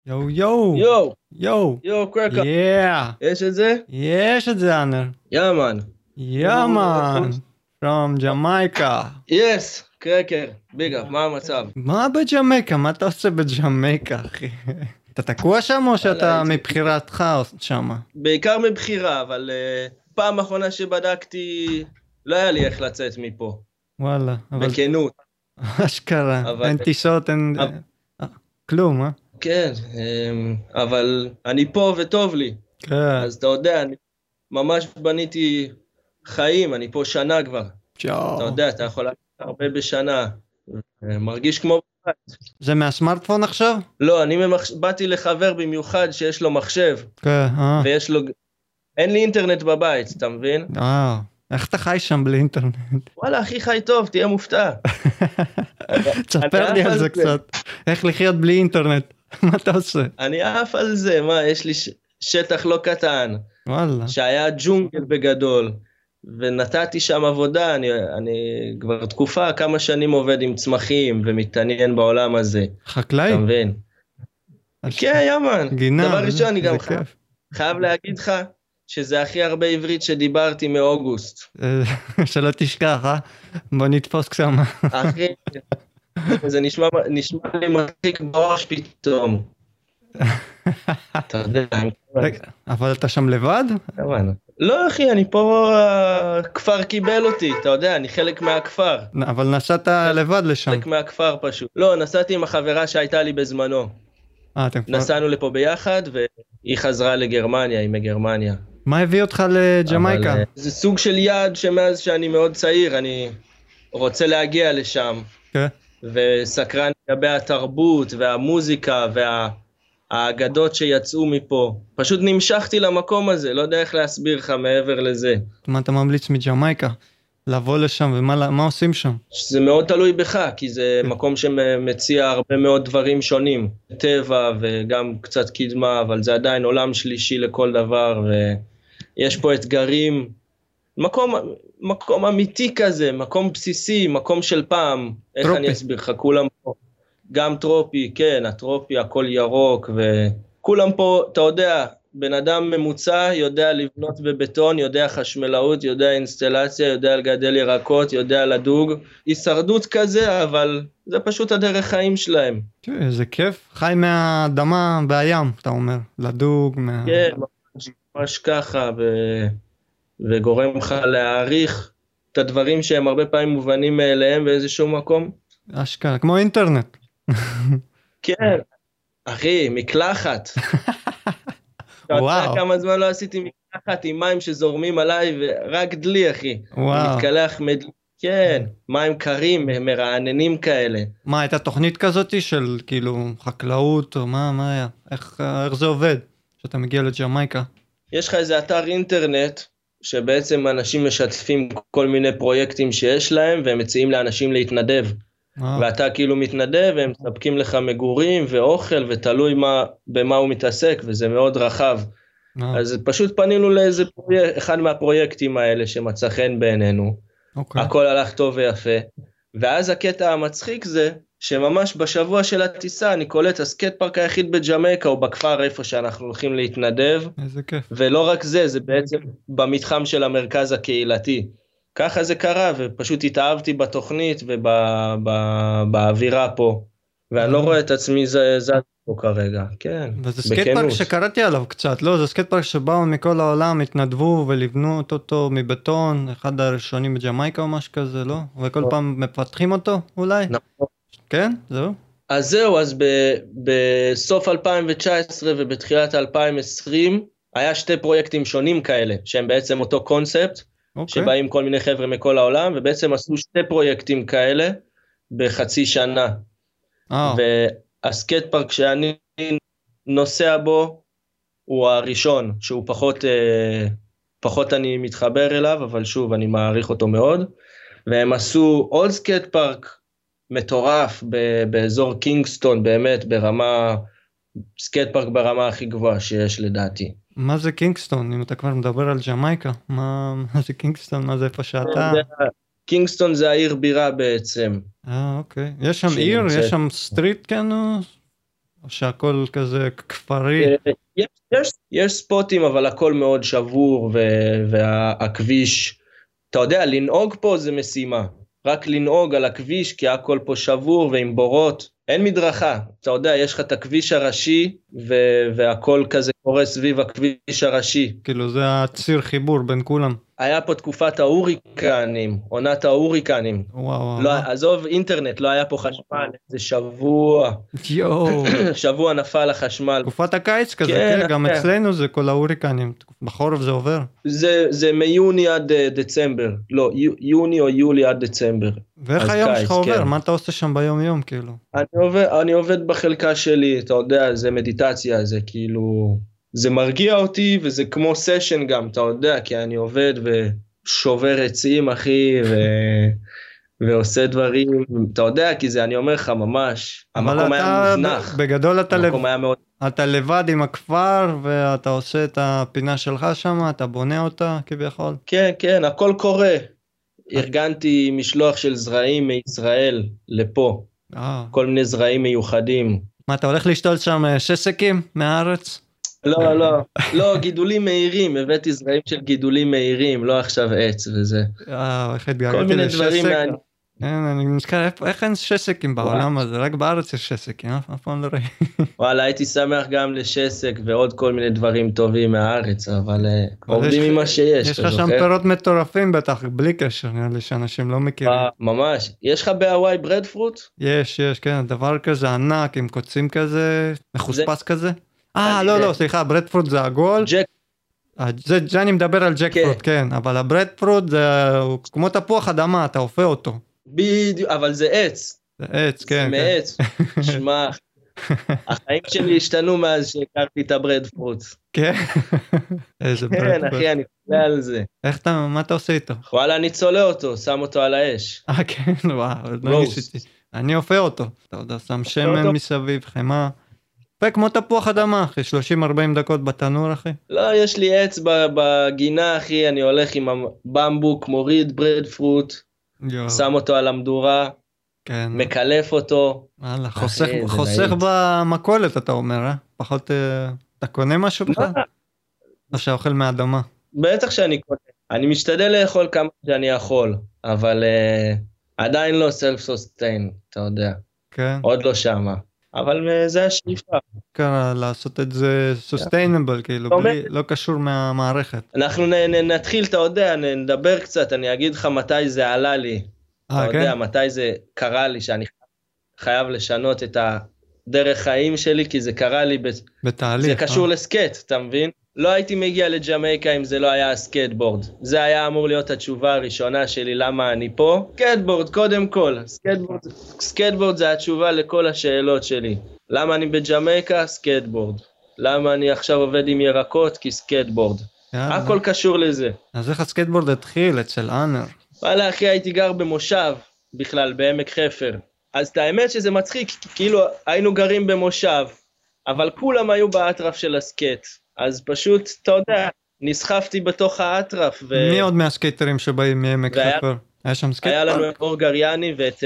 יואו יואו יואו, יואו יואו קרקה, yeah יש את זה? יש את זה אנר יאמן. yeah man from Jamaica. יס, קרקר, ביג אפ, מה המצב? מה בג'מייקה? מה אתה עושה בג'מייקה אחי? אתה תקוע שם או וואלה, שאתה מבחירתך שם? בעיקר מבחירה, אבל פעם אחרונה שבדקתי, לא היה לי איך לצאת מפה, וואלה אבל בכנות. אשכרה אבל, אין טיסות אין אבל- כלום כן, אבל אני פה וטוב לי. כן. אז אתה יודע, אני ממש בניתי חיים, אני פה שנה כבר. אתה צ'או. יודע, אתה יכול לעשות הרבה בשנה. מרגיש כמו... זה מהסמארטפון עכשיו? לא, באתי לחבר במיוחד שיש לו מחשב, כן. ויש לו... אין לי אינטרנט בבית, אתה מבין? איך אתה חי שם בלי אינטרנט? וואלה, הכי חי טוב, תהיה מופתע. תספר לי על זה קצת. איך לחיות בלי אינטרנט? מה אתה עושה? אני עף על זה, מה, יש לי שטח לא קטן, וואלה. שהיה ג'ונגל בגדול, ונתתי שם עבודה, אני כבר תקופה, כמה שנים עובד עם צמחים, ומתעניין בעולם הזה. חקלאי? אתה מבין? כן, יאמן. גינה. דבר ראשון, אני גם זה כיף. חייב להגיד לך, שזה הכי הרבה עברית שדיברתי מאוגוסט. שלא תשכח, בוא נתפוס כמה. אחי, זה נשמע לי מצחיק בראש פתאום. אתה יודע, רגע, אבל אתה שם לבד? לא אחי, אני פה, הכפר קיבל אותי, אתה יודע, אני חלק מהכפר. אבל נסעת לבד לשם. חלק מהכפר פשוט. לא, נסעתי עם החברה שהייתה לי בזמנו. אתם כבר... נסענו לפה ביחד, והיא חזרה לגרמניה, היא מגרמניה. מה הביא אותך לג'מייקה? זה סוג של יעד שמאז שאני מאוד צעיר, אני רוצה להגיע לשם. כן. וסקרן לגבי התרבות והמוזיקה והאגדות שיצאו מפה. פשוט נמשכתי למקום הזה, לא יודע איך להסביר לך מעבר לזה. מה אתה ממליץ מג'מייקה? לבוא לשם ומה עושים שם? זה מאוד תלוי בך, כי זה מקום שמציע הרבה מאוד דברים שונים. טבע וגם קצת קדמה, אבל זה עדיין עולם שלישי לכל דבר, ויש פה אתגרים. מקום אמיתי כזה, מקום בסיסי, מקום של פעם. איך טרופי. אני אסביר לך? כולם פה. גם טרופי, כן, הטרופי, הכל ירוק, וכולם פה, אתה יודע, בן אדם ממוצע יודע לבנות בבטון, יודע חשמלאות, יודע אינסטלציה, יודע לגדל ירקות, יודע לדוג. הישרדות כזה, אבל זה פשוט הדרך חיים שלהם. זה כיף, חי מהאדמה והים, אתה אומר, לדוג, כן, ממש ככה, וגורם לך להעריך את הדברים שהם הרבה פעמים מובנים מאליהם באיזשהו מקום. אשכרה, כמו אינטרנט. כן, אחי, מקלחת. אתה יודע כמה זמן לא עשיתי מקלחת עם מים שזורמים עליי, ורק דלי, אחי. וואו. מתקלח מדלי, כן, מים קרים, מרעננים כאלה. מה, הייתה תוכנית כזאת של כאילו חקלאות, או מה היה? איך זה עובד? שאתה מגיע לג'מייקה? יש לך איזה אתר אינטרנט, שבעצם אנשים משתפים כל מיני פרויקטים שיש להם, והם מציעים לאנשים להתנדב. ואתה כאילו מתנדב, והם מספקים לך מגורים ואוכל, ותלוי במה הוא מתעסק, וזה מאוד רחב. אז פשוט פנינו לאיזה אחד מהפרויקטים האלה, שמצא חן בעינינו. הכל הלך טוב ויפה. ואז הקטע המצחיק זה, שממש בשבוע של הטיסה, אני קולט הסקייט פארק היחיד בג'מייקה, או בכפר איפה שאנחנו הולכים להתנדב. איזה כיף. ולא רק זה, זה בעצם במתחם של המרכז הקהילתי. ככה זה קרה, ופשוט התאהבתי בתוכנית ובאווירה פה. ואני לא רואה את עצמי זז פה כרגע, כן. וזה סקייט פארק שקראתי עליו קצת, לא? זה סקייט פארק שבאו מכל העולם, התנדבו ולבנו אותו מבטון, אחד הראשונים בג'מייקה או משהו כזה, לא? וכל פעם מפתחים אותו אולי? נכון. כן? זהו? אז זהו, אז בסוף 2019 ובתחילת 2020, היה שתי פרויקטים שונים כאלה, שהם בעצם אותו קונספט, שבאים כל מיני חבר'ה מכל העולם, ובעצם עשו שתי פרויקטים כאלה בחצי שנה. והסקייט פארק שאני נוסע בו, הוא הראשון, שהוא פחות אני מתחבר אליו, אבל שוב, אני מעריך אותו מאוד. והם עשו עוד סקייט פארק מטורף באזור קינגסטון, באמת ברמה, סקייט פארק ברמה הכי גבוהה שיש לדעתי. מה זה קינגסטון? אם אתה כבר מדבר על ג'מייקה, מה זה קינגסטון? מה זה איפה שאתה? קינגסטון זה העיר בירה בעצם. אוקיי. יש שם עיר? יש שם סטריט כן? או שהכל כזה כפרי? יש ספוטים, אבל הכל מאוד שבור, והכביש, אתה יודע, לנהוג פה זה משימה. רק לנהוג על הכביש, כי הכל פה שבור ועם בורות. אין מדרכה. אתה יודע, יש לך את הכביש הראשי, והכל כזה קורה סביב הכביש הראשי. כאילו זה הציר חיבור בין כולם. היה פה תקופת ההוריקנים, עונת ההוריקנים. וואו. לא, עזוב אינטרנט, לא היה פה חשמל, זה שבוע. יואו. שבוע נפל החשמל. תקופת הקיץ כזה, כן, גם אצלנו זה כל ההוריקנים. בחורף זה עובר. זה מיוני עד דצמבר. לא, יוני או יולי עד דצמבר. ואיך היום שלך עובר? מה אתה עושה שם ביום יום, כאילו? אני עובד בחלקה שלי, אתה יודע, זה מדיטציה, זה כאילו... זה מרגיע אותי, וזה כמו סשן גם, אתה יודע, כי אני עובד ושובר עצים, אחי, ועושה דברים, אתה יודע, כי זה, אני אומר לך, ממש, המקום היה מוזנח. בגדול אתה לבד עם הכפר, ואתה עושה את הפינה שלך שם, אתה בונה אותה כביכול? כן, כן, הכל קורה. ארגנתי משלוח של זרעים מישראל לפה, כל מיני זרעים מיוחדים. מה, אתה הולך לשתול שם שסקים מהארץ? לא, לא, לא, גידולים מהירים, הבאתי זרעים של גידולים מהירים, לא עכשיו עץ וזה. איך התגעגעתי לשסק? אני נזכר, איך אין שסקים בעולם הזה? רק בארץ יש שסקים, אף פעם לא ראי. וואלה, הייתי שמח גם לשסק ועוד כל מיני דברים טובים מהארץ, אבל עובדים עם מה שיש. יש לך שם פירות מטורפים בטח, בלי קשר, נראה לי שאנשים לא מכירים. ממש. יש לך בהוואי ברד פרוט? יש, כן, דבר כזה ענק, עם קוצים כזה, מחוספס כזה. לא, סליחה, ברד פרוט זה עגול. זה אני מדבר על ג'ק פרוט, כן, אבל הברד פרוט זה כמו תפוח אדמה, אתה אופה אותו. בדיוק, אבל זה עץ. זה עץ, כן. זה מעץ. שמע, החיים שלי השתנו מאז שהכרתי את הברד פרוט. כן? איזה ברד פרוט. כן, אחי, אני חולה על זה. מה אתה עושה איתו? וואלה, אני צולה אותו, שם אותו על האש. כן, וואו, לא ניסיתי. אני אופה אותו. אתה יודע, שם שמן מסביב, חמה. כמו תפוח אדמה, אחי, 30-40 דקות בתנור, אחי. לא, יש לי עץ בגינה, אחי, אני הולך עם הבמבוק, מוריד ברד פרוט, שם אותו על המדורה, מקלף אותו. חוסך במקולת, אתה אומר, אה? פחות, אתה קונה משהו בכלל? או שאוכל מהאדמה? בטח שאני קונה. אני משתדל לאכול כמה שאני יכול, אבל עדיין לא סלף סוסטיין, אתה יודע. כן. עוד לא שמה. אבל זה השאיפה. כן, לעשות את זה sustainable, כאילו, לא קשור מהמערכת. אנחנו נתחיל, אתה יודע, נדבר קצת, אני אגיד לך מתי זה עלה לי. אתה יודע, מתי זה קרה לי, שאני חייב לשנות את הדרך חיים שלי, כי זה קרה לי, בתהליך. זה קשור לסקט, אתה מבין? לא הייתי מגיע לג'מייקה אם זה לא היה הסקטבורד. זה היה אמור להיות התשובה הראשונה שלי, למה אני פה. סקטבורד, קודם כל. סקטבורד זה התשובה לכל השאלות שלי. למה אני בג'מייקה? סקטבורד. למה אני עכשיו עובד עם ירקות? כי סקטבורד. הכל קשור לזה. אז איך הסקטבורד התחיל אצל אנר? וואלה, אחי, הייתי גר במושב, בכלל, בעמק חפר. אז את האמת שזה מצחיק, כאילו היינו גרים במושב, אבל כולם היו באטרף של הסקט. אז פשוט, אתה יודע, נסחפתי בתוך האטרף. מי עוד מהסקייטרים שבאים מעמק חפר? היה שם סקייט פארק? היה לנו אור גריאני ואת...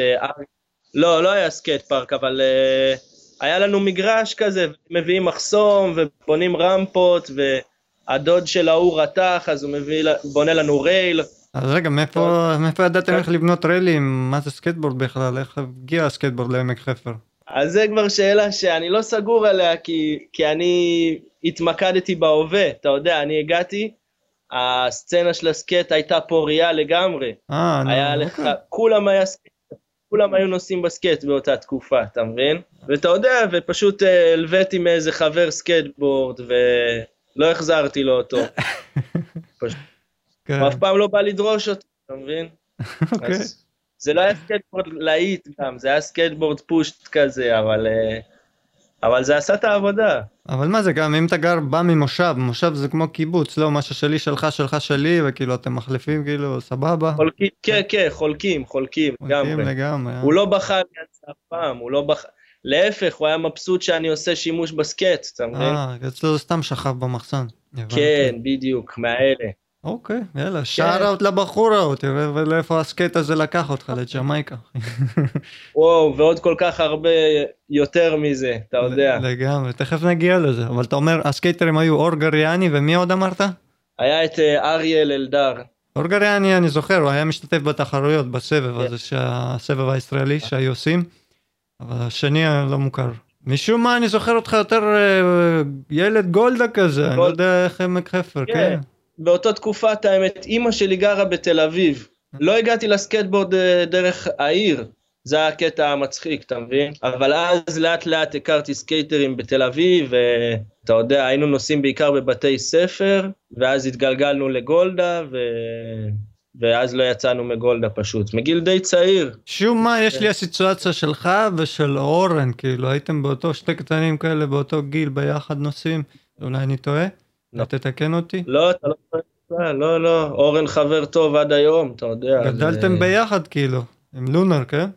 לא היה סקייט פארק, אבל היה לנו מגרש כזה, מביאים מחסום ובונים רמפות, והדוד של ההוא רתח, אז הוא בונה לנו רייל. אז רגע, מאיפה ידעתם איך לבנות ריילים? מה זה סקייטבורד בכלל? איך הגיע הסקייטבורד לעמק חפר? אז זה כבר שאלה שאני לא סגור עליה, כי אני התמקדתי בהווה, אתה יודע, אני הגעתי, הסצנה של הסקייט הייתה פוריה לגמרי, היה לך, כולם היו נוסעים בסקייט באותה תקופה, אתה מבין? ואתה יודע, ופשוט הלוויתי מאיזה חבר סקייטבורד, ולא החזרתי לו אותו. אף פעם לא בא לדרוש אותו, אתה מבין? אוקיי. זה לא היה סקייטבורד להיט גם, זה היה סקייטבורד פושט כזה, אבל זה עשה את העבודה. אבל מה זה גם, אם אתה בא ממושב, מושב זה כמו קיבוץ, לא משהו שלי, שלך, שלך, שלי, וכאילו אתם מחליפים, כאילו, סבבה? כן, חולקים, לגמרי. הוא לא בחר לי אף פעם, להפך, הוא היה מבסוט שאני עושה שימוש בסקייט, אתה מבין? אצלו זה סתם שכב במחסן. כן, בדיוק, מהאלה. אוקיי, יאללה, שאט-אאוט לבחורה, תראה ולאיפה הסקייט הזה לקח אותך, לג'מייקה. וואו, ועוד כל כך הרבה יותר מזה, אתה יודע. לגמרי, תכף נגיע לזה, אבל אתה אומר, הסקייטרים היו אור גריאני, ומי עוד אמרת? היה את אריאל אלדר. אור גריאני, אני זוכר, הוא היה משתתף בתחרויות, בסבב הזה, הסבב הישראלי שהיו עושים, אבל השני לא מוכר. משום מה אני זוכר אותך יותר ילד גולדה כזה, אני לא יודע איך עמק חפר, כן. באותה תקופת האמת, אמא שלי גרה בתל אביב, לא הגעתי לסקייטבורד דרך העיר, זה היה הקטע המצחיק, אתה מבין? אבל אז לאט לאט הכרתי סקייטרים בתל אביב, ואתה יודע, היינו נוסעים בעיקר בבתי ספר, ואז התגלגלנו לגולדה, ואז לא יצאנו מגולדה פשוט, מגיל די צעיר. שום מה, יש לי הסיטואציה שלך ושל אורן, כאילו הייתם באותו שתי קטנים כאלה, באותו גיל ביחד נוסעים, אולי אני טועה? לא. תתקן אותי? לא, אתה לא טועה, לא, אורן חבר טוב עד היום, אתה יודע. גדלתם ביחד כאילו, עם לונר, כן?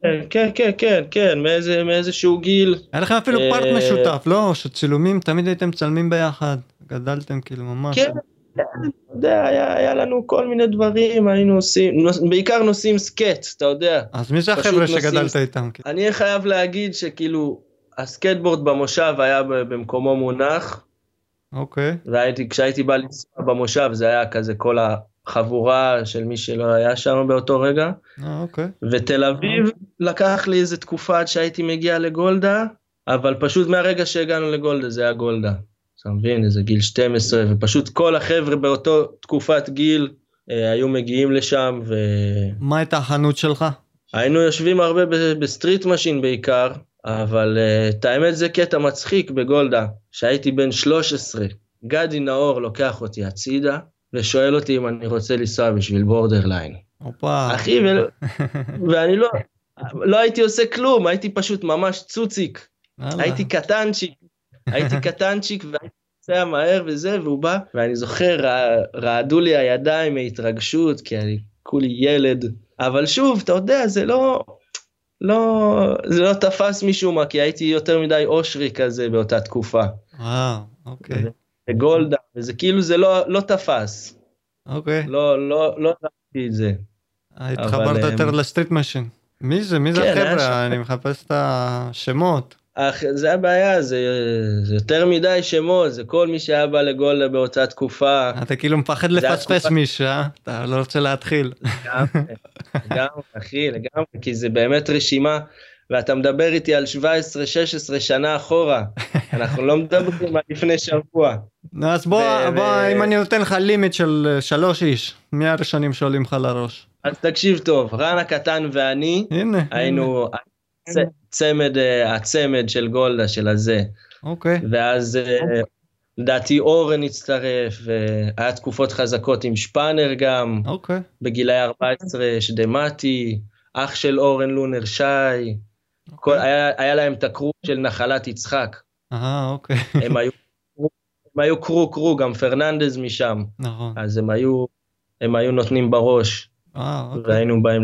כן, מאיזשהו גיל. היה לכם אפילו פארט משותף, לא? שצילומים, תמיד הייתם צלמים ביחד, גדלתם כאילו ממש. כן, אתה יודע, היה לנו כל מיני דברים, היינו עושים, בעיקר נוסעים סקייט, אתה יודע. אז מי זה החבר'ה שגדלת איתם? אני חייב להגיד שכאילו, הסקייטבורד במושב היה במקומו מונח. אוקיי. וכשהייתי בא לנסוע במושב, זה היה כזה כל החבורה של מי שלא היה שם באותו רגע. אוקיי. ותל אביב לקח לי איזה תקופה עד שהייתי מגיע לגולדה, אבל פשוט מהרגע שהגענו לגולדה, זה היה גולדה. אתה מבין, איזה גיל 12, ופשוט כל החבר'ה באותו תקופת גיל היו מגיעים לשם. מה הייתה החנות שלך? היינו יושבים הרבה בסטריט משין בעיקר, אבל את האמת זה קטע מצחיק בגולדה, שהייתי בן 13, גדי נאור לוקח אותי הצידה, ושואל אותי אם אני רוצה לנסוע בשביל בורדרליין. אחי, ואני לא הייתי עושה כלום, הייתי פשוט ממש צוציק, הייתי קטנצ'יק, והייתי נוסע מהר וזה, והוא בא, ואני זוכר, רעדו לי הידיים מהתרגשות, כי אני כולי ילד, אבל שוב, אתה יודע, זה לא תפס משום מה, כי הייתי יותר מדי אושרי כזה באותה תקופה. אוקיי. בגולדה, וזה כאילו זה לא תפס. אוקיי. לא ראיתי את זה. התחברת יותר לסטריט משין. מי זה החבר'ה? אני מחפש את השמות. זה הבעיה, זה יותר מדי שמות, זה כל מי שהיה בא לגולדה באותה תקופה. אתה כאילו מפחד לפספס מישהו, אתה לא רוצה להתחיל. לגמרי, אחי, לגמרי, כי זה באמת רשימה, ואתה מדבר איתי על 17-16 שנה אחורה, אנחנו לא מדברים על לפני שבוע. אז בוא, אם אני נותן לך לימיט של 3 איש, מי הראשונים שעולים לך לראש? אז תקשיב טוב, רן הקטן ואני, היינו הצמד של גולדה של הזה. אוקיי. ואז לדעתי אורן הצטרף, והיה תקופות חזקות עם שפאנר גם, בגילי 14 שדמתי, אח של אורן לונר שי, היה להם את הקרו של נחלת יצחק. אוקיי. הם היו קרו, גם פרננדז משם. נכון. אז הם היו נותנים בראש. והיינו באים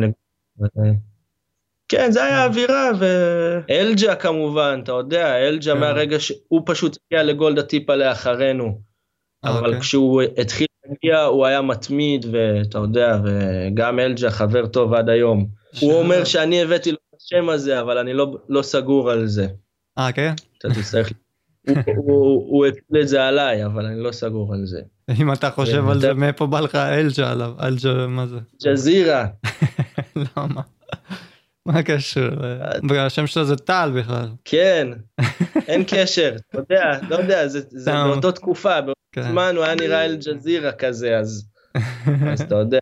כן, זה היה האווירה, ואלג'ה כמובן, אתה יודע, אלג'ה מהרגע שהוא פשוט הגיע לגולדה טיפה לאחרינו, אבל כשהוא התחיל להגיע, הוא היה מתמיד, ואתה יודע, וגם אלג'ה חבר טוב עד היום. הוא אומר שאני הבאתי לו את השם הזה, אבל אני לא סגור על זה. כן? אתה תצטרך, הוא הפיל את זה עליי, אבל אני לא סגור על זה. אם אתה חושב על זה, מאיפה בא לך אלג'ה עליו? אלג'ה, מה זה? ג'זירה. למה? מה הקשר? השם שלו זה טל בכלל. כן, אין קשר, אתה יודע, זה באותו תקופה, באותו זמן הוא היה נראה אל ג'זירה כזה, אז אתה יודע.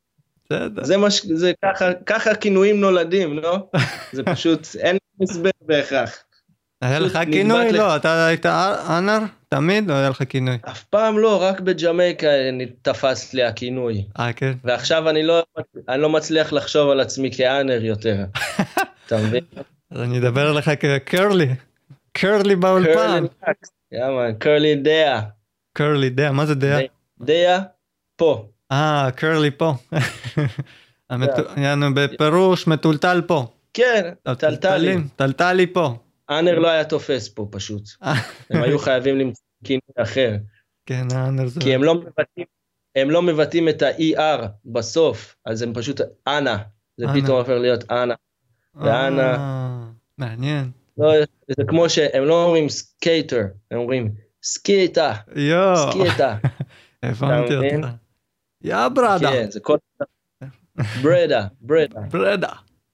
זה ככה כינויים נולדים, לא? זה פשוט, אין הסבר בהכרח. היה לך כינוי? לא, אתה היית אנר? תמיד או היה לך כינוי? אף פעם לא, רק בג'מייקה תפס לי הכינוי. כן. ועכשיו אני לא מצליח לחשוב על עצמי כאנר יותר. אתה מבין? אז אני אדבר עליך כקרלי. קרלי באולפן. יאמן, קרלי דעה. קרלי דעה, מה זה דעה? דעה, פה. קרלי פה. יענו בפירוש מטולטל פה. כן, טלטלי. טלטלי פה. אנר לא היה תופס פה פשוט. הם היו חייבים למצוא כינוי אחר. כן, אנר זה... כי הם לא מבטאים, הם לא מבטאים את ה-ER בסוף, אז הם פשוט אנה, זה פתאום הופך להיות אנה, ואנה, מעניין. לא, זה כמו שהם לא אומרים סקייטר, הם אומרים סקייטה, סקייטה. הבנתי אותך. יא ברדה. כן, זה כל... ברדה. ברדה.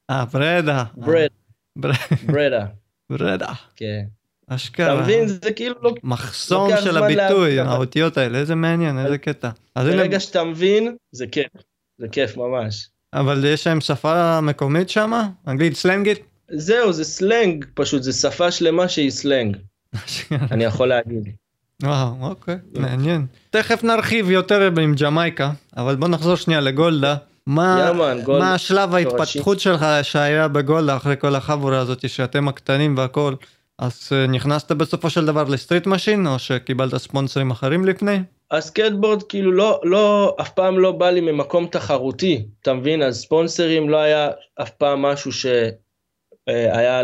ברדה. כן. אשכרה. אתה מבין, זה כאילו לא... מחסום של הביטוי, האותיות האלה, איזה מעניין, איזה קטע. ברגע שאתה מבין, זה כיף. זה כיף ממש. אבל יש להם שפה מקומית שם? אנגלית סלנגית? זהו, זה סלנג, פשוט זה שפה שלמה שהיא סלנג. אני יכול להגיד. וואו, אוקיי, מעניין. תכף נרחיב יותר עם ג'מייקה, אבל בוא נחזור שנייה לגולדה. מה השלב ההתפתחות שלך שהיה בגולדה אחרי כל החבורה הזאת שאתם הקטנים והכל? אז נכנסת בסופו של דבר לסטריט משין או שקיבלת ספונסרים אחרים לפני? הסקייטבורד כאילו לא, אף פעם לא בא לי ממקום תחרותי, אתה מבין? אז ספונסרים לא היה אף פעם משהו שהיה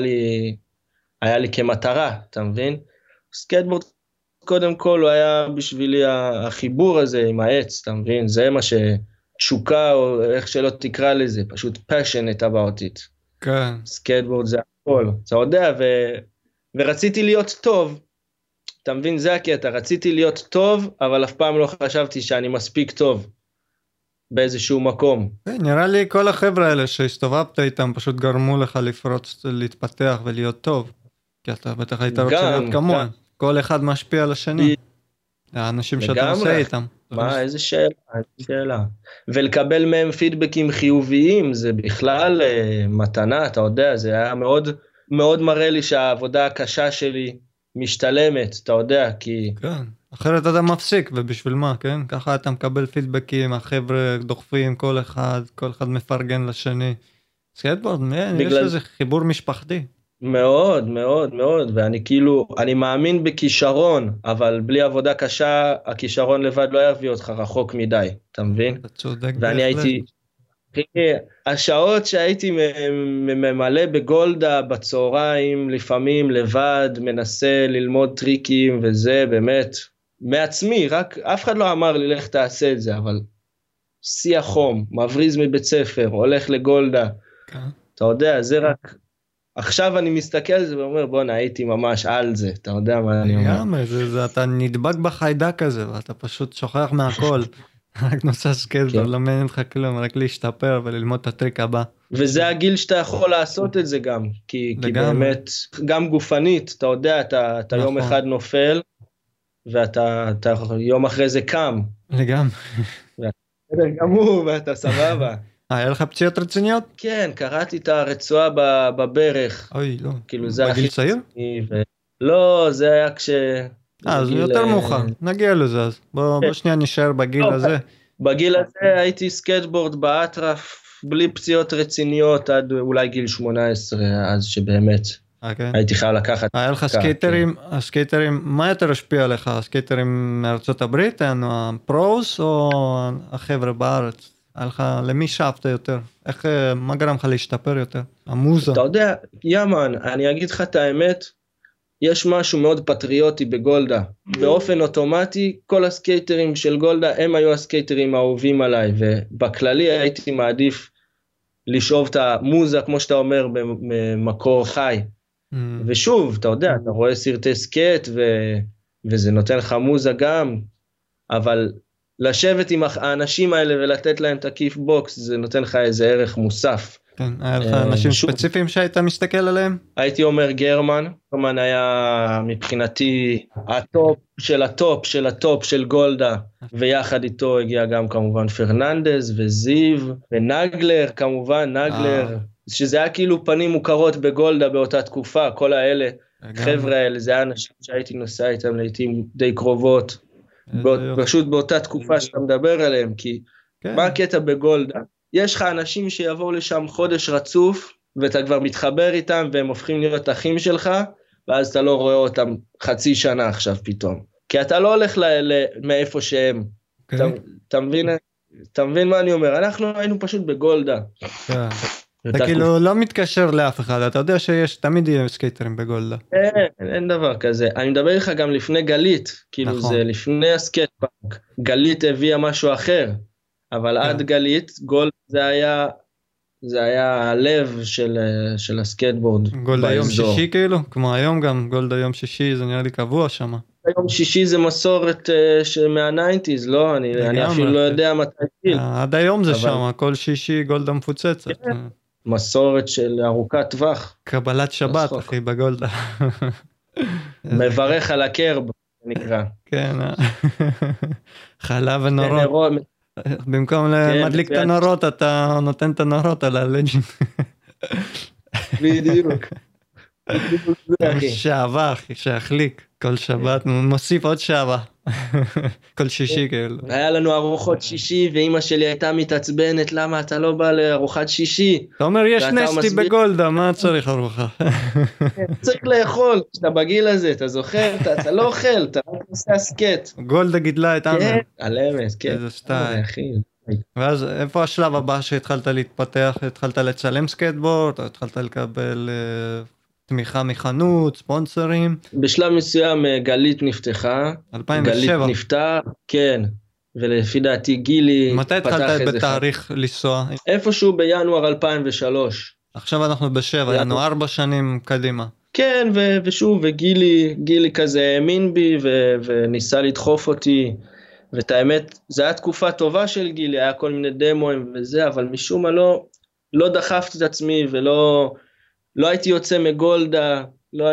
לי כמטרה, אתה מבין? סקייטבורד קודם כל הוא היה בשבילי החיבור הזה עם העץ, אתה מבין? זה מה ששוקה או איך שלא תקרא לזה, פשוט passionate about it. כן. סקייטבורד זה הכל, אתה יודע, ורציתי להיות טוב, אתה מבין? זה הקטע, רציתי להיות טוב, אבל אף פעם לא חשבתי שאני מספיק טוב באיזשהו מקום. נראה לי כל החבר'ה האלה שהסתובבת איתם פשוט גרמו לך לפרוץ, להתפתח ולהיות טוב, כי אתה בטח היית רוצה להיות כמוהם. כל אחד משפיע על השני. האנשים שאתה עושה איתם. מה, איזה שאלה. ולקבל מהם פידבקים חיוביים, זה בכלל מתנה, אתה יודע, זה היה מאוד, מאוד מראה לי שהעבודה הקשה שלי משתלמת, אתה יודע, כי... כן, אחרת אתה מפסיק, ובשביל מה, כן? ככה אתה מקבל פידבקים, החבר'ה דוחפים, כל אחד מפרגן לשני. סקייטבורד, יש איזה חיבור משפחתי. מאוד, מאוד, מאוד, ואני כאילו, אני מאמין בכישרון, אבל בלי עבודה קשה, הכישרון לבד לא יביא אותך רחוק מדי, אתה מבין? אתה צודק. ואני הייתי, השעות שהייתי ממלא בגולדה בצהריים, לפעמים לבד, מנסה ללמוד טריקים, וזה באמת, מעצמי, רק אף אחד לא אמר לי, לך תעשה את זה, אבל שיא החום, מבריז מבית ספר, הולך לגולדה, אתה יודע, זה רק... עכשיו אני מסתכל על זה ואומר, בוא, הייתי ממש על זה, אתה יודע מה אני אומר. גם, אתה נדבק בחיידק הזה, ואתה פשוט שוכח מהכל. רק נושא סקייטבורד, לא מעניין לך כלום, רק להשתפר וללמוד את הטריק הבא. וזה הגיל שאתה יכול לעשות את זה גם, כי באמת, גם גופנית, אתה יודע, אתה יום אחד נופל, ואתה יום אחרי זה קם. לגמרי. ואתה גמור, ואתה סבבה. היה לך פציעות רציניות? כן, קראתי את הרצועה בברך. אוי, לא. כאילו בגיל צעיר? לא, זה היה זה יותר מאוחר, נגיע לזה אז. בוא שנייה נשאר בגיל הזה. בגיל הזה הייתי סקייטבורד באטרף, בלי פציעות רציניות עד אולי גיל 18, אז שבאמת הייתי חייב לקחת. היה לך הסקייטרים, מה יותר השפיע עליך? הסקייטרים מארצות הברית, הפרוס או החבר'ה בארץ? למי שאפת יותר? מה גרם לך להשתפר יותר? המוזה. אתה יודע, יאמן, אני אגיד לך את האמת, יש משהו מאוד פטריוטי בגולדה. באופן אוטומטי, כל הסקייטרים של גולדה, הם היו הסקייטרים האהובים עליי, ובכללי הייתי מעדיף לשאוב את המוזה, כמו שאתה אומר, במקור חי. ושוב, אתה יודע, אתה רואה סרטי סקייט, וזה נותן לך מוזה גם, אבל... לשבת עם האנשים האלה ולתת להם את הכיף בוקס, זה נותן לך איזה ערך מוסף. כן, היה לך אנשים ספציפיים שהיית מסתכל עליהם? הייתי אומר גרמן, גרמן היה מבחינתי הטופ של הטופ של הטופ של גולדה, ויחד איתו הגיע גם כמובן פרננדז וזיו, ונגלר כמובן, נגלר, שזה היה כאילו פנים מוכרות בגולדה באותה תקופה, כל האלה, חבר'ה האלה, זה היה אנשים שהייתי נוסע איתם לעתים די קרובות, פשוט באותה תקופה שאתה מדבר עליהם, כי מה הקטע בגולדה? יש לך אנשים שיבואו לשם חודש רצוף, ואתה כבר מתחבר איתם, והם הופכים להיות אחים שלך, ואז אתה לא רואה אותם חצי שנה עכשיו פתאום. כי אתה לא הולך מאיפה שהם. אתה מבין מה אני אומר? אנחנו היינו פשוט בגולדה. אתה כאילו לא מתקשר לאף אחד, אתה יודע שיש, תמיד יהיה סקייטרים בגולדה. אין דבר כזה. אני מדבר איתך גם לפני גלית, כאילו זה לפני הסקייט פארק. גלית הביאה משהו אחר, אבל עד גלית, גולדה זה היה הלב של הסקייטבורד. גולדה יום שישי כאילו? כמו היום גם, גולדה יום שישי זה נראה לי קבוע שם. יום שישי זה מסורת מה-90s, לא? אני אפילו לא יודע מתי גיל. עד היום זה שם, כל שישי גולדה מפוצצת. מסורת של ארוכת טווח. קבלת שבת, אחי, בגולדה. מברך על הקרב, נקרא. כן, חלב ונורות. במקום למדליק את הנורות, אתה נותן את הנורות על הלג'ינג. בדיוק. שעבה, אחי, שהחליק. כל שבת, מוסיף עוד שעבה. כל שישי כאילו. היה לנו ארוחות שישי, ואמא שלי הייתה מתעצבנת, למה אתה לא בא לארוחת שישי? אתה אומר, יש נסטי בגולדה, מה צריך ארוחה? צריך לאכול, כשאתה בגיל הזה, אתה זוכר? אתה לא אוכל, אתה רק עושה סקט. גולדה גידלה את עמר. כן, על אמס, כן. איזה שטייל. ואז איפה השלב הבא שהתחלת להתפתח? התחלת לצלם סקייטבורד, או התחלת לקבל תמיכה מחנות, ספונסרים? בשלב מסוים גלית נפתחה. 2007. גלית נפתח, כן. ולפי דעתי גילי מתי התחלת בתאריך לנסוע? איפשהו בינואר 2003. עכשיו אנחנו בשבע, ינו 4 שנים קדימה. כן, ושוב, וגילי כזה האמין בי, וניסה לדחוף אותי, ואת האמת, זו הייתה תקופה טובה של גילי, היה כל מיני דמוים וזה, אבל משום מה לא דחפתי את עצמי, ולא הייתי יוצא מגולדה,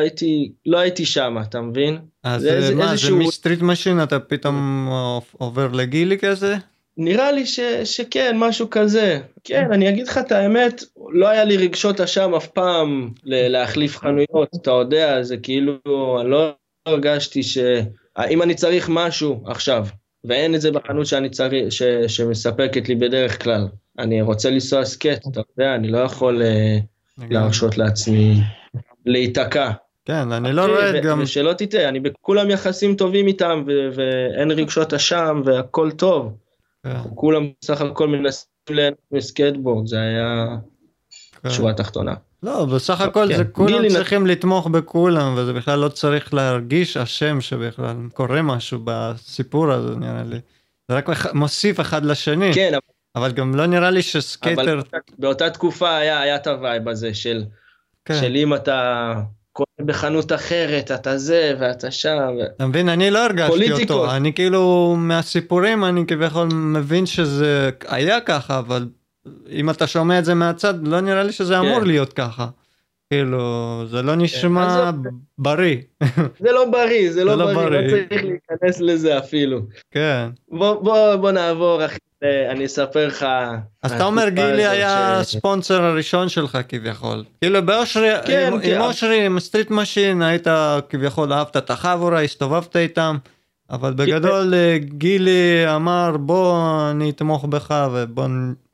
לא הייתי שם, אתה מבין? אז זה מסטריט משין, אתה פתאום עובר לגילי כזה? נראה לי שכן, משהו כזה. כן, אני אגיד לך את האמת, לא היה לי רגשות אשם אף פעם להחליף חנויות, אתה יודע, זה כאילו, אני לא הרגשתי אם אני צריך משהו עכשיו, ואין את זה בחנות שאני צריך, שמספקת לי בדרך כלל, אני רוצה לנסוע סקט, אתה יודע, אני לא יכול להרשות לעצמי להתעקע. כן, אני לא רואה גם... ושלא תטעה, אני בכולם יחסים טובים איתם, ואין רגשות אשם, והכל טוב. כולם סך הכל מנסים לסקייטבורד, זה היה שורה תחתונה. לא, בסך הכל זה כולם צריכים לתמוך בכולם, וזה בכלל לא צריך להרגיש אשם שבכלל קורה משהו בסיפור הזה, נראה לי. זה רק מוסיף אחד לשני. כן, אבל גם לא נראה לי שסקייטר... אבל באותה תקופה היה את הווייב הזה של אם אתה... קונה בחנות אחרת, אתה זה ואתה שם. אתה מבין, אני לא הרגשתי אותו, אני כאילו מהסיפורים, אני כביכול מבין שזה היה ככה, אבל אם אתה שומע את זה מהצד, לא נראה לי שזה אמור להיות ככה. כאילו, זה לא נשמע בריא. זה לא בריא, לא צריך להיכנס לזה אפילו. כן. בוא נעבור אחי. אני אספר לך... אז אתה אומר גילי היה הספונסר הראשון שלך כביכול. כאילו באושרי, עם אושרי, עם סטריט משין, היית כביכול אהבת את החבורה, הסתובבת איתם, אבל בגדול גילי אמר בוא אני אתמוך בך ובוא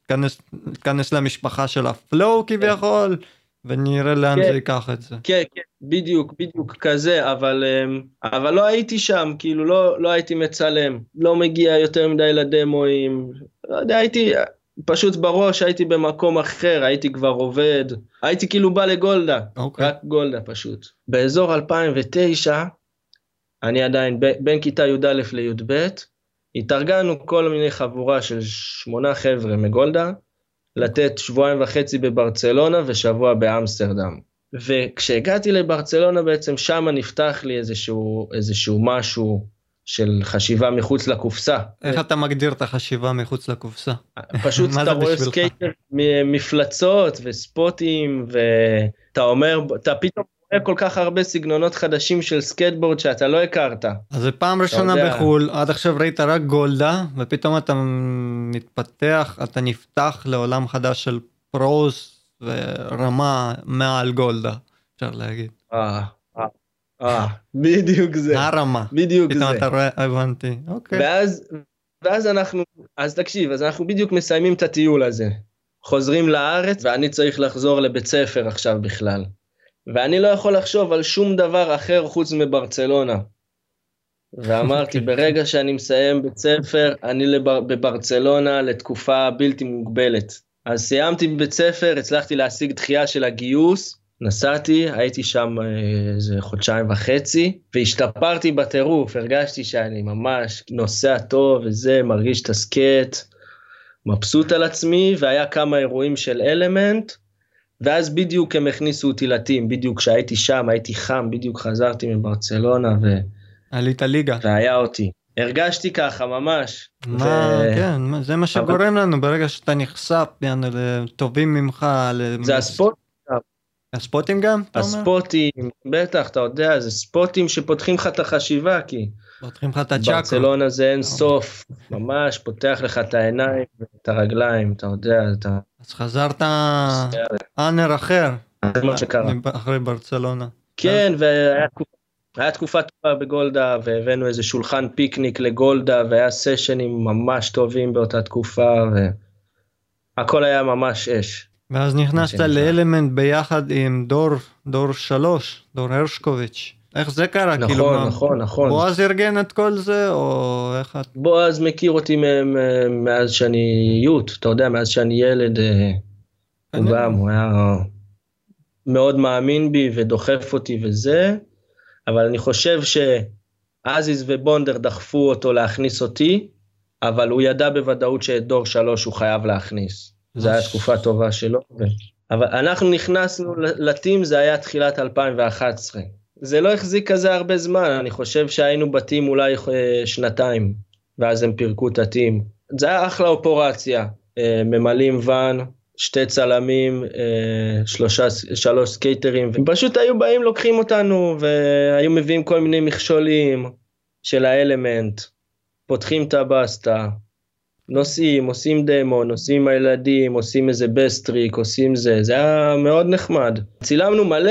ניכנס למשפחה של הפלואו כביכול, ונראה לאן זה ייקח את זה. כן, בדיוק כזה, אבל לא הייתי שם, כאילו לא הייתי מצלם, לא מגיע יותר מדי לדמואים, לא יודע, הייתי פשוט בראש, הייתי במקום אחר, הייתי כבר עובד, הייתי כאילו בא לגולדה, רק גולדה פשוט. באזור 2009, אני עדיין בין כיתה י"א לי"ב, התארגנו כל מיני חבורה של 8 חבר'ה מגולדה, לתת 2.5 שבועות בברצלונה ושבוע באמסטרדם. וכשהגעתי לברצלונה בעצם שם נפתח לי איזשהו משהו של חשיבה מחוץ לקופסה. איך אתה מגדיר את החשיבה מחוץ לקופסה? פשוט אתה רואה סקייטר מפלצות וספוטים, ואתה אומר, אתה פתאום רואה כל כך הרבה סגנונות חדשים של סקייטבורד שאתה לא הכרת. אז זה פעם ראשונה בחול, עד עכשיו ראית רק גולדה, ופתאום אתה מתפתח, אתה נפתח לעולם חדש של פרוס ורמה מעל גולדה, אפשר להגיד. בדיוק זה. הרמה. בדיוק זה. פתאום אתה רואה, הבנתי, אוקיי. ואז תקשיב, אז אנחנו בדיוק מסיימים את הטיול הזה. חוזרים לארץ, ואני צריך לחזור לבית ספר עכשיו בכלל. ואני לא יכול לחשוב על שום דבר אחר חוץ מברצלונה. ואמרתי, ברגע שאני מסיים בית ספר, אני בברצלונה לתקופה בלתי מוגבלת. אז סיימתי בבית ספר, הצלחתי להשיג דחייה של הגיוס, נסעתי, הייתי שם איזה 1.5 חודשים, והשתפרתי בטירוף, הרגשתי שאני ממש נוסע טוב וזה, מרגיש את הסקט, מבסוט על עצמי, והיה כמה אירועים של אלמנט, ואז בדיוק הם הכניסו אותי לטים, בדיוק כשהייתי שם, הייתי חם, בדיוק חזרתי מברצלונה, עלית ליגה. והיה אותי. הרגשתי ככה, ממש. כן, זה מה שגורם לנו, ברגע שאתה נחשף, טובים ממך. זה הספוט. הספוטים גם? הספוטים, בטח, אתה יודע, זה ספוטים שפותחים לך את החשיבה, כי פותחים לך את הצ'אקו. ברצלונה זה אין סוף, ממש פותח לך את העיניים ואת הרגליים, אתה יודע. אז חזרת אנר אחר, זה מה שקרה. אחרי ברצלונה. כן, והיה תקופה טובה בגולדה, והבאנו איזה שולחן פיקניק לגולדה, והיה סשנים ממש טובים באותה תקופה, והכל היה ממש אש. ואז נכנסת לאלמנט ביחד עם דור 3, דור הרשקוביץ'. איך זה קרה? נכון. בועז ארגן את כל זה, או איך את? בועז מכיר אותי מאז שאני יוט, אתה יודע, מאז שאני ילד, הוא היה מאוד מאמין בי ודוחף אותי וזה, אבל אני חושב שאזיז ובונדר דחפו אותו להכניס אותי, אבל הוא ידע בוודאות שאת דור 3 הוא חייב להכניס. זו הייתה תקופה טובה שלו. אבל אנחנו נכנסנו לטים, זה היה תחילת 2011. זה לא החזיק כזה הרבה זמן, אני חושב שהיינו בתים אולי 2, ואז הם פירקו את הטים. זה היה אחלה אופרציה, ממלאים ון, 2 צלמים, 3 סקייטרים, ופשוט היו באים לוקחים אותנו, והיו מביאים כל מיני מכשולים של האלמנט, פותחים את הבסטה, נוסעים, עושים דמו, נוסעים עם הילדים, עושים איזה בסטריק, עושים זה היה מאוד נחמד. צילמנו מלא,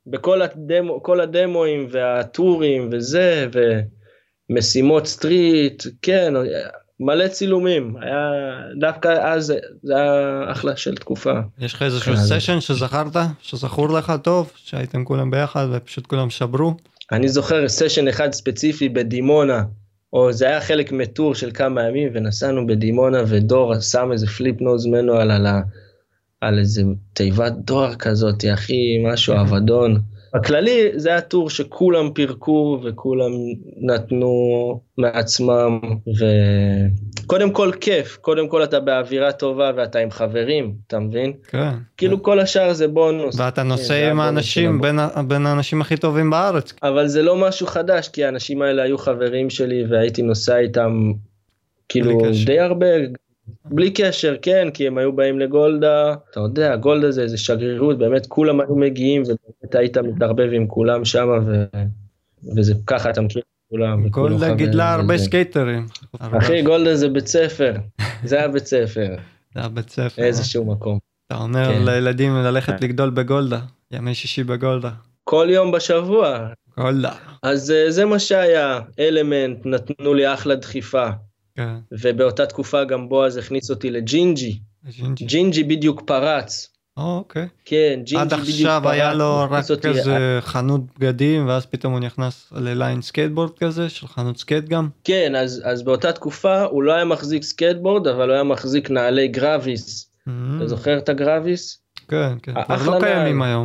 בכל הדמואים והטורים וזה, ומשימות סטריט, כן, מלא צילומים, היה דווקא אז, זה היה אחלה של תקופה. יש לך איזשהו סשן שזכרת, שזכור לך טוב, שהייתם כולם ביחד ופשוט כולם שברו? אני זוכר סשן אחד ספציפי בדימונה, או זה היה חלק מטור של כמה ימים, ונסענו בדימונה, ודור שם איזה פליפ נוז מנואל על איזה תיבת דואר כזאת, אחי, משהו אבדון. בכללי זה היה טור שכולם פירקו, וכולם נתנו מעצמם, וקודם כל כיף, קודם כל אתה באווירה טובה, ואתה עם חברים, אתה מבין? כן. כאילו כל השאר זה בונוס. ואתה נוסע עם האנשים, בין האנשים הכי טובים בארץ. אבל זה לא משהו חדש, כי האנשים האלה היו חברים שלי, והייתי נוסע איתם, כאילו די הרבה, בלי קשר, כן, כי הם היו באים לגולדה, אתה יודע, גולדה זה איזה שגרירות, באמת כולם היו מגיעים, ובאמת היית מתערבב עם כולם שם, וזה ככה, אתה מכיר כולם. גולדה גידלה הרבה סקייטרים. אחי, גולדה זה בית ספר, זה היה בית ספר. זה היה בית ספר. איזשהו מקום. אתה אומר לילדים ללכת לגדול בגולדה, ימי שישי בגולדה. כל יום בשבוע. גולדה. אז זה מה שהיה, אלמנט, נתנו לי אחלה דחיפה. ובאותה תקופה גם בועז הכניס אותי לג'ינג'י. ג'ינג'י בדיוק פרץ. אוקיי. כן, ג'ינג'י בדיוק פרץ. עד עכשיו היה לו רק כזה חנות בגדים, ואז פתאום הוא נכנס לליין סקייטבורד כזה, של חנות סקייט גם. כן, אז באותה תקופה הוא לא היה מחזיק סקייטבורד, אבל הוא היה מחזיק נעלי גרביס. אתה זוכר את הגרביס? כן, כן. כבר לא קיימים היום.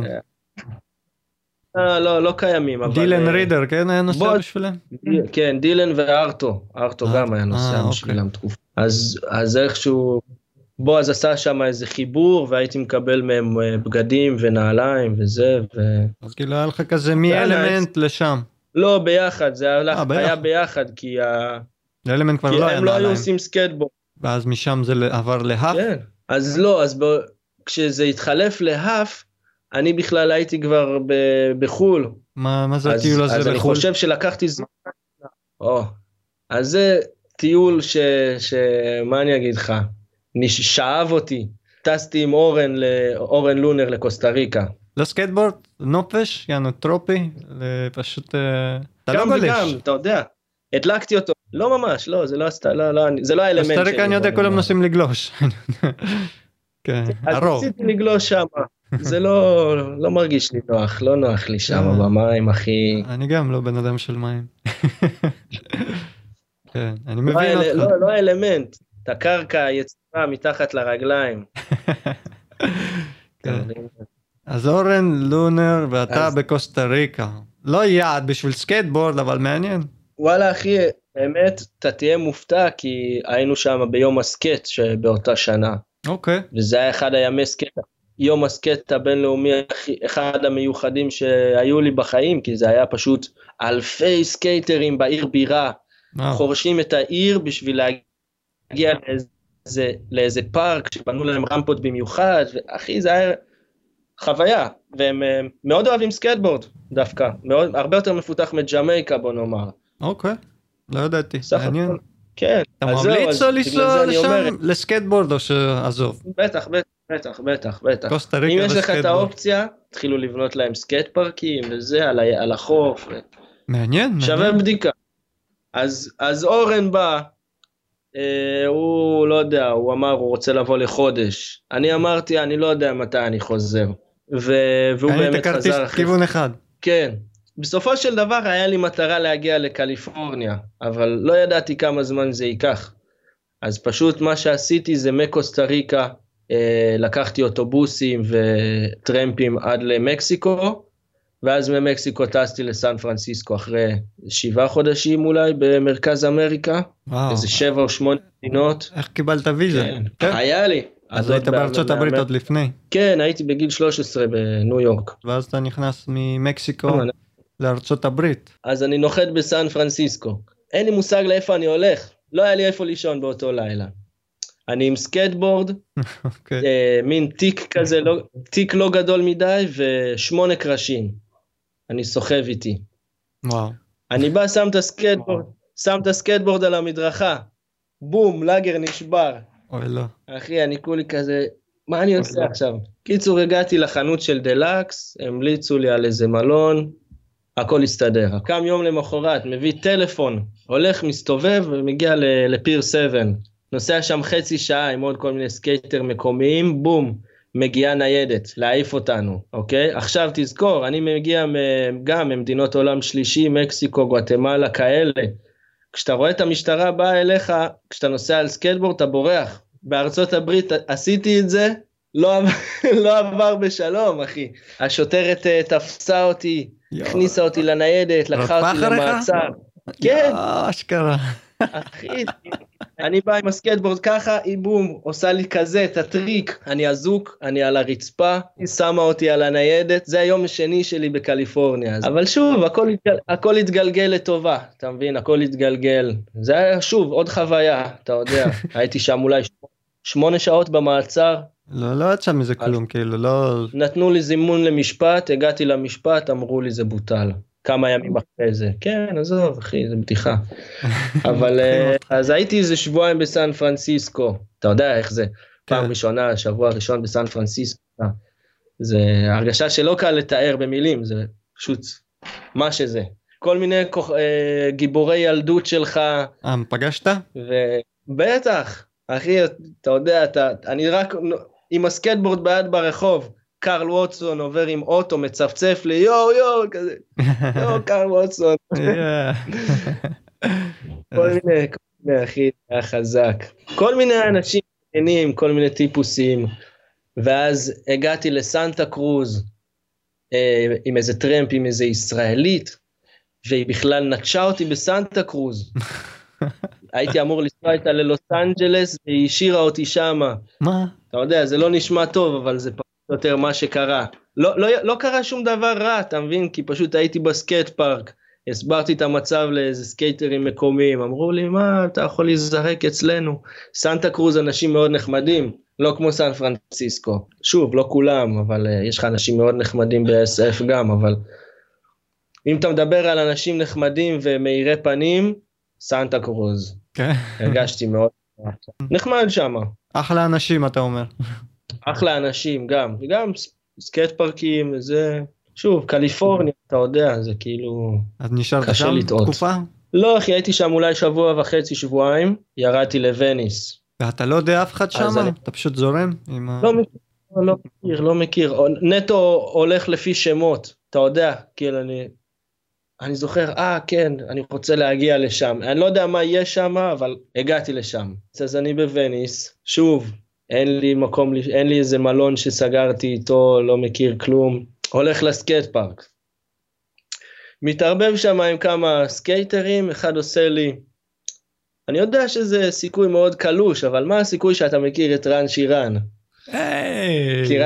לא קיימים. דילן רידר, כן, היה נוסע בשבילם? כן, דילן וארטו, ארטו גם היה נוסע בשבילם תקופה. אז איכשהו, בועז עשה שם איזה חיבור, והייתי מקבל מהם בגדים ונעליים וזה. אז כאילו היה לך כזה מאלמנט לשם. לא, ביחד, זה היה ביחד, כי אלמנט כבר לא היה הם לא היו עושים סקייטבורד. ואז משם זה עבר להף? כן, אז לא, אז כשזה התחלף להף, אני בכלל הייתי כבר בחול. מה זה הטיול הזה בחול? אז אני חושב שלקחתי זמן. אז זה טיול מה אני אגיד לך? שאהב אותי. טסתי עם אורן לונר לקוסטה ריקה. לא סקייטבורד? נופש? יענו טרופי? פשוט... אתה לא גולש. גם, אתה יודע. הדלקתי אותו. לא ממש, לא, זה לא האלמנט שלי. קוסטה ריקה אני יודע, כולם נוסעים לגלוש. כן, הרוב. אז רציתי לגלוש שם. זה לא מרגיש לי נוח, לא נוח לי שם במים, אחי. אני גם לא בן אדם של מים. כן, אני מבין אותך. לא האלמנט, את הקרקע יצרה מתחת לרגליים. אז אורן לונר ואתה בקוסטה ריקה. לא יעד בשביל סקייטבורד, אבל מעניין. וואלה אחי, באמת, אתה תהיה מופתע, כי היינו שם ביום הסקייט שבאותה שנה. אוקיי. וזה היה אחד הימי סקייט. יום הסקייט הבינלאומי, אחד המיוחדים שהיו לי בחיים, כי זה היה פשוט אלפי סקייטרים בעיר בירה, חורשים את העיר בשביל להגיע לאיזה פארק, שבנו להם רמפות במיוחד, ואחי זה היה חוויה, והם מאוד אוהבים סקייטבורד דווקא, הרבה יותר מפותח מג'מייקה בוא נאמר. אוקיי, לא ידעתי, מעניין. כן. אתה ממליץ או לנסוע לשם לסקייטבורד או שעזוב? בטח. אם יש לך את האופציה, תתחילו לבנות להם סקייט פארקים וזה, על החוף. מעניין. שווה בדיקה. אז אורן בא, הוא לא יודע, הוא אמר, הוא רוצה לבוא לחודש. אני אמרתי, אני לא יודע מתי אני חוזר. והוא באמת חזר אחרי. כיוון אחד. כן. בסופו של דבר היה לי מטרה להגיע לקליפורניה, אבל לא ידעתי כמה זמן זה ייקח. אז פשוט מה שעשיתי זה מקוסטה ריקה, לקחתי אוטובוסים וטרמפים עד למקסיקו, ואז ממקסיקו טסתי לסן פרנסיסקו אחרי 7 חודשים אולי במרכז אמריקה, איזה 7 או 8 מדינות. איך קיבלת ויזה? כן. היה לי. אז היית בארצות הברית עוד לפני? כן, הייתי בגיל 13 בניו יורק. ואז אתה נכנס ממקסיקו לארצות הברית. אז אני נוחת בסן פרנסיסקו. אין לי מושג לאיפה אני הולך. לא היה לי איפה לישון באותו לילה. אני עם סקייטבורד, מין תיק כזה, תיק לא גדול מדי, ו8 קרשים. אני סוחב איתי. וואו. אני בא, שם את הסקייטבורד על המדרכה. בום, לגר נשבר. אוי לא. אחי, אני כולי כזה, מה אני עושה עכשיו? קיצור, הגעתי לחנות של דלקס, המליצו לי על איזה מלון, הכל הסתדר. קם יום למחרת, מביא טלפון, הולך, מסתובב, ומגיע לפיר 7. נוסע שם חצי שעה עם עוד כל מיני סקייטר מקומיים, בום, מגיעה ניידת, להעיף אותנו, אוקיי? עכשיו תזכור, אני מגיע גם ממדינות עולם שלישי, מקסיקו, גואטמלה, כאלה. כשאתה רואה את המשטרה באה אליך, כשאתה נוסע על סקייטבורד, אתה בורח. בארצות הברית עשיתי את זה, לא עבר בשלום, אחי. השוטרת תפסה אותי, הכניסה אותי לניידת, לקחה אותי למעצר. כן. אשכרה. אחי, אני בא עם הסקייטבורד ככה, היא בום, עושה לי כזה, את הטריק, אני אזוק, אני על הרצפה, היא שמה אותי על הניידת, זה היום השני שלי בקליפורניה. אבל שוב, הכל התגלגל לטובה, אתה מבין, הכל התגלגל. זה היה שוב, עוד חוויה, אתה יודע, הייתי שם אולי 8 שעות במעצר. לא יצא מזה כלום, כאילו, לא... נתנו לי זימון למשפט, הגעתי למשפט, אמרו לי זה בוטל. כמה ימים אחרי זה, כן, עזוב, אחי, זה בדיחה. אבל, אז הייתי איזה שבועיים בסן פרנסיסקו, אתה יודע איך זה, פעם ראשונה, שבוע ראשון בסן פרנסיסקו, זה הרגשה שלא קל לתאר במילים, זה פשוט מה שזה. כל מיני גיבורי ילדות שלך. פגשת? בטח, אחי, אתה יודע, אני רק עם הסקייטבורד ביד ברחוב, קרל ווטסון עובר עם אוטו, מצפצף לי, יו, כזה, יו, קרל ווטסון. כל מיני, אחי, היה חזק. כל מיני אנשים מעניינים, כל מיני טיפוסים, ואז הגעתי לסנטה קרוז, עם איזה טרמפ, עם איזה ישראלית, והיא בכלל נטשה אותי בסנטה קרוז. הייתי אמור לנסוע איתה ללוס אנג'לס, והיא השאירה אותי שמה. מה? אתה יודע, זה לא נשמע טוב, אבל זה יותר מה שקרה. לא קרה שום דבר רע, אתה מבין? כי פשוט הייתי בסקייט פארק, הסברתי את המצב לאיזה סקייטרים מקומיים, אמרו לי, מה, אתה יכול להיזרק אצלנו? סנטה קרוז אנשים מאוד נחמדים, לא כמו סן פרנסיסקו. שוב, לא כולם, אבל יש לך אנשים מאוד נחמדים ב-SF גם, אבל אם אתה מדבר על אנשים נחמדים ומאירי פנים, סנטה קרוז. הרגשתי מאוד נחמד שם. אחלה אנשים, אתה אומר. אחלה אנשים גם, וגם סקייט פארקים, זה, שוב, קליפורניה, אתה יודע, זה כאילו, אז נשארת שם תקופה? לא, אחי, הייתי שם אולי שבוע וחצי, שבועיים, ירדתי לווניס. ואתה לא יודע אף אחד שם? אתה פשוט זורם? לא מכיר, נטו הולך לפי שמות, אתה יודע, כאילו אני זוכר, כן, אני רוצה להגיע לשם, אני לא יודע מה יהיה שם, אבל הגעתי לשם. אז אני בווניס, שוב, אין לי מקום, אין לי איזה מלון שסגרתי איתו, לא מכיר כלום, הולך לסקייט פארק. מתערבב שם עם כמה סקייטרים, אחד עושה לי, אני יודע שזה סיכוי מאוד קלוש, אבל מה הסיכוי שאתה מכיר את רן שירן? כי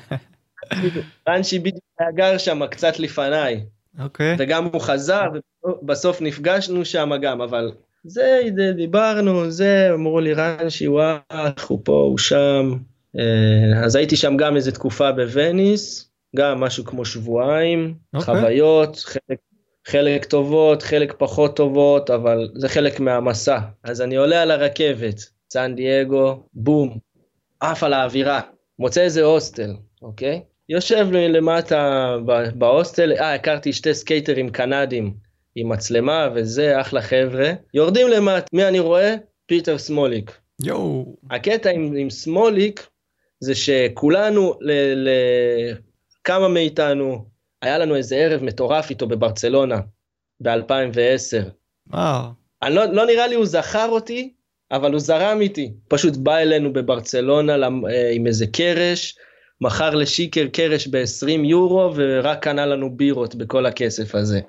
רנשי בדיוק היה גר שם קצת לפניי, וגם הוא חזר, ובסוף נפגשנו שם גם, אבל זה, דיברנו, זה, אמרו לי רנשי, וואח, הוא פה, הוא שם, אז הייתי שם גם איזו תקופה בווניס, גם משהו כמו שבועיים, חוויות, חלק טובות, חלק פחות טובות, אבל זה חלק מהמסע. אז אני עולה על הרכבת, סן דייגו, בום, עף על האווירה, מוצא איזה הוסטל, אוקיי? יושב לי למטה בהוסטל, הכרתי שתי סקייטרים קנדים, עם מצלמה וזה, אחלה חבר'ה. יורדים למטה, מי אני רואה? פיטר סמוליק. יו. הקטע עם סמוליק, זה שכולנו, כמה מאיתנו, היה לנו איזה ערב מטורף איתו בברצלונה, ב-2010. לא נראה לי הוא זכר אותי, אבל הוא זרם איתי. פשוט בא אלינו בברצלונה עם איזה קרש, מכר לשיקר קרש ב-20 יורו, ורק קנה לנו בירות בכל הכסף הזה.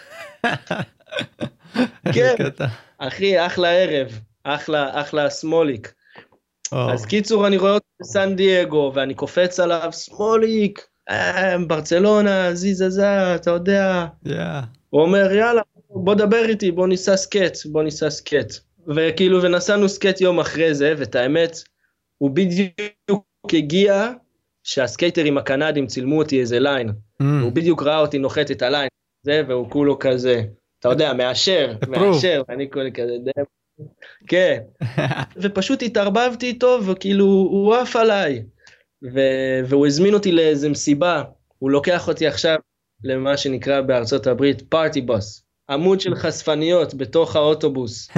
כן, אחי, אחלה ערב, אחלה סמוליק. אז קיצור, אני רואה אותו בסן דייגו, ואני קופץ עליו, סמוליק, ברצלונה, זיזזה, אתה יודע. הוא אומר, יאללה, בוא דבר איתי, בוא ניסע סקט. וכאילו, ונסענו סקט יום אחרי זה, ואת האמת, הוא בדיוק הגיע, שהסקייטרים הקנדים צילמו אותי איזה ליין, הוא בדיוק ראה אותי נוחת את הליין, זה, והוא כולו כזה, אתה יודע, מאשר, ואני כולי כזה, כן, ופשוט התערבבתי איתו, וכאילו, הוא עף עליי, והוא הזמין אותי לאיזה מסיבה, הוא לוקח אותי עכשיו, למה שנקרא בארצות הברית, פארטי בוס, עמוד של חשפניות, בתוך האוטובוס,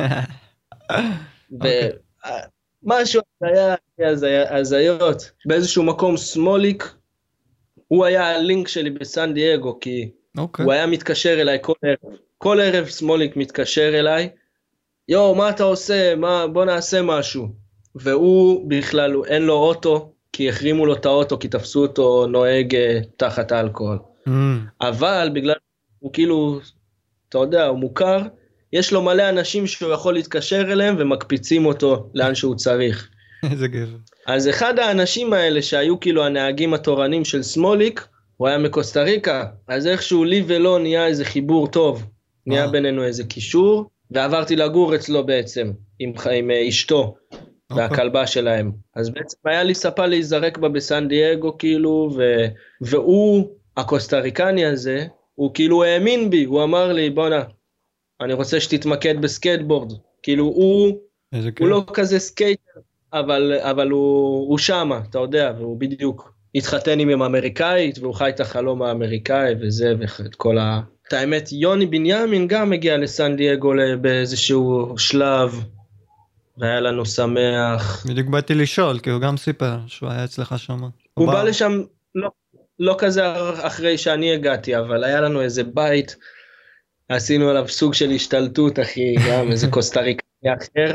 משהו היה הזיות, באיזשהו מקום סמוליק, הוא היה הלינק שלי בסן דייגו, כי הוא היה מתקשר אליי כל ערב סמוליק מתקשר אליי, יו, מה אתה עושה, בוא נעשה משהו, והוא בכלל, אין לו אוטו, כי החרימו לו את האוטו, כי תפסו אותו נוהג תחת האלכוהול, אבל בגלל, הוא כאילו, אתה יודע, הוא מוכר, יש לו מלא אנשים שהוא יכול להתקשר אליהם, ומקפיצים אותו לאן שהוא צריך. איזה גבר. אז אחד האנשים האלה, שהיו כאילו הנהגים התורנים של סמוליק, הוא היה מקוסטה ריקה, אז איכשהו לי ולא נהיה איזה חיבור טוב, נהיה בינינו איזה קישור, ועברתי לגור אצלו בעצם, עם אשתו, והכלבה שלהם. אז בעצם היה לי ספה להיזרק בה בסן דייגו, כאילו, והוא, הקוסטה ריקני הזה, הוא כאילו האמין בי, הוא אמר לי, בונה, אני רוצה שתתמקד בסקייטבורד, כאילו הוא לא כזה סקייטר, אבל הוא שמה, אתה יודע, והוא בדיוק התחתן עם אמריקאית, והוא חי את החלום האמריקאי, וזה, ואת כל את האמת, יוני בנימין גם הגיע לסן דייגו באיזשהו שלב, והיה לנו שמח. בדיוק באתי לשאול, כי הוא גם סיפר שהוא היה אצלך שם. הוא בא לשם, לא כזה אחרי שאני הגעתי, אבל היה לנו איזה בית, עשינו עליו סוג של השתלטות, אחי, גם איזה קוסטה ריקני אחר.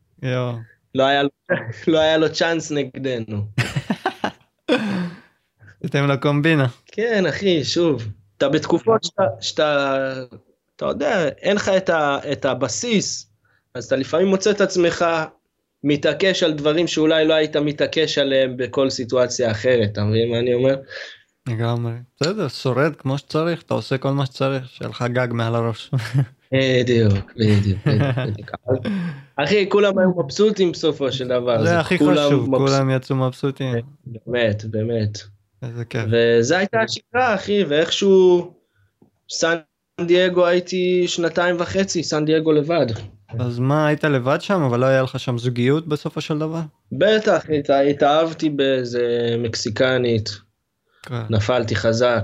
לא היה לו צ'אנס נגדנו. אתם לקומבינה. כן, אחי, שוב. אתה בתקופות אתה יודע, אין לך את הבסיס, אז אתה לפעמים מוצא את עצמך מתעקש על דברים שאולי לא היית מתעקש עליהם בכל סיטואציה אחרת, אתה מבין מה אני אומר? לגמרי. בסדר, שורד כמו שצריך, אתה עושה כל מה שצריך, שיהיה לך גג מעל הראש. בדיוק. אחי, כולם היו מבסוטים בסופו של דבר. זה הכי חשוב, כולם יצאו מבסוטים. באמת. איזה כיף. וזה הייתה השקרה, אחי, ואיכשהו סן דייגו הייתי 2.5, סן דייגו לבד. אז מה, היית לבד שם, אבל לא היה לך שם זוגיות בסופו של דבר? בטח, התאהבתי באיזה מקסיקנית. נפלתי חזק.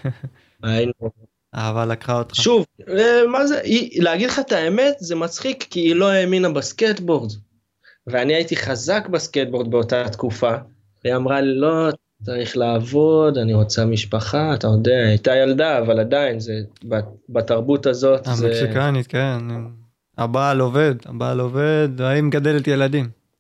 אהבה לקחה אותך. שוב, מה זה, להגיד לך את האמת, זה מצחיק, כי היא לא האמינה בסקייטבורד. ואני הייתי חזק בסקייטבורד באותה תקופה, והיא אמרה לי, לא, צריך לעבוד, אני רוצה משפחה, אתה יודע, הייתה ילדה, אבל עדיין, זה, בתרבות הזאת, המקסיקנית, כן. הבעל עובד, האם גדלת ילדים?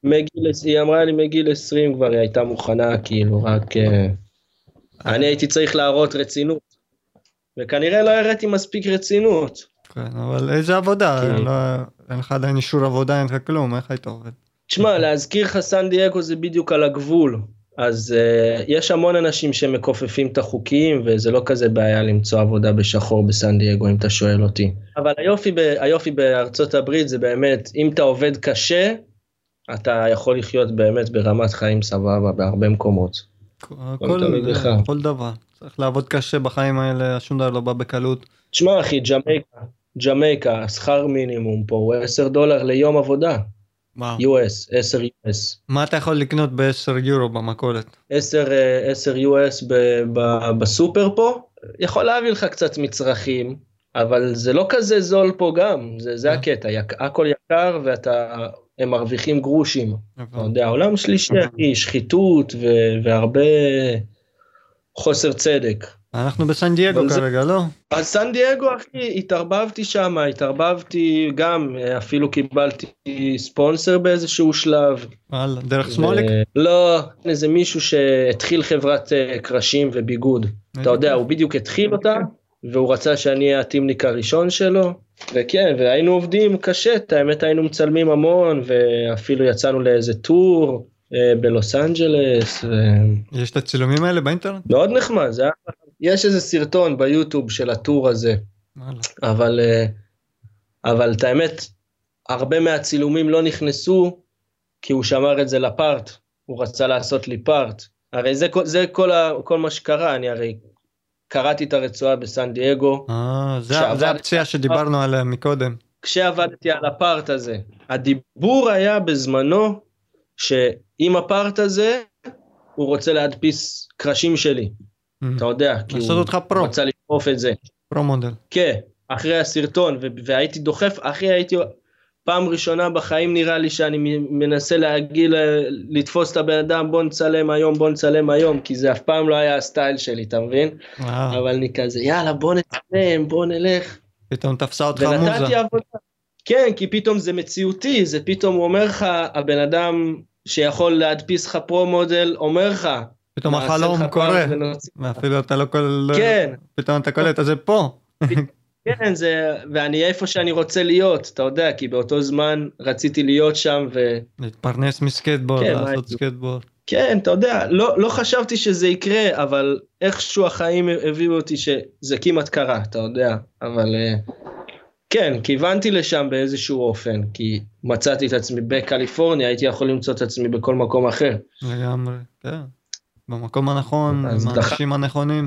היא אמרה לי מגיל 20 כבר היא הייתה מוכנה, כאילו רק אני הייתי צריך להראות רצינות, וכנראה לא הראיתי מספיק רצינות. כן, אבל איזה עבודה? אין לך עדיין אישור עבודה, אין לך כלום, איך היית עובד? תשמע, להזכיר לך סן דייגו זה בדיוק על הגבול, אז יש המון אנשים שמקופפים את החוקים, וזה לא כזה בעיה למצוא עבודה בשחור בסן דייגו, אם אתה שואל אותי. אבל היופי בארצות הברית זה באמת, אם אתה עובד קשה, אתה יכול לחיות באמת ברמת חיים סבבה בהרבה מקומות. כל דבר. צריך לעבוד קשה בחיים האלה, שום דבר לא בא בקלות. תשמע אחי, ג'מייקה, שכר מינימום פה הוא $10 ליום עבודה. US, 10 US. מה אתה יכול לקנות ב10 יורו במכולת? 10 US בסופר פה, יכול להביא לך קצת מצרכים, אבל זה לא כזה זול פה גם, זה הקטע, הכל יקר הם מרוויחים גרושים. אתה יודע, העולם שלישי, שחיתות והרבה חוסר צדק. אנחנו בסן דייגו כרגע, לא? אז סן דייגו, אחי, התערבבתי גם, אפילו קיבלתי ספונסר באיזשהו שלב. דרך סמוליק? לא, זה מישהו שהתחיל חברת קרשים וביגוד. אתה יודע, הוא בדיוק התחיל אותה, והוא רצה שאני אהיה הטימניק הראשון שלו, וכן, והיינו עובדים קשה, האמת היינו מצלמים המון, ואפילו יצאנו לאיזה טור בלוס אנג'לס. יש את הצילומים האלה באינטרנט? מאוד נחמד, יש איזה סרטון ביוטיוב של הטור הזה, אבל את האמת, הרבה מהצילומים לא נכנסו, כי הוא שמר את זה לפארט, הוא רצה לעשות לי פארט, הרי זה כל מה שקרה, אני הרי קראתי את הרצועה בסן דייגו. זה הפציעה שדיברנו עליה מקודם. כשעבדתי על הפארט הזה, הדיבור היה בזמנו, שעם הפארט הזה, הוא רוצה להדפיס קרשים שלי. אתה יודע, כי הוא רצה לשרוף את זה. פרו מודל. כן, אחרי הסרטון, והייתי דוחף, הייתי פעם ראשונה בחיים נראה לי שאני מנסה לתפוס את הבן אדם, בוא נצלם היום, כי זה אף פעם לא היה הסטייל שלי, אתה מבין? אבל אני כזה, יאללה, בוא נצלם, בוא נלך. פתאום תפסה אותך מוזה. ונתתי עבודה. כן, כי פתאום זה מציאותי, זה פתאום הוא אומר לך, הבן אדם שיכול להדפיס לך פרו מודל, אומר לך. פתאום החלום קורה, ואפילו אתה לא כל... כן. פתאום אתה קולט, אז זה פה. כן, ואני איפה שאני רוצה להיות, אתה יודע, כי באותו זמן רציתי להיות שם להתפרנס מסקייטבורד, לעשות סקייטבורד. כן, אתה יודע, לא חשבתי שזה יקרה, אבל איכשהו החיים הביאו אותי שזה כמעט קרה, אתה יודע, אבל כן, כיוונתי לשם באיזשהו אופן, כי מצאתי את עצמי בקליפורניה, הייתי יכול למצוא את עצמי בכל מקום אחר. לגמרי, כן, במקום הנכון, עם האנשים הנכונים.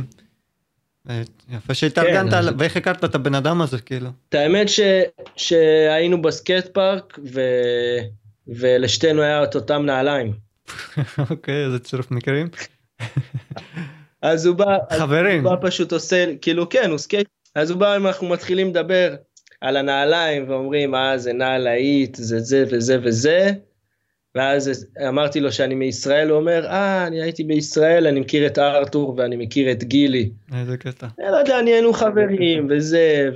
יפה שהתארגנת, ואיך הכרת את הבן אדם הזה, כאילו? את האמת שהיינו בסקייט פארק, ולשתינו היה את אותם נעליים. אוקיי, איזה צירוף מקרים. אז הוא בא, חברים. הוא בא פשוט עושה, כאילו כן, הוא סקייט, אז הוא בא, אנחנו מתחילים לדבר על הנעליים, ואומרים, זה נעלאית, זה וזה וזה, ואז אמרתי לו שאני מישראל, הוא אומר, אני הייתי בישראל, אני מכיר את ארתור ואני מכיר את גילי. איזה קטע. לא יודע, נהיינו חברים וזה,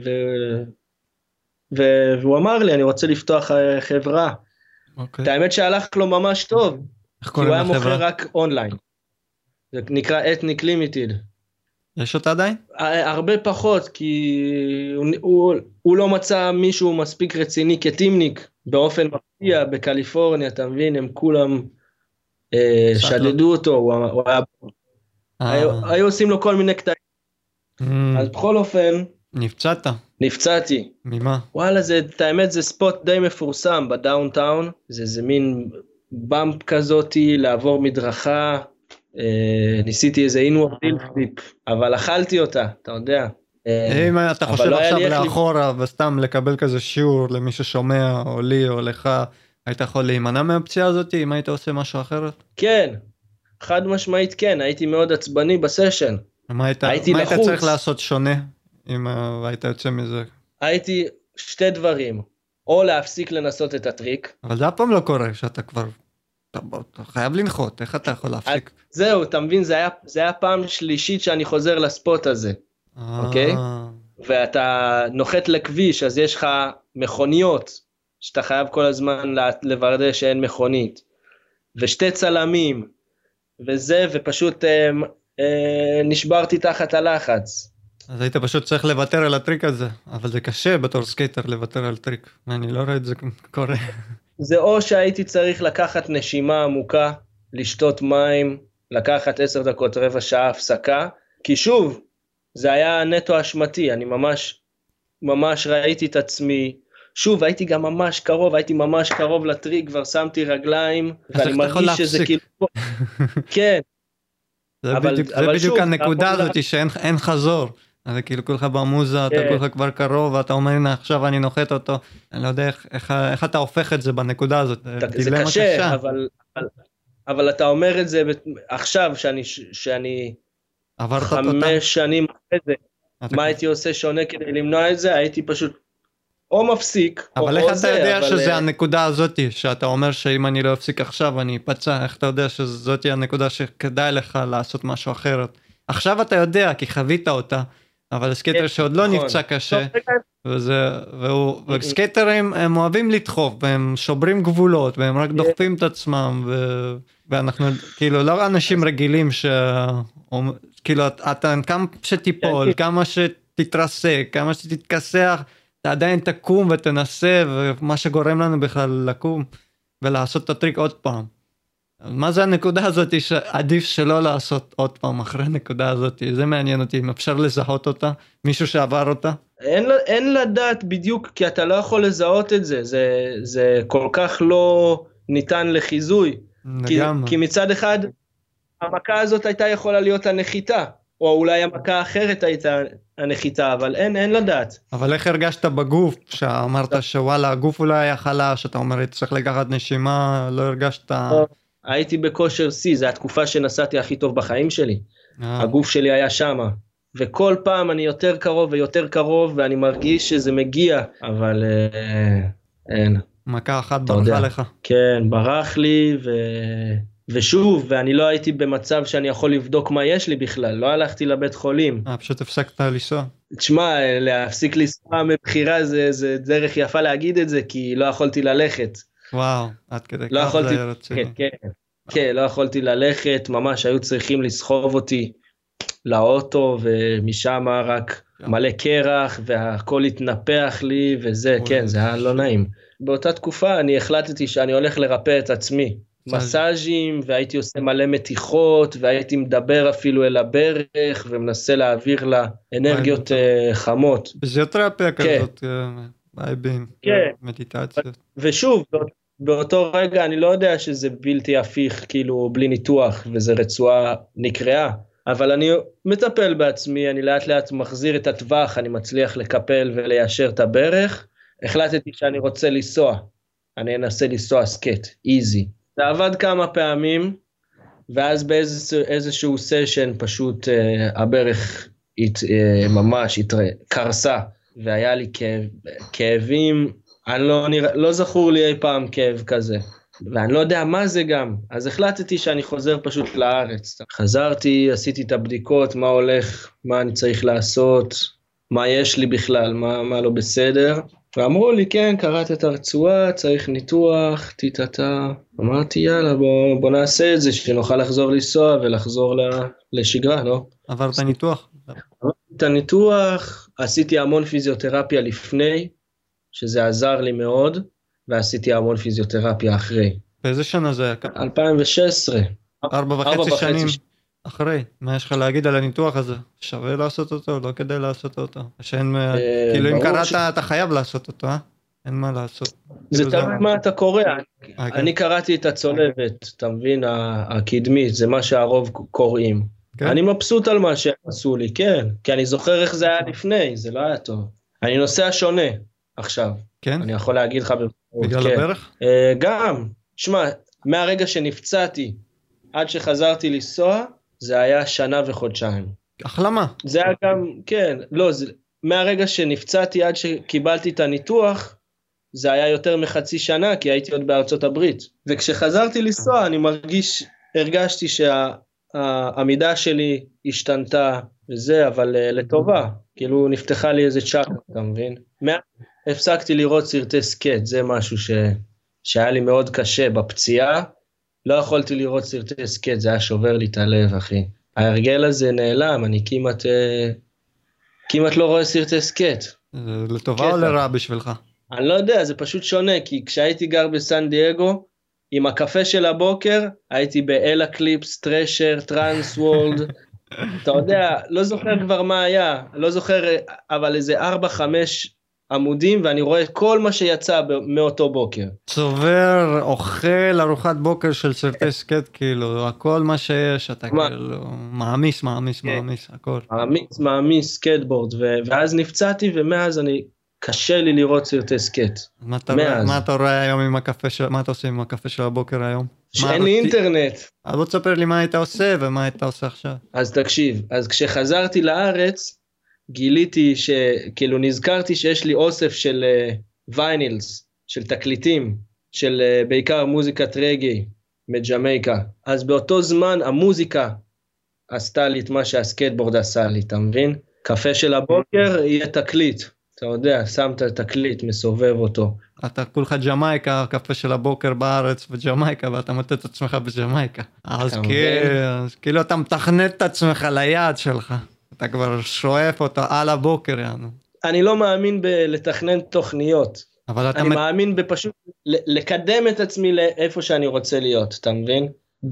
והוא אמר לי, אני רוצה לפתוח חברה. את האמת שהלך לו ממש טוב, כי הוא היה מוכר רק אונליין. זה נקרא Ethnic Limited. יש אותה עדיין? הרבה פחות, כי הוא לא מצא מישהו מספיק רציני כטימניק, באופן מפתיע בקליפורניה, אתה מבין, הם כולם שדדו אותו, היו עושים לו כל מיני קטעים. אז בכל אופן, נפצעתי. ממה? וואלה, את האמת זה ספוט די מפורסם בדאונטאון, זה מין במפ כזאתי, לעבור מדרכה, ניסיתי איזה אינוור פליפ, אבל אכלתי אותה, אתה יודע. אם אתה חושב עכשיו לאחורה וסתם לקבל כזה שיעור למי ששומע או לי או לך, היית יכול להימנע מהפציעה הזאת אם היית עושה משהו אחרת? כן, חד משמעית כן, הייתי מאוד עצבני בסשן. מה היית צריך לעשות שונה אם היית יוצא מזה? הייתי שתי דברים, או להפסיק לנסות את הטריק. אבל זה אף פעם לא קורה שאתה כבר... אתה חייב לנחות, איך אתה יכול להפסיק? זהו, אתה מבין, זה היה פעם שלישית שאני חוזר לספוט הזה, אוקיי? ואתה נוחת לכביש, אז יש לך מכוניות, שאתה חייב כל הזמן לוודא שאין מכונית, ושתי צלמים, וזה, ופשוט נשברתי תחת הלחץ. אז היית פשוט צריך לוותר על הטריק הזה, אבל זה קשה בתור סקייטר לוותר על טריק, אני לא רואה את זה קורה. זה או שהייתי צריך לקחת נשימה עמוקה, לשתות מים, לקחת 10 דקות, רבע שעה הפסקה, כי שוב, זה היה נטו אשמתי, אני ממש ראיתי את עצמי, שוב, הייתי גם ממש קרוב לטריק, כבר שמתי רגליים, ואני מרגיש שזה כאילו, כן. זה בדיוק הנקודה הזאת שאין חזור, זה כאילו כולך במוזה, אתה כולך כבר קרוב, ואתה אומר, הנה עכשיו אני נוחת אותו, אני לא יודע איך אתה הופך את זה בנקודה הזאת, זה קשה, אבל אתה אומר את זה עכשיו, שאני 5 שנים אחרי זה, מה הייתי עושה שונה כדי למנוע את זה? הייתי פשוט או מפסיק, אבל איך אתה יודע שזה הנקודה הזאת, שאתה אומר שאם אני לא אפסיק עכשיו אני אפצע, איך אתה יודע שזאת הנקודה שכדאי לך לעשות משהו אחרת? עכשיו אתה יודע, כי חווית אותה, אבל סקייטר שעוד לא נפצע קשה, וסקייטרים הם אוהבים לדחוף, והם שוברים גבולות, והם רק דוחפים את עצמם, ואנחנו כאילו לא אנשים רגילים כאילו אתה כמה שתיפול, כמה שתתרסק, כמה שתתכסח, אתה עדיין תקום ותנסה, ומה שגורם לנו בכלל לקום ולעשות את הטריק עוד פעם. מה זה הנקודה הזאת שעדיף שלא לעשות עוד פעם אחרי הנקודה הזאת? זה מעניין אותי, אם אפשר לזהות אותה, מישהו שעבר אותה? אין לדעת בדיוק, כי אתה לא יכול לזהות את זה, זה כל כך לא ניתן לחיזוי. כי מצד אחד, המכה הזאת הייתה יכולה להיות הנחיתה, או אולי המכה האחרת הייתה הנחיתה, אבל אין לדעת. אבל איך הרגשת בגוף, שאמרת שוואלה, הגוף אולי היה חלש, אתה אומר, צריך לקחת נשימה, לא הרגשת... הייתי בכושר C, זו התקופה שנסעתי הכי טוב בחיים שלי. הגוף שלי היה שמה, וכל פעם אני יותר קרוב ויותר קרוב, ואני מרגיש שזה מגיע, אבל אין. מכה אחת ברחה לך. כן, ברח לי, ושוב, ואני לא הייתי במצב שאני יכול לבדוק מה יש לי בכלל, לא הלכתי לבית חולים. פשוט הפסקת לנסוע. תשמע, להפסיק לנסוע מבחירה זה דרך יפה להגיד את זה, כי לא יכולתי ללכת. וואו, עד כדי כך זה היה רציני. כן, לא יכולתי ללכת, ממש היו צריכים לסחוב אותי לאוטו, ומשם רק מלא קרח, והכל התנפח לי, וזה, כן, זה היה לא נעים. באותה תקופה אני החלטתי שאני הולך לרפא את עצמי. מסאז'ים, והייתי עושה מלא מתיחות, והייתי מדבר אפילו אל הברך, ומנסה להעביר לה אנרגיות חמות. פיזיותרפיה כזאת, וייבים, מדיטציות. ושוב, באותו רגע אני לא יודע שזה בלתי הפיך, כאילו בלי ניתוח, וזה רצועה נקראה, אבל אני מטפל בעצמי, אני לאט לאט מחזיר את הטווח, אני מצליח לקפל וליישר את הברך, החלטתי שאני רוצה לנסוע, אני אנסה לנסוע סקט, איזי. זה עבד כמה פעמים, ואז באיזשהו סשן פשוט הברך ממש קרסה, והיה לי כאבים, לא זכור לי אי פעם כאב כזה, ואני לא יודע מה זה גם, אז החלטתי שאני חוזר פשוט לארץ. חזרתי, עשיתי את הבדיקות, מה הולך, מה אני צריך לעשות, מה יש לי בכלל, מה לא בסדר, ואמרו לי, כן, קראת את הרצועה, צריך ניתוח, תיתתה. אמרתי, יאללה, בוא נעשה את זה, שנוכל לחזור לנסוע ולחזור לשגרה, לא? עברת ניתוח? עברתי את הניתוח, עשיתי המון פיזיותרפיה לפני, שזה עזר לי מאוד, ועשיתי המון פיזיותרפיה אחרי. באיזה שנה זה היה? 2016. 4.5 שנים אחרי. מה יש לך להגיד על הניתוח הזה? שווה לעשות אותו, לא כדי לעשות אותו? כאילו אם קראת אתה חייב לעשות אותו, אין מה לעשות. זה תלוי מה אתה קורא. אני קראתי את הצולבת, אתה מבין, הקדמית, זה מה שהרוב קוראים. אני מבסוט על מה שעשו לי, כן, כי אני זוכר איך זה היה לפני, זה לא היה טוב. אני נוסע שונה עכשיו. כן? אני יכול להגיד לך בגלל הברך? גם, שמע, מהרגע שנפצעתי עד שחזרתי לנסוע, זה היה 1 שנה וחודשיים. החלמה. זה היה גם, כן, לא, מהרגע שנפצעתי עד שקיבלתי את הניתוח, זה היה יותר מחצי שנה, כי הייתי עוד בארצות הברית. וכשחזרתי לנסוע, הרגשתי שהעמידה שלי השתנתה וזה, אבל לטובה. כאילו נפתחה לי איזה צ'אקרה, אתה מבין? הפסקתי לראות סרטי סקט, זה משהו שהיה לי מאוד קשה בפציעה, לא יכולתי לראות סרטי סקט, זה היה שובר לי את הלב, אחי. ההרגל הזה נעלם, אני כמעט לא רואה סרטי סקט. לטובה או לרע בשבילך? אני לא יודע, זה פשוט שונה, כי כשהייתי גר בסן דייגו, עם הקפה של הבוקר, הייתי באלה קליפס, טרשר, טרנס וולד, אתה יודע, לא זוכר כבר מה היה, לא זוכר, אבל איזה 4-5 עמודים, ואני רואה כל מה שיצא מאותו בוקר. צובר, אוכל, ארוחת בוקר של סרטי סקט, כאילו, הכל מה שיש, אתה כאילו, מעמיס, הכל. מעמיס, סקטבורד, ואז נפצעתי, ומאז קשה לי לראות סרטי סקט. מה אתה רואה היום עם הקפה מה אתה עושה עם הקפה של הבוקר היום? שאין לי אינטרנט. אז בוא תספר לי מה היית עושה ומה היית עושה עכשיו. אז תקשיב, אז כשחזרתי לארץ, גיליתי כאילו נזכרתי שיש לי אוסף של ויינילס, של תקליטים, של בעיקר מוזיקת רגי מג'מייקה. אז באותו זמן המוזיקה עשתה לי את מה שהסקייטבורד עשה לי, אתה מבין? קפה של הבוקר יהיה תקליט. אתה יודע, שמת תקליט, מסובב אותו. אתה כולך ג'מייקה, הקפה של הבוקר בארץ בג'מייקה, ואתה מוצא את עצמך בג'מייקה. אז כאילו אתה מתכנת את עצמך ליעד שלך. אתה כבר שואף אותו על הבוקר, יענו. אני לא מאמין לתכנן תוכניות. אני מאמין בפשוט לקדם את עצמי לאיפה שאני רוצה להיות, אתה מבין?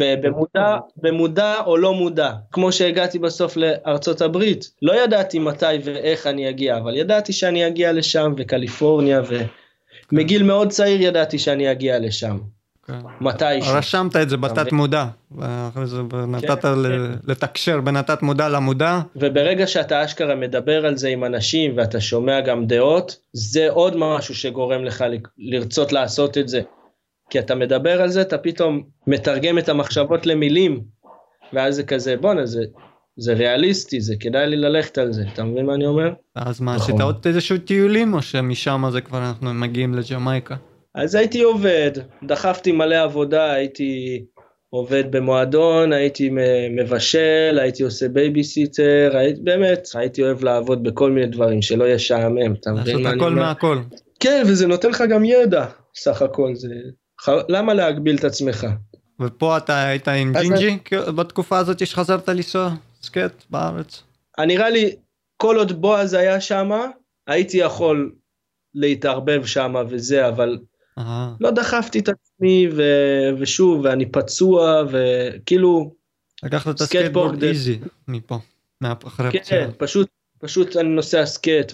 במודע או לא מודע, כמו שהגעתי בסוף לארצות הברית, לא ידעתי מתי ואיך אני אגיע, אבל ידעתי שאני אגיע לשם, וקליפורניה, ומגיל מאוד צעיר ידעתי שאני אגיע לשם, מתי שם. רשמת את זה בתת מודע, ואחרי זה נתת לתקשר בנתת מודע למודע. וברגע שאתה אשכרה מדבר על זה עם אנשים, ואתה שומע גם דעות, זה עוד משהו שגורם לך לרצות לעשות את זה. כי אתה מדבר על זה, אתה פתאום מתרגם את המחשבות למילים, ואז זה כזה, בוא, זה ריאליסטי, זה כדאי לי ללכת על זה, אתה מבין מה אני אומר? אז מה, עשית עוד איזשהו טיולים, או שמשם זה כבר אנחנו מגיעים לג'מייקה? אז הייתי עובד, דחפתי מלא עבודה, הייתי עובד במועדון, הייתי מבשל, הייתי עושה בייביסיטר, באמת, הייתי אוהב לעבוד בכל מיני דברים, שלא יהיה שעמם, אתה מבין מה אני אומר? לעשות הכל מהכל. כן, וזה נותן לך גם ידע, סך הכל זה... למה להגביל את עצמך? ופה אתה היית עם ג'ינג'י בתקופה הזאת שחזרת לנסוע סקט בארץ? נראה לי כל עוד בועז היה שם, הייתי יכול להתערבב שם וזה, אבל לא דחפתי את עצמי ושוב, ואני פצוע וכאילו... לקחת את הסקטבורד איזי מפה, אחרי הפציעה. כן, פשוט אני נוסע סקט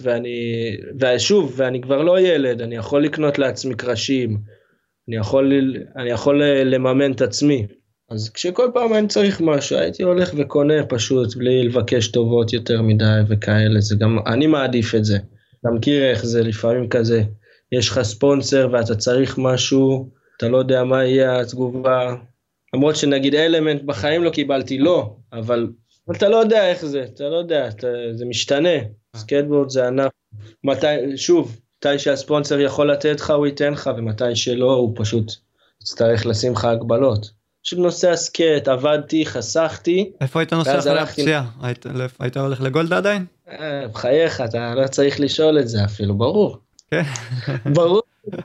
ואני כבר לא ילד, אני יכול לקנות לעצמי קרשים, אני יכול לממן את עצמי, אז כשכל פעם אני צריך משהו, הייתי הולך וקונה פשוט, בלי לבקש טובות יותר מדי וכאלה, זה גם, אני מעדיף את זה, אתה מכיר איך זה לפעמים כזה, יש לך ספונסר ואתה צריך משהו, אתה לא יודע מה יהיה התגובה, למרות שנגיד אלמנט בחיים לא קיבלתי, לא, אבל אתה לא יודע איך זה, אתה לא יודע, זה משתנה, סקייטבורד זה ענף, שוב, מתי שהספונסר יכול לתת לך, הוא ייתן לך, ומתי שלא, הוא פשוט יצטרך לשים לך הגבלות. פשוט נוסע סקט, עבדתי, חסכתי. איפה היית נוסע אחרי הפציעה? היית הולך לגולדה עדיין? בחייך, אתה לא צריך לשאול את זה אפילו, ברור. כן. ברור.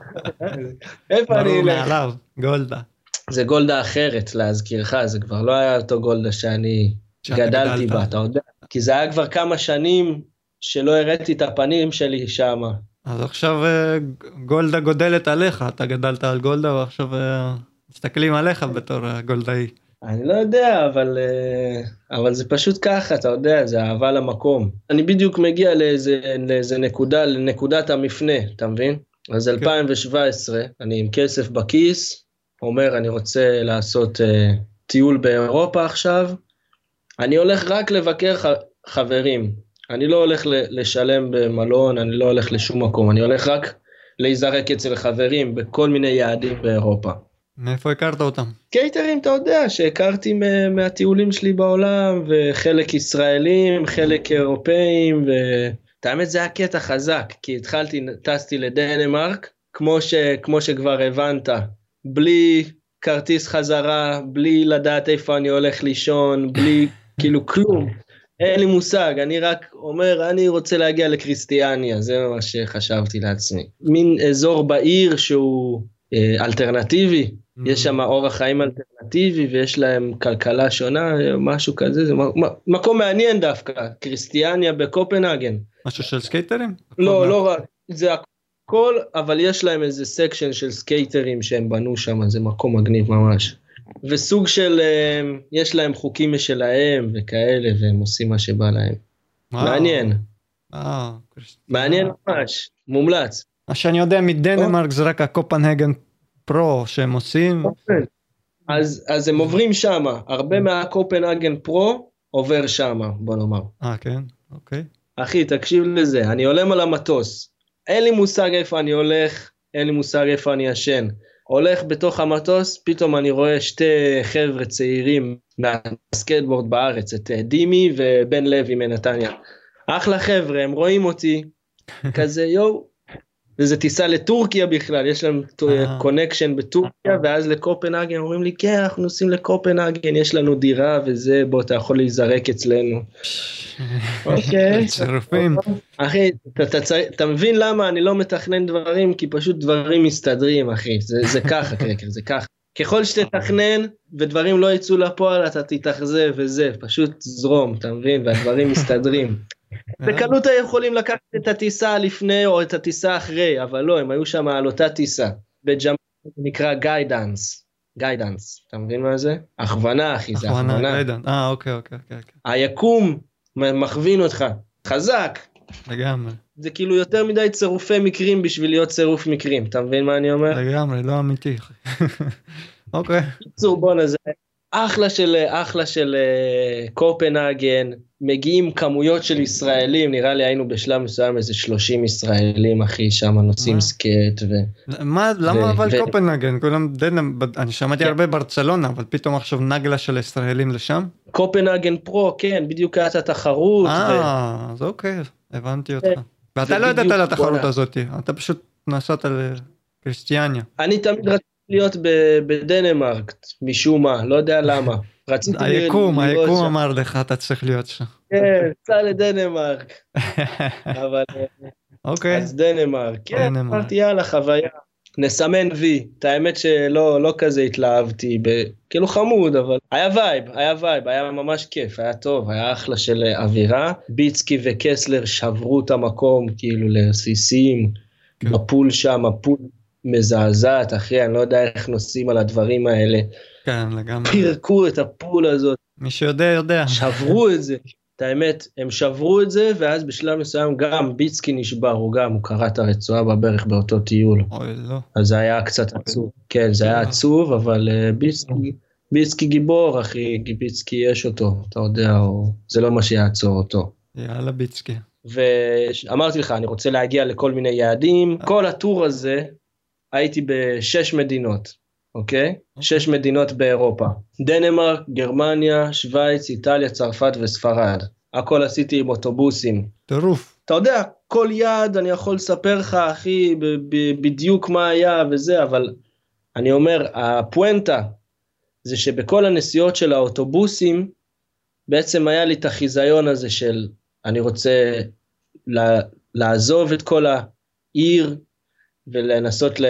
איפה אני אלך? ברור מעליו, גולדה. זה גולדה אחרת להזכירך, זה כבר לא היה אותו גולדה שאני גדלתי בה, אתה יודע. כי זה היה כבר כמה שנים שלא הראיתי את הפנים שלי שם. אז עכשיו גולדה גודלת עליך, אתה גדלת על גולדה ועכשיו מסתכלים עליך בתור גולדאי. אני לא יודע, אבל זה פשוט ככה, אתה יודע, זה אהבה למקום. אני בדיוק מגיע לאיזה נקודה, לנקודת המפנה, אתה מבין? אז 2017, אני עם כסף בכיס, אומר אני רוצה לעשות טיול באירופה עכשיו, אני הולך רק לבקר חברים, אני לא הולך לשלם במלון, אני לא הולך לשום מקום, אני הולך רק להיזרק אצל חברים בכל מיני יעדים באירופה. מאיפה הכרת אותם? קייטרים, אתה יודע, שהכרתי מהטיולים שלי בעולם, וחלק ישראלים, חלק אירופאים, האמת זה היה קטע חזק, כי טסתי לדנמרק, כמו שכבר הבנת, בלי כרטיס חזרה, בלי לדעת איפה אני הולך לישון, בלי כאילו כלום. אין לי מושג, אני רק אומר, אני רוצה להגיע לקריסטיאניה, זה מה שחשבתי לעצמי. מין אזור בעיר שהוא אלטרנטיבי, יש שם אורח חיים אלטרנטיבי, ויש להם כלכלה שונה, משהו כזה, זה מקום מעניין דווקא, קריסטיאניה בקופנהגן. משהו של סקייטרים? לא, לא רק, זה הכל, אבל יש להם איזה סקשן של סקייטרים שהם בנו שם, זה מקום מגניב ממש. וסוג של, יש להם חוקים משלהם וכאלה, והם עושים מה שבא להם. מעניין. מעניין ממש, מומלץ. מה שאני יודע מדנמרק זה רק הקופנהגן פרו שהם עושים. אז הם עוברים שם, הרבה מהקופנהגן פרו עובר שם, בוא נאמר. כן, אוקיי. אחי, תקשיב לזה, אני עולם על המטוס, אין לי מושג איפה אני הולך, אין לי מושג איפה אני ישן. הולך בתוך המטוס, פתאום אני רואה שתי חבר'ה צעירים מהסקייטבורד בארץ, את דימי ובן לוי מנתניה. אחלה חבר'ה, הם רואים אותי, כזה יו, וזה טיסה לטורקיה בכלל, יש להם קונקשן בטורקיה, ואז לקופנהגן, אומרים לי, כן, אנחנו נוסעים לקופנהגן, יש לנו דירה וזה, בוא, אתה יכול להיזרק אצלנו. אוקיי. צרופים. אחי, אתה מבין למה אני לא מתכנן דברים, כי פשוט דברים מסתדרים, אחי, זה ככה, זה ככה. ככל שתתכנן, ודברים לא יצאו לפועל, אתה תתאכזב וזה, פשוט זרום, אתה מבין, והדברים מסתדרים. בקלות יכולים לקחת את הטיסה לפני או את הטיסה אחרי, אבל לא, הם היו שם על אותה טיסה. בג'מאל זה נקרא גיידנס, אתה מבין מה זה? הכוונה, אחי, זה הכוונה. אוקיי. היקום מכווין אותך, חזק. לגמרי. זה כאילו יותר מדי צירופי מקרים בשביל להיות צירוף מקרים, אתה מבין מה אני אומר? לגמרי, לא אמיתי. אוקיי. קיצור, בוא נזה. אחלה של קופנהגן, מגיעים כמויות של ישראלים, נראה לי היינו בשלב מסוים איזה 30 ישראלים, אחי, שם נוסעים סקייט. למה אבל קופנהגן? אני שמעתי הרבה ברצלונה, אבל פתאום עכשיו נגלה של ישראלים לשם? קופנהגן פרו, כן, בדיוק הייתה תחרות. אז אוקיי, הבנתי אותך. ואתה לא ידעת על התחרות הזאת, אתה פשוט נסעת לקריסטיאניה. אני תמיד רציתי להיות בדנמרק, משום מה, לא יודע למה. היקום אמר לך, אתה צריך להיות שם. כן, צא לדנמרק. אבל, אז דנמרק, כן, אמרתי יאללה, חוויה. נסמן וי, את האמת שלא כזה התלהבתי, כאילו חמוד, אבל היה וייב, היה ממש כיף, היה טוב, היה אחלה של אווירה. ביצקי וקסלר שברו את המקום, כאילו לסיסים, בפול שם, הפול מזעזעת, אחי, אני לא יודע איך נוסעים על הדברים האלה. כן, לגמרי. פירקו את הפול הזאת. מי שיודע. שברו את זה. את האמת, הם שברו את זה, ואז בשלב מסוים גם ביצקי נשבר, הוא קרא את הרצועה בברך באותו טיול. אוי, לא. אז זה היה קצת עצוב. כן, זה היה עצוב, אבל ביצקי גיבור, אחי, ביצקי יש אותו, אתה יודע, זה לא מה שיעצור אותו. יאללה ביצקי. ואמרתי לך, אני רוצה להגיע לכל מיני יעדים, כל הטור הזה, הייתי ב6 מדינות, אוקיי? 6 מדינות באירופה. דנמרק, גרמניה, שוויץ, איטליה, צרפת וספרד. הכל עשיתי עם אוטובוסים. טירוף. אתה יודע, כל יעד אני יכול לספר לך, אחי, בדיוק מה היה וזה, אבל אני אומר, הפואנטה, זה שבכל הנסיעות של האוטובוסים, בעצם היה לי את החיזיון הזה של, אני רוצה לעזוב את כל העיר, ולנסות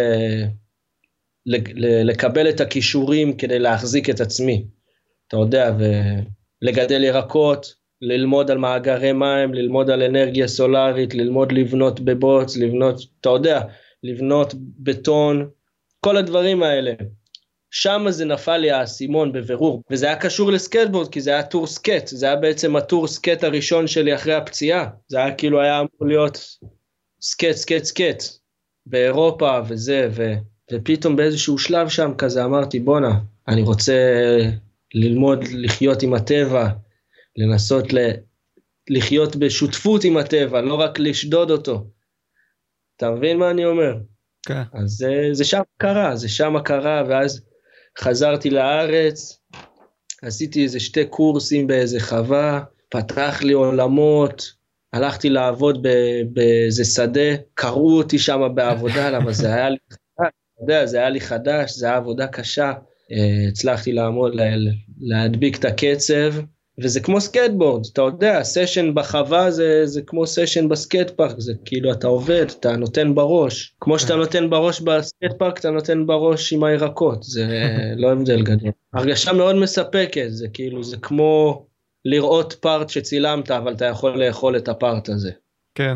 לקבל את הכישורים כדי להחזיק את עצמי, אתה יודע, ולגדל ירקות, ללמוד על מאגרי מים, ללמוד על אנרגיה סולארית, ללמוד לבנות בבוץ, אתה יודע, לבנות בטון, כל הדברים האלה. שם זה נפל לי האסימון בבירור, וזה היה קשור לסקייטבורד, כי זה היה טור סקייט, זה היה בעצם הטור סקייט הראשון שלי אחרי הפציעה, זה היה כאילו היה אמור להיות סקייט, באירופה וזה, ופתאום באיזשהו שלב שם כזה אמרתי, בונה, אני רוצה ללמוד לחיות עם הטבע, לנסות לחיות בשותפות עם הטבע, לא רק לשדוד אותו. אתה מבין מה אני אומר? כן. אז זה שם קרה, ואז חזרתי לארץ, עשיתי איזה 2 קורסים באיזה חווה, פתח לי עולמות, הלכתי לעבוד באיזה שדה, קראו אותי שם בעבודה, למה זה היה לי חדש, אתה יודע, זה היה לי חדש, זה היה עבודה קשה, הצלחתי להדביק את הקצב, וזה כמו סקייטבורד, אתה יודע, סשן בחווה זה כמו סשן בסקייט פארק, זה כאילו אתה עובד, אתה נותן בראש, כמו שאתה נותן בראש בסקייט פארק, אתה נותן בראש עם הירקות, זה לא הבדל גדול. הרגשה מאוד מספקת, זה כאילו, זה כמו לראות פארט שצילמת, אבל אתה יכול לאכול את הפארט הזה. כן,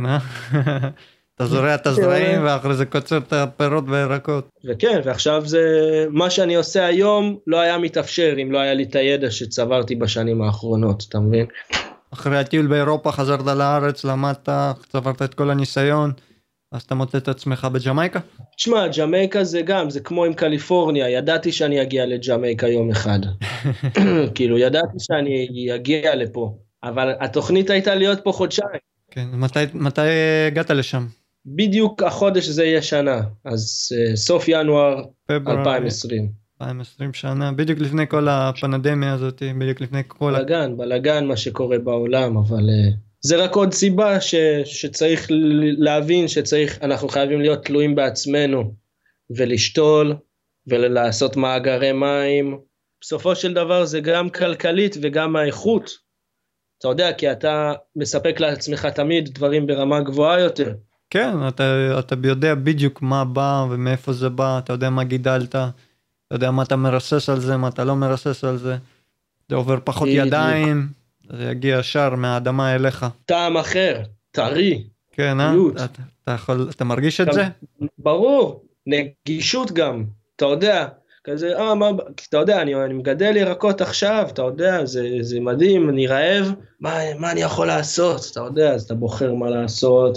אתה זורע את הזרעים ואחרי זה קוצר את הפירות והירקות. וכן, ועכשיו זה, מה שאני עושה היום לא היה מתאפשר אם לא היה לי את הידע שצברתי בשנים האחרונות, אתה מבין? אחרי הטיול באירופה חזרת לארץ, למדת, צברת את כל הניסיון, אז אתה מוצא את עצמך בג'מייקה? תשמע, ג'מייקה זה גם, זה כמו עם קליפורניה, ידעתי שאני אגיע לג'מייקה יום אחד. כאילו, ידעתי שאני אגיע לפה, אבל התוכנית הייתה להיות פה חודשיים. כן, מתי הגעת לשם? בדיוק החודש זה יהיה שנה, אז סוף ינואר 2020. 2020 שנה, בדיוק לפני כל הפנדמיה הזאת, בדיוק לפני כל... בלגן מה שקורה בעולם, אבל זה רק עוד סיבה שצריך להבין אנחנו חייבים להיות תלויים בעצמנו, ולשתול, ולעשות מאגרי מים. בסופו של דבר זה גם כלכלית וגם האיכות. אתה יודע, כי אתה מספק לעצמך תמיד דברים ברמה גבוהה יותר. כן, אתה יודע בדיוק מה בא ומאיפה זה בא, אתה יודע מה גידלת, אתה יודע מה אתה מרסס על זה, מה אתה לא מרסס על זה, זה עובר פחות ידיים, זה יגיע ישר מהאדמה אליך. טעם אחר, טרי. כן, אתה מרגיש את זה? ברור, נגישות גם, אתה יודע, כזה, אתה יודע, אני מגדל ירקות עכשיו, אתה יודע, זה מדהים, אני רעב, מה אני יכול לעשות, אתה יודע, אז אתה בוחר מה לעשות,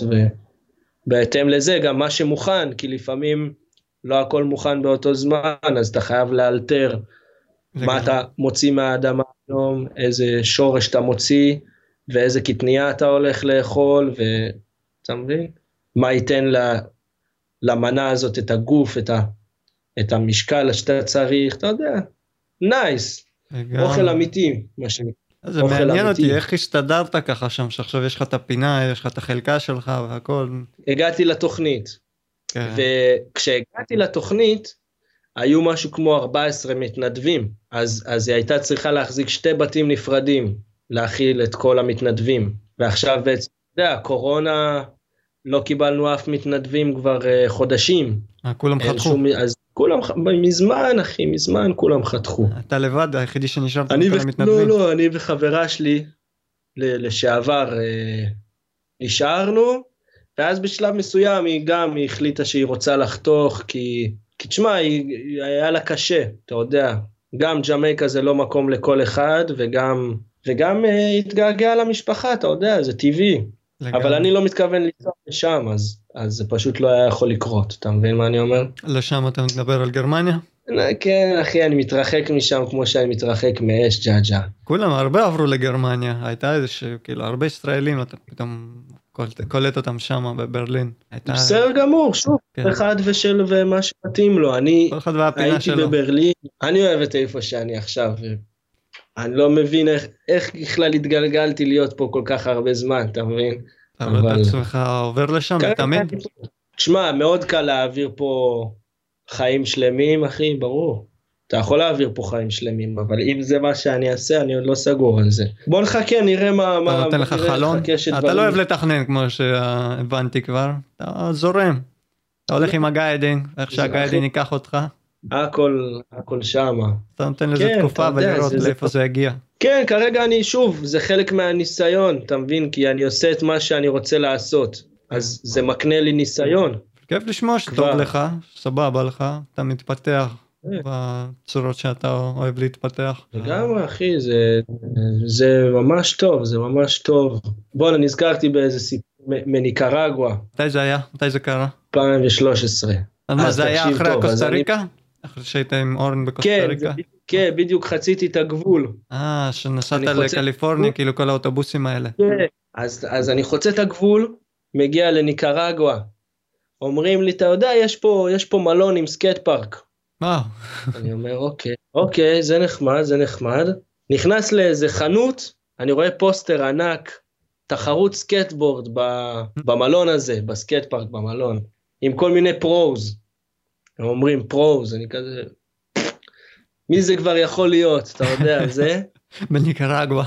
ובהתאם לזה גם מה שמוכן, כי לפעמים לא הכל מוכן באותו זמן, אז אתה חייב לאלתר, מה אתה מוציא מהאדמה היום, איזה שורש אתה מוציא, ואיזה קטניה אתה הולך לאכול, ואתה מבין? מה ייתן למנה הזאת את הגוף, את המשקל שאתה צריך, אתה יודע, נייס, אוכל אמיתי, מה שנקרא. זה מעניין אותי, איך הסתדרת ככה שם, שעכשיו יש לך את הפינה, יש לך את החלקה שלך והכל. הגעתי לתוכנית, וכשהגעתי לתוכנית, היו משהו כמו 14 מתנדבים, אז היא הייתה צריכה להחזיק 2 בתים נפרדים, להכיל את כל המתנדבים, ועכשיו בעצם, אתה יודע, הקורונה, לא קיבלנו אף מתנדבים כבר חודשים. כולם חתכו. אז כולם, מזמן אחי, מזמן כולם חתכו. אתה לבד, היחידי שנשארת מכל המתנדבים. לא, אני וחברה שלי, לשעבר, נשארנו, ואז בשלב מסוים היא החליטה שהיא רוצה לחתוך, כי תשמע, היה לה קשה, אתה יודע, גם ג'מייקה זה לא מקום לכל אחד, וגם התגעגע למשפחה, אתה יודע, זה טבעי. אבל אני לא מתכוון לנסוע לשם, אז זה פשוט לא היה יכול לקרות, אתה מבין מה אני אומר? לשם אתה מדבר על גרמניה? כן, אחי, אני מתרחק משם כמו שאני מתרחק מאש ג'אג'ה. כולם הרבה עברו לגרמניה, הייתה איזה כאילו הרבה ישראלים, אתה פתאום קולט אותם שם בברלין. בסדר גמור, שוב, אחד ומה שמתאים לו, אני הייתי בברלין, אני אוהב את איפה שאני עכשיו, אני לא מבין איך בכלל התגלגלתי להיות פה כל כך הרבה זמן, אתה מבין? אבל אתה עצמך עובר לשם, תמיד? תשמע, מאוד קל להעביר פה חיים שלמים, אחי, ברור. אתה יכול להעביר פה חיים שלמים, אבל אם זה מה שאני אעשה, אני עוד לא סגור על זה. בוא נחכה, נראה מה... אתה נותן לך חלון? אתה לא אוהב לתכנן כמו שהבנתי כבר, אתה זורם. אתה הולך עם הגיידינג, איך שהגיידינג ייקח אותך. הכל שמה. אתה נותן לזה תקופה ולראות לאיפה זה יגיע. כן, כרגע זה חלק מהניסיון, אתה מבין? כי אני עושה את מה שאני רוצה לעשות, אז זה מקנה לי ניסיון. כיף לשמוע שטוב לך, סבבה לך, אתה מתפתח בצורות שאתה אוהב להתפתח. לגמרי, אחי, זה ממש טוב, זה ממש טוב. בוא, נזכרתי באיזה סיפור מניקרגואה. מתי זה היה? מתי זה קרה? 2013. אז מה, זה היה אחרי הקוסטה ריקה? אחרי שהיית עם אורן בקוסטה ריקה? כן, בדיוק חציתי את הגבול. שנסעת לקליפורניה, כאילו כל האוטובוסים האלה. כן, אז אני חוצה את הגבול, מגיע לניקרגואה. אומרים לי, אתה יודע, יש פה מלון עם סקייט פארק. אני אומר, אוקיי, זה נחמד. נכנס לאיזה חנות, אני רואה פוסטר ענק, תחרות סקייטבורד במלון הזה, בסקייט פארק במלון, עם כל מיני פרוז. הם אומרים פרוז, אני כזה... מי זה כבר יכול להיות, אתה יודע, זה? בניקרגואה.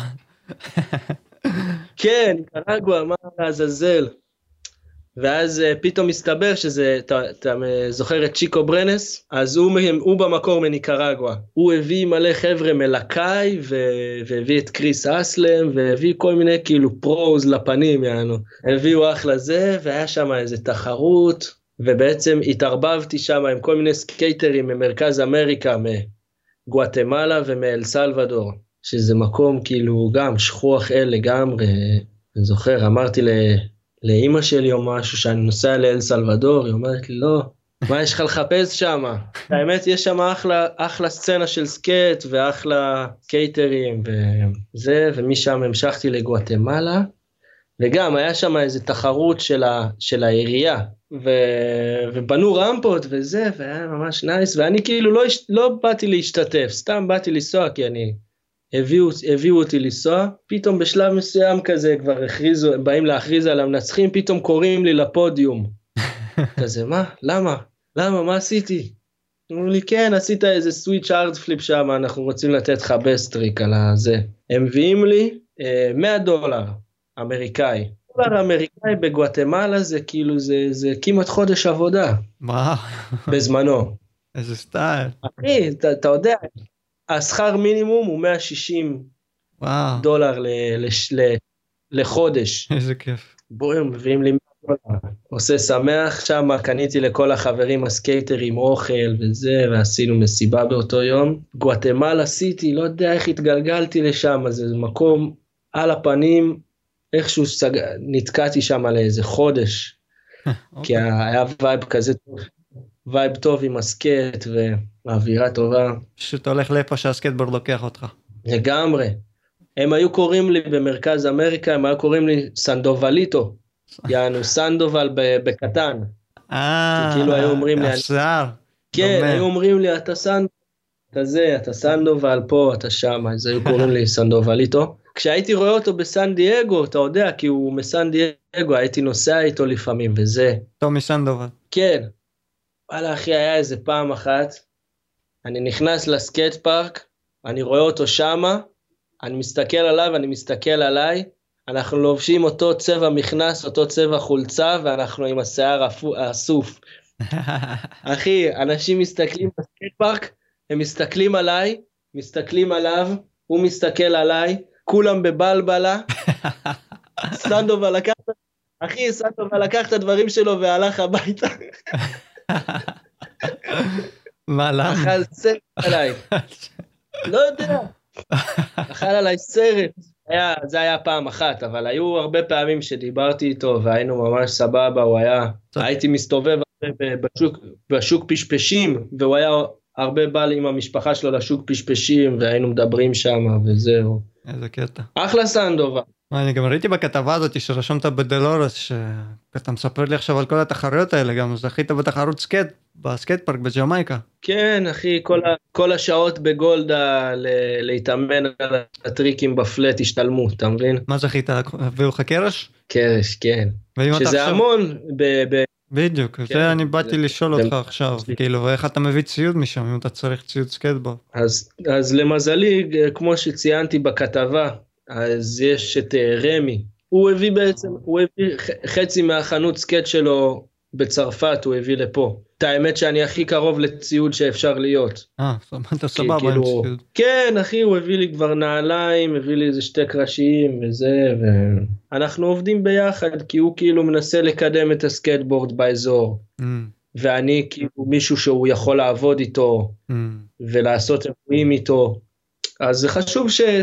כן, ניקרגואה, מה לעזאזל. ואז פתאום מסתבר שזה, אתה זוכר את צ'יקו ברנס? אז הוא במקור מניקרגואה. הוא הביא מלא חבר'ה מלקאי, והביא את קריס אסלם, והביא כל מיני כאילו פרוז לפנים, יענו. הביאו אחלה זה, והיה שם איזו תחרות, ובעצם התערבבתי שם עם כל מיני סקייטרים ממרכז אמריקה, מגואטמלה ומאל סלוודור, שזה מקום כאילו גם שכוח לגמרי. אני זוכר, אמרתי לאמא שלי או משהו, שאני נוסע לאל סלוודור, היא אומרת לי, לא, מה יש לך לחפש שם? האמת, יש שם אחלה סצנה של סקייט, ואחלה סקייטרים, וזה, ומשם המשכתי לגואטמלה, וגם היה שם איזו תחרות של העירייה, ובנו רמפות וזה, והיה ממש נייס, ואני כאילו לא באתי להשתתף, סתם באתי לנסוע, כי הביאו אותי לנסוע, פתאום בשלב מסוים כזה כבר באים להכריז על המנצחים, פתאום קוראים לי לפודיום. כזה, מה? למה? מה עשיתי? אמרו לי, כן, עשית איזה סוויץ' ארד פליפ שם, אנחנו רוצים לתת לך בסטריק על הזה. הם מביאים לי $100 אמריקאי. דולר אמריקאי בגואטמלה זה כאילו, זה כמעט חודש עבודה. מה? בזמנו. איזה סטייל. אחי, אתה יודע, השכר מינימום הוא $160 לחודש. איזה כיף. בואו, מביאים לי $100. עושה שמח, שם קניתי לכל החברים הסקייטרים אוכל וזה, ועשינו מסיבה באותו יום. גואטמלה סיטי, לא יודע איך התגלגלתי לשם, זה מקום על הפנים, איכשהו נתקעתי שם לאיזה חודש, כי היה וייב כזה טוב. וייב טוב עם הסקייט והאווירה טובה. פשוט הולך לאיפה שהסקייטבורד לוקח אותך. לגמרי. הם היו קוראים לי במרכז אמריקה, הם היו קוראים לי סנדובליטו. יענו סנדובל בקטן. כאילו היו אומרים לי... השיער. כן, היו אומרים לי, אתה סנדובל פה, אתה שם. אז היו קוראים לי סנדובליטו. כשהייתי רואה אותו בסן דייגו, אתה יודע, כי הוא מסן דייגו, הייתי נוסע איתו לפעמים, וזה. טומי סנדובל. כן. וואלה אחי, היה איזה פעם אחת, אני נכנס לסקייט פארק, אני רואה אותו שמה, אני מסתכל עליו, אני מסתכל עליי, אנחנו לובשים אותו צבע מכנס, אותו צבע חולצה, ואנחנו עם השיער אסוף. אחי, אנשים מסתכלים בסקייט פארק, הם מסתכלים עליי, מסתכלים עליו, הוא מסתכל עליי, כולם בבלבלה, סנדובל לקח את הדברים שלו והלך הביתה. מה, למה? אכל סרט עליי. לא יודע. אכל עליי סרט. זה היה פעם אחת, אבל היו הרבה פעמים שדיברתי איתו, והיינו ממש סבבה, הייתי מסתובב בשוק פשפשים, והוא היה הרבה בא עם המשפחה שלו לשוק פשפשים, והיינו מדברים שם, וזהו. איזה קטע. אחלה סנדובה. אני גם ראיתי בכתבה הזאת שרשמת בדלורס, שאתה מספר לי עכשיו על כל התחרויות האלה, גם זכית בתחרות סקייט, בסקייט פארק בג'מייקה. כן, אחי, כל השעות בגולדה להתאמן על הטריקים בפלט השתלמו, אתה מבין? מה זכית? הביאו לך קרש? קרש, כן. שזה המון בדיוק, זה אני באתי לשאול אותך עכשיו, כאילו, איך אתה מביא ציוד משם, אם אתה צריך ציוד סקייטבורד? אז למזלי, כמו שציינתי בכתבה, אז יש את רמי, הוא הביא חצי מהחנות סקייט שלו בצרפת, הוא הביא לפה. את האמת שאני הכי קרוב לציוד שאפשר להיות. אתה סבבה עם ציוד. כן, אחי, הוא הביא לי כבר נעליים, הביא לי איזה 2 קרשים וזה, ואנחנו עובדים ביחד, כי הוא כאילו מנסה לקדם את הסקייטבורד באזור, ואני כאילו מישהו שהוא יכול לעבוד איתו, ולעשות אירועים איתו, אז זה חשוב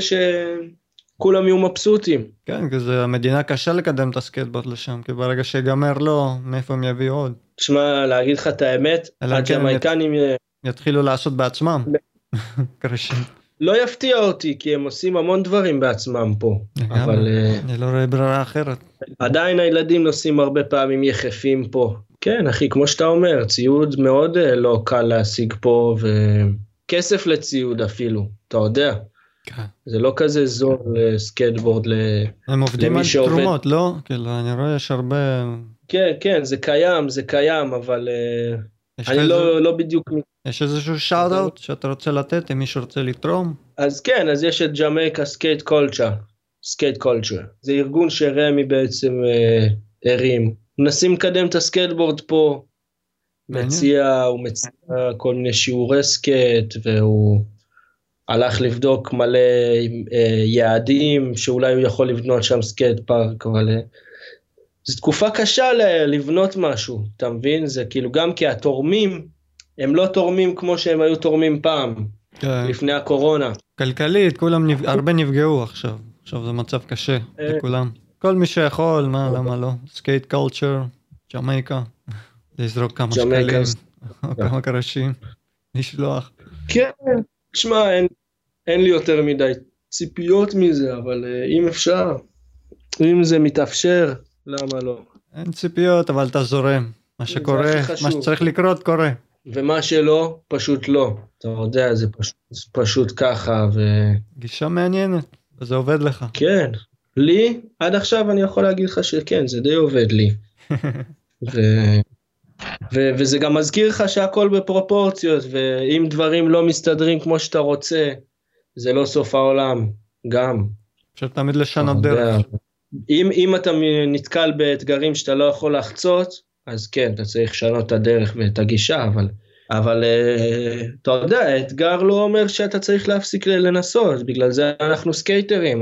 כולם יהיו מבסוטים. כן, כי זה המדינה קשה לקדם את הסקייטבורד לשם, כי ברגע שיגמר לא, מאיפה הם יביאו עוד? תשמע, להגיד לך את האמת, הג'מייקנים יתחילו לעשות בעצמם. קרשים. לא יפתיע אותי, כי הם עושים המון דברים בעצמם פה. אבל אני לא רואה ברירה אחרת. עדיין הילדים נוסעים הרבה פעמים יחפים פה. כן, אחי, כמו שאתה אומר, ציוד מאוד לא קל להשיג פה, וכסף לציוד אפילו, אתה יודע. זה לא כזה זול לסקייטבורד הם עובדים על תרומות, לא? כאילו, אני רואה יש הרבה... כן, זה קיים, אבל אני לא בדיוק... יש איזשהו שאוט-אוט שאתה רוצה לתת, אם מישהו רוצה לתרום? אז כן, אז יש את ג'מייקה סקייט קולצ'ה, סקייט קולצ'ר. זה ארגון שרמי בעצם הרים. מנסים לקדם את הסקייטבורד פה, הוא מציע כל מיני שיעורי סקייט, והוא הלך לבדוק מלא יעדים, שאולי הוא יכול לבנות שם סקייט פארק, אבל זו תקופה קשה לבנות משהו, אתה מבין? זה כאילו גם כי התורמים, הם לא תורמים כמו שהם היו תורמים פעם, לפני הקורונה. כלכלית, כולם הרבה נפגעו עכשיו זה מצב קשה לכולם. כל מי שיכול, למה לא? סקייט קולצ'ר, ג'מייקה, לזרוק כמה שקלים, או כמה קרשים, לשלוח. כן, תשמע, אין לי יותר מדי ציפיות מזה, אבל אם אפשר, אם זה מתאפשר, למה לא? אין ציפיות, אבל אתה זורם. מה שקורה, מה שצריך לקרות, קורה. ומה שלא, פשוט לא. אתה יודע, זה פשוט ככה. גישה מעניינת, וזה עובד לך. כן, לי, עד עכשיו אני יכול להגיד לך שכן, זה די עובד לי. וזה גם מזכיר לך שהכל בפרופורציות, ואם דברים לא מסתדרים כמו שאתה רוצה, זה לא סוף העולם, גם. אפשר תמיד לשנות דרך. אם אתה נתקל באתגרים שאתה לא יכול לחצות, אז כן, אתה צריך לשנות את הדרך ואת הגישה, אבל אתה יודע, האתגר לא אומר שאתה צריך להפסיק לנסות, בגלל זה אנחנו סקייטרים,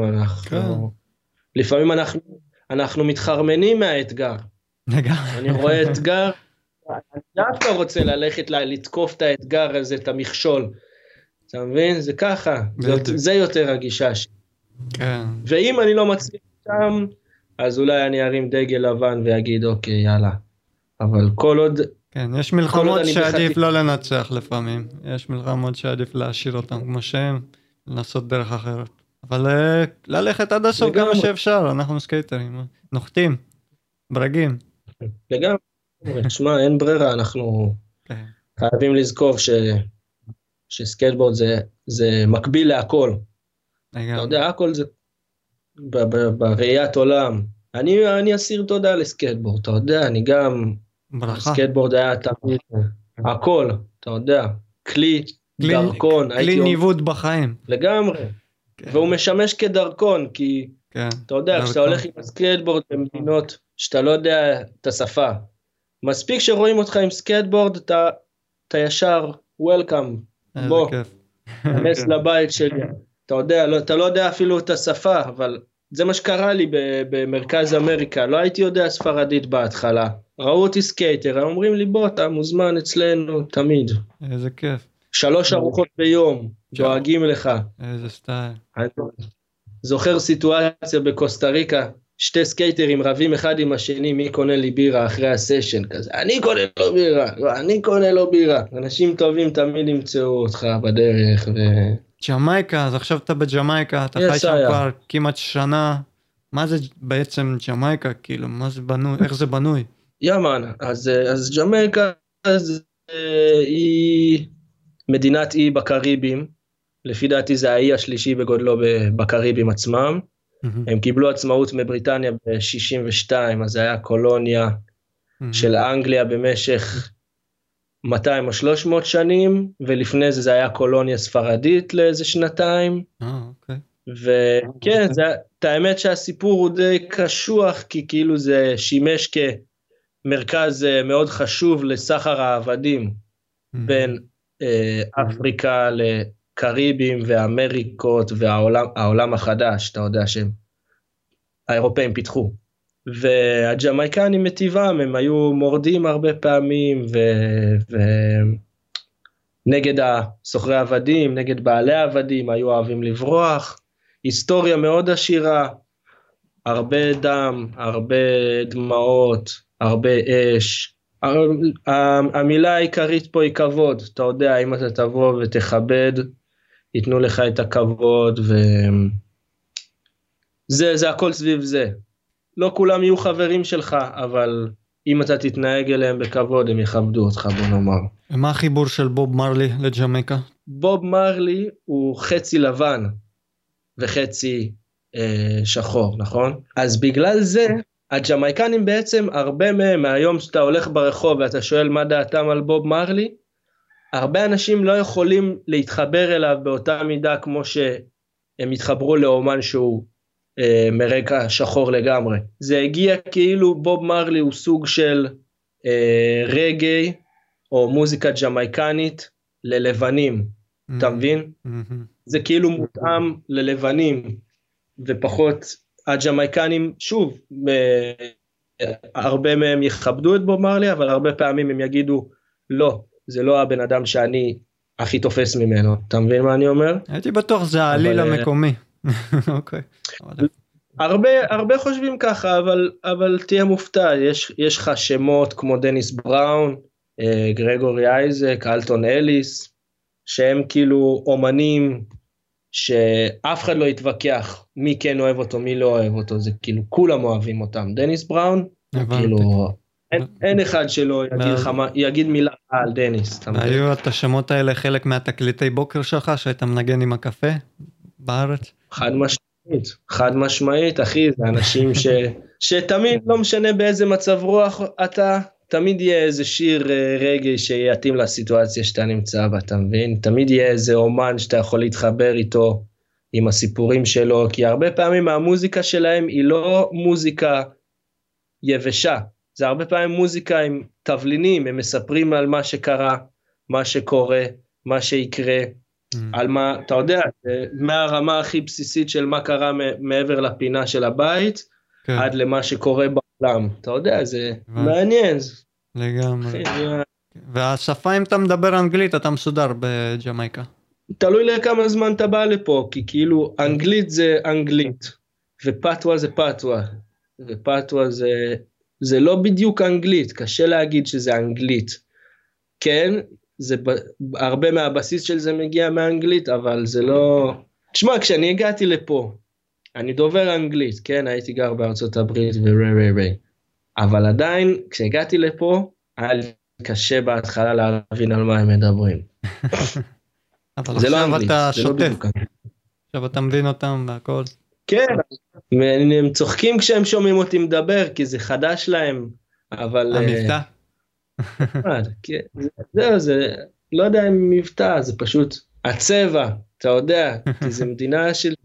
לפעמים אנחנו מתחרמנים מהאתגר. אני רואה אתגר, אני דווקא רוצה ללכת לתקוף את האתגר הזה, את המכשול. אתה מבין? זה ככה, זה יותר הגישה שלי. ואם אני לא מצליח שם, אז אולי אני ארים דגל לבן ואגיד, אוקיי, יאללה. אבל כל עוד... כן, יש מלחמות שעדיף לא לנצח לפעמים. יש מלחמות שעדיף להשאיר אותם כמו שהם, לנסות דרך אחרת. אבל ללכת עד הסוף כמה שאפשר, אנחנו סקייטרים, נוחתים, ברגים. לגמרי, תשמע, אין ברירה, אנחנו חייבים לזכור שסקייטבורד זה מקביל להכל. אתה יודע, הכל זה בראיית עולם. אני אסיר תודה לסקייטבורד, אתה יודע, אני גם, סקייטבורד היה תמיד, הכל, אתה יודע, כלי דרכון. כלי ניווט בחיים. לגמרי. והוא משמש כדרכון, כי אתה יודע, כשאתה הולך עם הסקייטבורד במדינות שאתה לא יודע את השפה, מספיק שרואים אותך עם סקייטבורד, אתה ישר, וולקאם, בוא, נכנס לבית שלי. אתה לא יודע אפילו את השפה, אבל זה מה שקרה לי במרכז אמריקה, לא הייתי יודע ספרדית בהתחלה, ראו אותי סקייטר, הם אומרים לי בוא, אתה מוזמן אצלנו תמיד. איזה כיף. 3 ארוחות ביום, דואגים לך. איזה סטייל. זוכר סיטואציה בקוסטה ריקה, 2 סקייטרים רבים אחד עם השני, מי קונה לי בירה אחרי הסשן כזה, אני קונה לו בירה, אנשים טובים תמיד ימצאו אותך בדרך. ג'מייקה, אז עכשיו אתה בג'מייקה, אתה חי שם כבר כמעט שנה, מה זה בעצם ג'מייקה, כאילו, מה זה בנוי, איך זה בנוי? יאמן, אז ג'מייקה היא מדינת אי בקריבים, לפי דעתי זה האי השלישי בגודלו בקריבים עצמם, הם קיבלו עצמאות מבריטניה ב-62, אז זה היה קולוניה של אנגליה במשך 200 או 300 שנים, ולפני זה היה קולוניה ספרדית לאיזה 2 אוקיי. וכן, האמת שהסיפור הוא די קשוח, כי כאילו זה שימש כמרכז מאוד חשוב לסחר העבדים, בין אפריקה לקריבים ואמריקות והעולם החדש, אתה יודע שהאירופאים פיתחו. והג'מייקנים מטבעם, הם היו מורדים הרבה פעמים, ונגד סוחרי עבדים, נגד בעלי עבדים, היו אוהבים לברוח. היסטוריה מאוד עשירה, הרבה דם, הרבה דמעות, הרבה אש. המילה העיקרית פה היא כבוד, אתה יודע, אם אתה תבוא ותכבד, ייתנו לך את הכבוד, זה הכל סביב זה. לא כולם יהיו חברים שלך, אבל אם אתה תתנהג אליהם בכבוד, הם יכבדו אותך, בוא נאמר. ומה החיבור של בוב מרלי לג'מייקה? בוב מרלי הוא חצי לבן, וחצי שחור, נכון? אז בגלל זה, הג'מייקנים בעצם, הרבה מהם, מהיום שאתה הולך ברחוב, ואתה שואל מה דעתם על בוב מרלי, הרבה אנשים לא יכולים להתחבר אליו באותה מידה, כמו שהם התחברו לאומן שהוא מרקע שחור לגמרי. זה הגיע כאילו בוב מרלי הוא סוג של רגעי, או מוזיקה ג'מייקנית ללבנים, אתה מבין? זה כאילו מותאם ללבנים, ופחות הג'מייקנים, שוב, הרבה מהם יכבדו את בוב מרלי, אבל הרבה פעמים הם יגידו, לא, זה לא הבן אדם שאני הכי תופס ממנו, אתה מבין מה אני אומר? הייתי בטוח זה העליל המקומי. אוקיי. הרבה חושבים ככה, אבל תהיה מופתע, יש לך שמות כמו דניס בראון, גרגורי אייזק, אלטון אליס, שהם כאילו אומנים שאף אחד לא יתווכח מי כן אוהב אותו, מי לא אוהב אותו, זה כאילו כולם אוהבים אותם. דניס בראון, כאילו אין אחד שלא יגיד מילה על דניס. היו את השמות האלה חלק מהתקליטי בוקר שלך, שהיית מנגן עם הקפה בארץ? חד משמעית, אחי, זה אנשים שתמיד לא משנה באיזה מצב רוח אתה, תמיד יהיה איזה שיר רגעי שיתאים לסיטואציה שאתה נמצא בה, אתה מבין? תמיד יהיה איזה אומן שאתה יכול להתחבר איתו, עם הסיפורים שלו, כי הרבה פעמים המוזיקה שלהם היא לא מוזיקה יבשה, זה הרבה פעמים מוזיקה עם תבלינים, הם מספרים על מה שקרה, מה שקורה, מה שיקרה, על מה, אתה יודע, מהרמה הכי בסיסית של מה קרה מעבר לפינה של הבית, עד למה שקורה בעולם, אתה יודע, זה מעניין. לגמרי. והשפה אם אתה מדבר אנגלית, אתה מסודר בג'מייקה. תלוי לכמה זמן אתה בא לפה, כי כאילו אנגלית זה אנגלית, ופתווה זה פתווה, ופתווה זה לא בדיוק אנגלית, קשה להגיד שזה אנגלית. כן, זה הרבה מהבסיס של זה מגיע מאנגלית, אבל זה לא... תשמע, כשאני הגעתי לפה, אני דובר אנגלית, כן, הייתי גר בארצות הברית ורי, אבל עדיין, כשהגעתי לפה, היה לי קשה בהתחלה להבין על מה הם מדברים. אבל עכשיו אתה שוטף, עכשיו אתה מבין אותם והכל. כן, הם צוחקים כשהם שומעים אותי מדבר, כי זה חדש להם, אבל... המבטא? זהו, זה לא יודע אם מבטא, זה פשוט הצבע, אתה יודע, כי זה מדינה של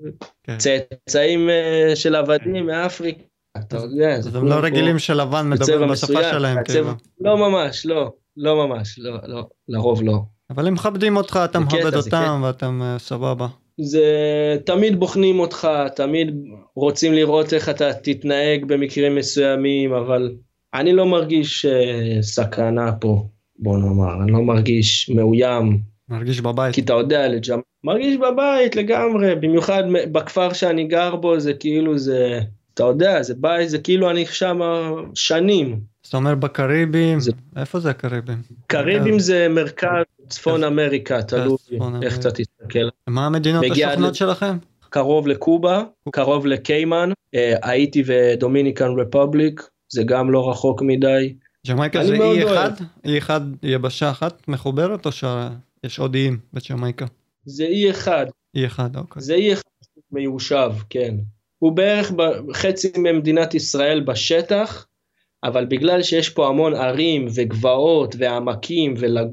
צאצאים של עבדים מאפריקה, אתה יודע. אז הם לא רגילים שלבן מדבר בשפה שלהם. לא ממש, לא ממש, לרוב לא. אבל הם מכבדים אותך, אתה מכבד אותם ואתם סבבה. זה תמיד בוחנים אותך, תמיד רוצים לראות איך אתה תתנהג במקרים מסוימים, אבל אני לא מרגיש סכנה פה, בוא נאמר, אני לא מרגיש מאוים. מרגיש בבית. כי אתה יודע, מרגיש בבית לגמרי, במיוחד בכפר שאני גר בו, זה כאילו זה, אתה יודע, זה בית, זה כאילו אני שם שנים. זאת אומרת בקריבים, איפה זה הקריבים? קריבים זה מרכז צפון אמריקה, תלוי איך אתה תסתכל. מה המדינות השוכנות שלכם? קרוב לקובה, קרוב לקיימן, האיטי ודומיניקן רפובליק, זה גם לא רחוק מדי. ג'מייקה זה אי אחד? אי אחד, יבשה אחת מחוברת או שיש עוד איים בג'מייקה? זה אי אחד. אי אחד, אוקיי. זה אי אחד מיושב, כן. הוא בערך חצי ממדינת ישראל בשטח, אבל בגלל שיש פה המון ערים וגבעות ועמקים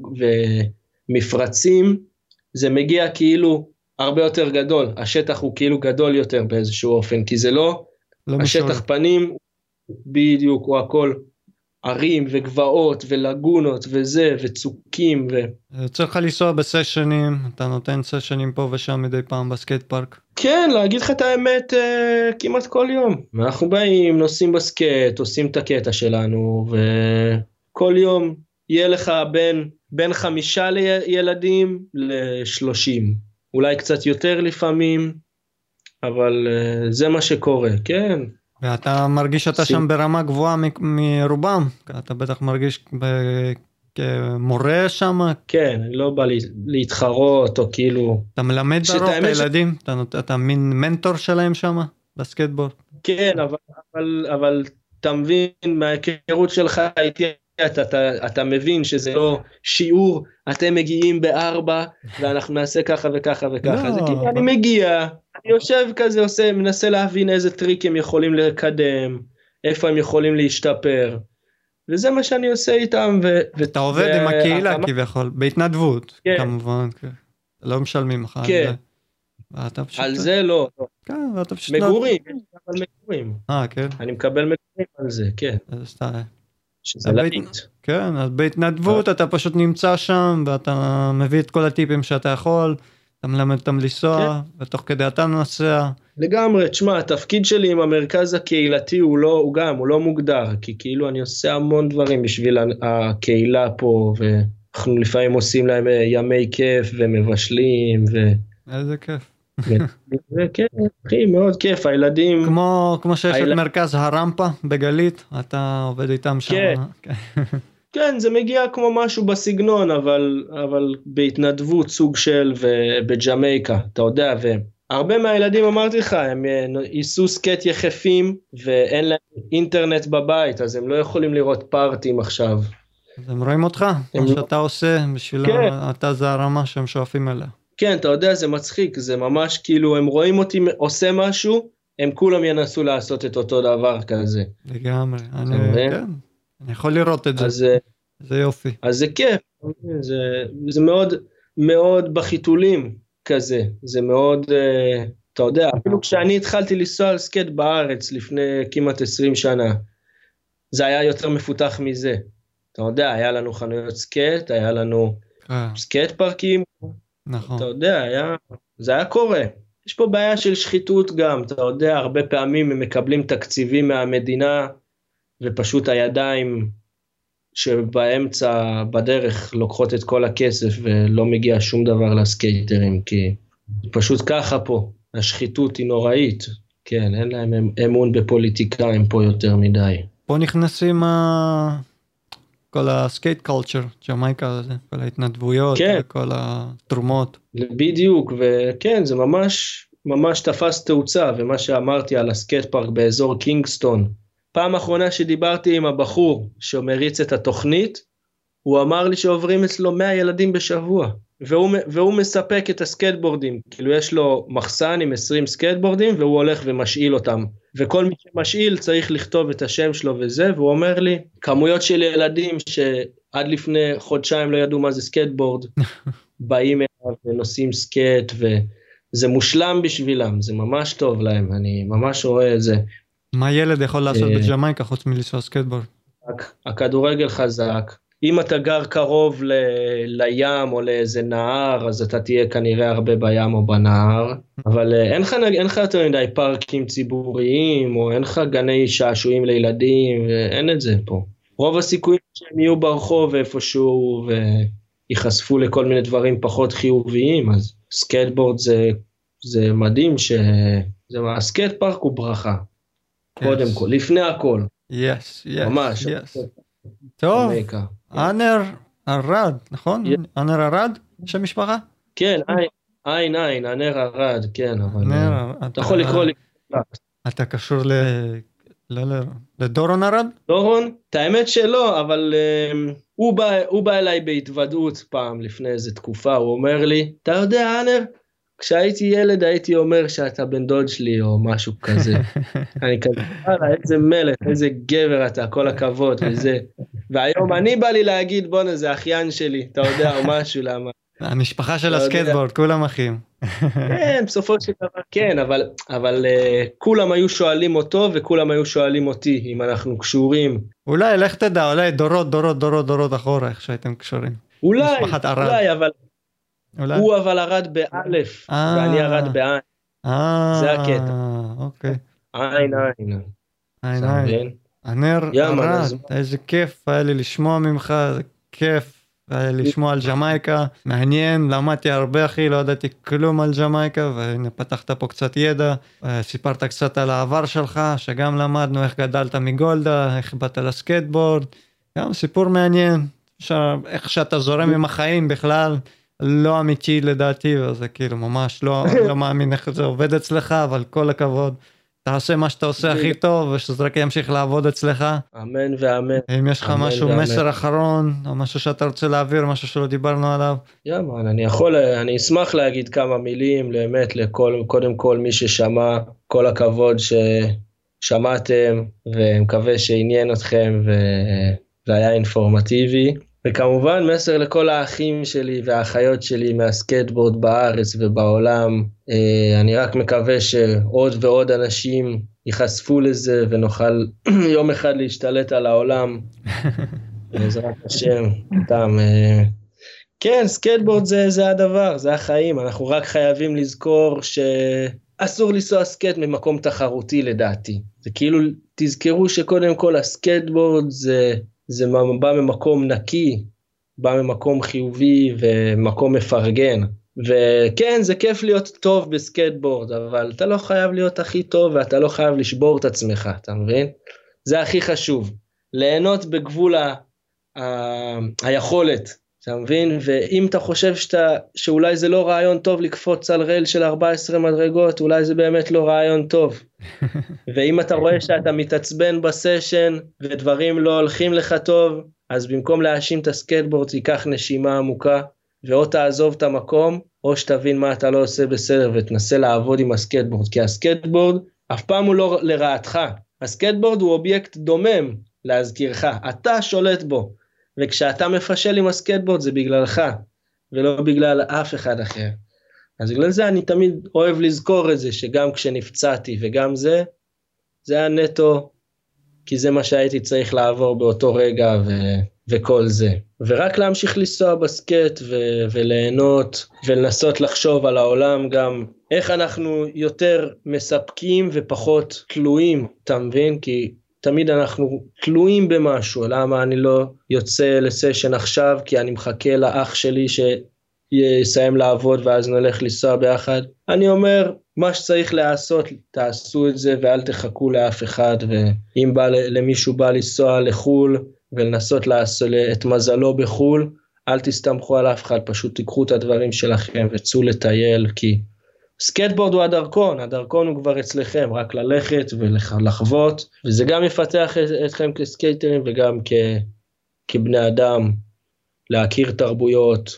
ומפרצים, זה מגיע כאילו הרבה יותר גדול. השטח הוא כאילו גדול יותר באיזשהו אופן, כי זה לא השטח פנים, בדיוק, הוא הכל ערים וגבעות ולגונות וזה, וצוקים צריך לך לנסוע בסשנים, אתה נותן סשנים פה ושם מדי פעם בסקייט פארק? כן, להגיד לך את האמת, כמעט כל יום. אנחנו באים, נוסעים בסקייט, עושים את הקטע שלנו, וכל יום יהיה לך בין 5 ילדים ל-30. אולי קצת יותר לפעמים, אבל זה מה שקורה, כן. ואתה מרגיש שאתה שם ברמה גבוהה מרובם? אתה בטח מרגיש כמורה שם? כן, אני לא בא להתחרות או כאילו... אתה מלמד ברוב את הילדים? אתה מין מנטור שלהם שם בסקייטבורד? כן, אבל אתה מבין מההיכרות שלך איתי, אתה מבין שזה לא שיעור, אתם מגיעים ב4 ואנחנו נעשה ככה וככה וככה, זה כאילו אני מגיע, אני יושב כזה, מנסה להבין איזה טריק הם יכולים לקדם, איפה הם יכולים להשתפר, וזה מה שאני עושה איתם. ואתה עובד עם הקהילה כביכול, בהתנדבות כמובן, לא משלמים לך. על זה לא. כן, ואתה פשוט... מגורים, אבל מגורים. כן. אני מקבל מגורים על זה, כן. שזה להיט. כן, אז בהתנדבות אתה פשוט נמצא שם, ואתה מביא את כל הטיפים שאתה יכול, אתה מלמד אותם לנסוע, ותוך כדי אתה נוסע. לגמרי, תשמע, התפקיד שלי עם המרכז הקהילתי הוא לא מוגדר, כי כאילו אני עושה המון דברים בשביל הקהילה פה, ואנחנו לפעמים עושים להם ימי כיף ומבשלים, איזה כיף. כן, אחי, מאוד כיף, הילדים... כמו שיש את מרכז הרמפה בגלית, אתה עובד איתם שם. כן, זה מגיע כמו משהו בסגנון, אבל בהתנדבות סוג של ובג'מייקה, אתה יודע, והרבה מהילדים אמרתי לך, הם ייסו סקט יחפים, ואין להם אינטרנט בבית, אז הם לא יכולים לראות פארטים עכשיו. אז הם רואים אותך, מה שאתה עושה, בשביל אתה זה הרמה שהם שואפים אליה. כן, אתה יודע, זה מצחיק, זה ממש כאילו, הם רואים אותי עושה משהו, הם כולם ינסו לעשות את אותו דבר כזה. לגמרי, אני יכול לראות את זה, זה יופי. אז זה כיף, זה מאוד מאוד בחיתולים כזה, זה מאוד, אתה יודע, אפילו כשאני התחלתי לנסוע על סקייט בארץ לפני כמעט 20 שנה, זה היה יותר מפותח מזה. אתה יודע, היה לנו חנויות סקייט, היה לנו סקייט פארקים, נכון. אתה יודע, זה היה קורה. יש פה בעיה של שחיתות גם, אתה יודע, הרבה פעמים הם מקבלים תקציבים מהמדינה, ופשוט הידיים שבאמצע, בדרך, לוקחות את כל הכסף, ולא מגיע שום דבר לסקייטרים, כי פשוט ככה פה, השחיתות היא נוראית, כן, אין להם אמון בפוליטיקאים פה יותר מדי. פה נכנסים כל הסקייט קולצ'ר, ג'מייקה, כל ההתנדבויות, כן. וכל התרומות. בדיוק, וכן, זה ממש תפס תאוצה, ומה שאמרתי על הסקייט פארק באזור קינגסטון, פעם אחרונה שדיברתי עם הבחור שמריץ את התוכנית, הוא אמר לי שעוברים אצלו 100 ילדים בשבוע, והוא מספק את הסקייטבורדים, כאילו יש לו מחסן עם 20 סקייטבורדים, והוא הולך ומשאיל אותם, וכל מי שמשאיל צריך לכתוב את השם שלו וזה, והוא אומר לי, כמויות של ילדים שעד לפני חודשיים לא ידעו מה זה סקייטבורד, באים אליו ונוסעים סקייט, וזה מושלם בשבילם, זה ממש טוב להם, אני ממש רואה את זה. מה ילד יכול לעשות בג'מייקה חוץ מלנסוע סקייטבורד? הכדורגל חזק, אם אתה גר קרוב לים או לאיזה נהר, אז אתה תהיה כנראה הרבה בים או בנהר, אבל אין לך יותר מדי פארקים ציבוריים, או אין לך גני שעשועים לילדים, אין את זה פה. רוב הסיכויים שהם יהיו ברחוב איפשהו, ויחשפו לכל מיני דברים פחות חיוביים, אז סקייטבורד זה מדהים, הסקייט פארק הוא ברכה, קודם כל, לפני הכל. ממש. טוב. אנר ארד, נכון? אנר ארד, שם משפחה? כן, עין, אנר ארד, כן, אבל אתה יכול לקרוא לי. אתה קשור לדורון ארד? דורון? את האמת שלא, אבל הוא בא אליי בהתוודעות פעם לפני איזו תקופה, הוא אומר לי, אתה יודע אנר, כשהייתי ילד הייתי אומר שאתה בן דוד שלי או משהו כזה. אני כזה, איזה מלך, איזה גבר אתה, כל הכבוד וזה. והיום אני בא לי להגיד, בונה, זה אחיין שלי, אתה יודע, או משהו, למה? המשפחה של הסקייטבורד, כולם אחים. כן, בסופו של דבר, כן, אבל כולם היו שואלים אותו, וכולם היו שואלים אותי, אם אנחנו קשורים. אולי, לך תדע, אולי דורות אחורה, איך שהייתם קשורים. אולי, אבל... הוא אבל ארד באלף, ואני ארד בעין. זה הקטע. אוקיי. עין. אנר ארד, איזה כיף היה לי לשמוע ממך, זה כיף היה לי לשמוע על ג'מייקה, מעניין, למדתי הרבה אחי, לא ידעתי כלום על ג'מייקה, והנה פתחת פה קצת ידע, סיפרת קצת על העבר שלך, שגם למדנו איך גדלת מגולדה, איך באת לסקייטבורד, גם סיפור מעניין, איך שאתה זורם עם החיים בכלל, לא אמיתי לדעתי, וזה כאילו ממש לא מאמין איך זה עובד אצלך, אבל כל הכבוד, תעשה מה שאתה עושה הכי טוב, ושזה רק ימשיך לעבוד אצלך. אמן ואמן. אם יש לך משהו, מסר אחרון, או משהו שאתה רוצה להעביר, משהו שלא דיברנו עליו. יאמן, אני אשמח להגיד כמה מילים, באמת, קודם כל מי ששמע, כל הכבוד ששמעתם, ומקווה שעניין אתכם, והיה אינפורמטיבי. וכמובן מסר לכל האחים שלי והאחיות שלי מהסקייטבורד בארץ ובעולם, אני רק מקווה שעוד ועוד אנשים ייחשפו לזה ונוכל יום אחד להשתלט על העולם, בעזרת השם. כן, סקייטבורד זה הדבר, זה החיים, אנחנו רק חייבים לזכור שאסור לנסוע סקייט ממקום תחרותי לדעתי, זה כאילו תזכרו שקודם כל הסקייטבורד זה בא ממקום נקי, בא ממקום חיובי ומקום מפרגן, וכן זה כיף להיות טוב בסקייטבורד, אבל אתה לא חייב להיות הכי טוב ואתה לא חייב לשבור את עצמך, אתה מבין? זה הכי חשוב, ליהנות בגבול היכולת, אתה מבין? ואם אתה חושב שאולי זה לא רעיון טוב לקפוץ על רייל של 14 מדרגות, אולי זה באמת לא רעיון טוב. ואם אתה רואה שאתה מתעצבן בסשן ודברים לא הולכים לך טוב, אז במקום להאשים את הסקייטבורד, תיקח נשימה עמוקה, ואו תעזוב את המקום, או שתבין מה אתה לא עושה בסדר, ותנסה לעבוד עם הסקייטבורד, כי הסקייטבורד אף פעם הוא לא לרעתך. הסקייטבורד הוא אובייקט דומם להזכירך, אתה שולט בו. וכשאתה מפשל עם הסקייטבורד זה בגללך, ולא בגלל אף אחד אחר. אז בגלל זה אני תמיד אוהב לזכור את זה, שגם כשנפצעתי וגם זה היה נטו, כי זה מה שהייתי צריך לעבור באותו רגע וכל זה. ורק להמשיך לנסוע בסקייט וליהנות, ולנסות לחשוב על העולם גם, איך אנחנו יותר מספקים ופחות תלויים, אתה מבין? כי תמיד אנחנו תלויים במשהו, למה אני לא יוצא לסשן עכשיו, כי אני מחכה לאח שלי שיסיים לעבוד, ואז נלך לנסוע ביחד. אני אומר, מה שצריך לעשות, תעשו את זה, ואל תחכו לאף אחד, ואם למישהו בא לנסוע לחול, ולנסות לעשות את מזלו בחול, אל תסתמכו על אף אחד, פשוט תיקחו את הדברים שלכם, וצאו לטייל, כי סקייטבורד הוא הדרכון הוא כבר אצלכם, רק ללכת ולחוות, וזה גם יפתח אתכם כסקייטרים, וגם כבני אדם, להכיר תרבויות,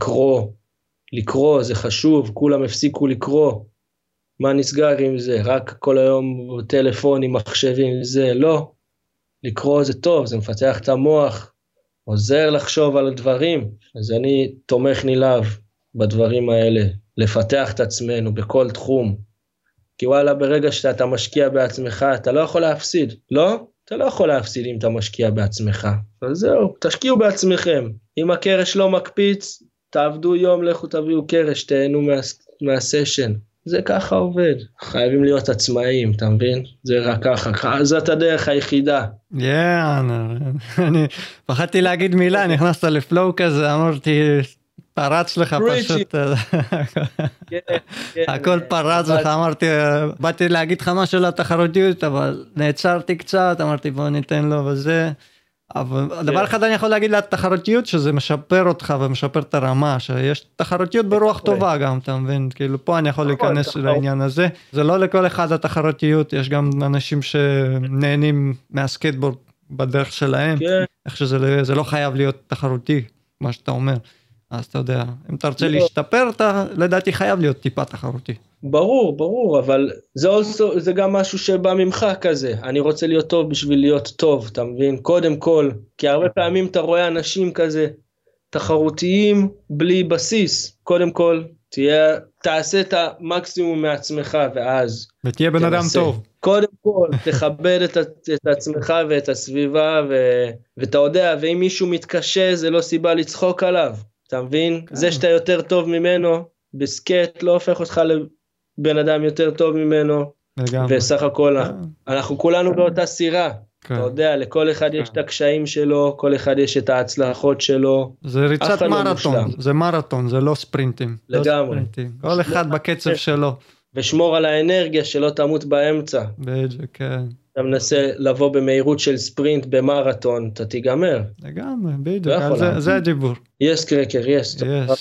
לקרוא זה חשוב, כולם הפסיקו לקרוא, מה נסגר עם זה, רק כל היום טלפון עם מחשבים, זה לא, לקרוא זה טוב, זה מפתח את המוח, עוזר לחשוב על הדברים, אז אני תומך נלהב בדברים האלה, לפתח את עצמנו בכל תחום, כי וואלה ברגע שאתה משקיע בעצמך, אתה לא יכול להפסיד, לא? אתה לא יכול להפסיד אם אתה משקיע בעצמך, אז זהו, תשקיעו בעצמכם, אם הקרש לא מקפיץ, תעבדו יום, לכו תביאו קרש, תהנו מהסשן, זה ככה עובד, חייבים להיות עצמאים, אתה מבין? זה רק ככה, זאת הדרך היחידה. אני פחדתי להגיד מילה, נכנסת לפלואו כזה, אמרתי, פרץ לך פשוט, הכל פרץ לך, אמרתי, באתי להגיד לך משהו לתחרותיות, אבל נעצרתי קצת, אמרתי בוא ניתן לו וזה, אבל הדבר אחד אני יכול להגיד לתחרותיות, שזה משפר אותך ומשפר את הרמה, שיש תחרותיות ברוח טובה גם, אתה מבין, כאילו פה אני יכול להיכנס לעניין הזה, זה לא לכל אחד התחרותיות, יש גם אנשים שנהנים מהסקייטבורד בדרך שלהם, איך שזה לא חייב להיות תחרותי, מה שאתה אומר. אז אתה יודע, אם אתה רוצה להשתפר, אתה לדעתי חייב להיות טיפה תחרותי. ברור, אבל זה גם משהו שבא ממך כזה, אני רוצה להיות טוב בשביל להיות טוב, אתה מבין? קודם כל, כי הרבה פעמים אתה רואה אנשים כזה, תחרותיים בלי בסיס, קודם כל, תעשה את המקסימום מעצמך, ואז ותהיה בן אדם טוב. קודם כל, תכבד את עצמך ואת הסביבה, ואתה יודע, ואם מישהו מתקשה, זה לא סיבה לצחוק עליו. אתה מבין? זה שאתה יותר טוב ממנו, בסקייט לא הופך אותך לבן אדם יותר טוב ממנו, וסך הכל, אנחנו כולנו באותה סירה, אתה יודע, לכל אחד יש את הקשיים שלו, כל אחד יש את ההצלחות שלו. זה ריצת מרתון, זה מרתון, זה לא ספרינטים. לגמרי. כל אחד בקצב שלו. ושמור על האנרגיה שלא תמות באמצע. בדיוק, כן. אתה מנסה לבוא במהירות של ספרינט במרתון, אתה תיגמר. לגמרי, בדיוק, זה הדיבור. יס קרקר, יס.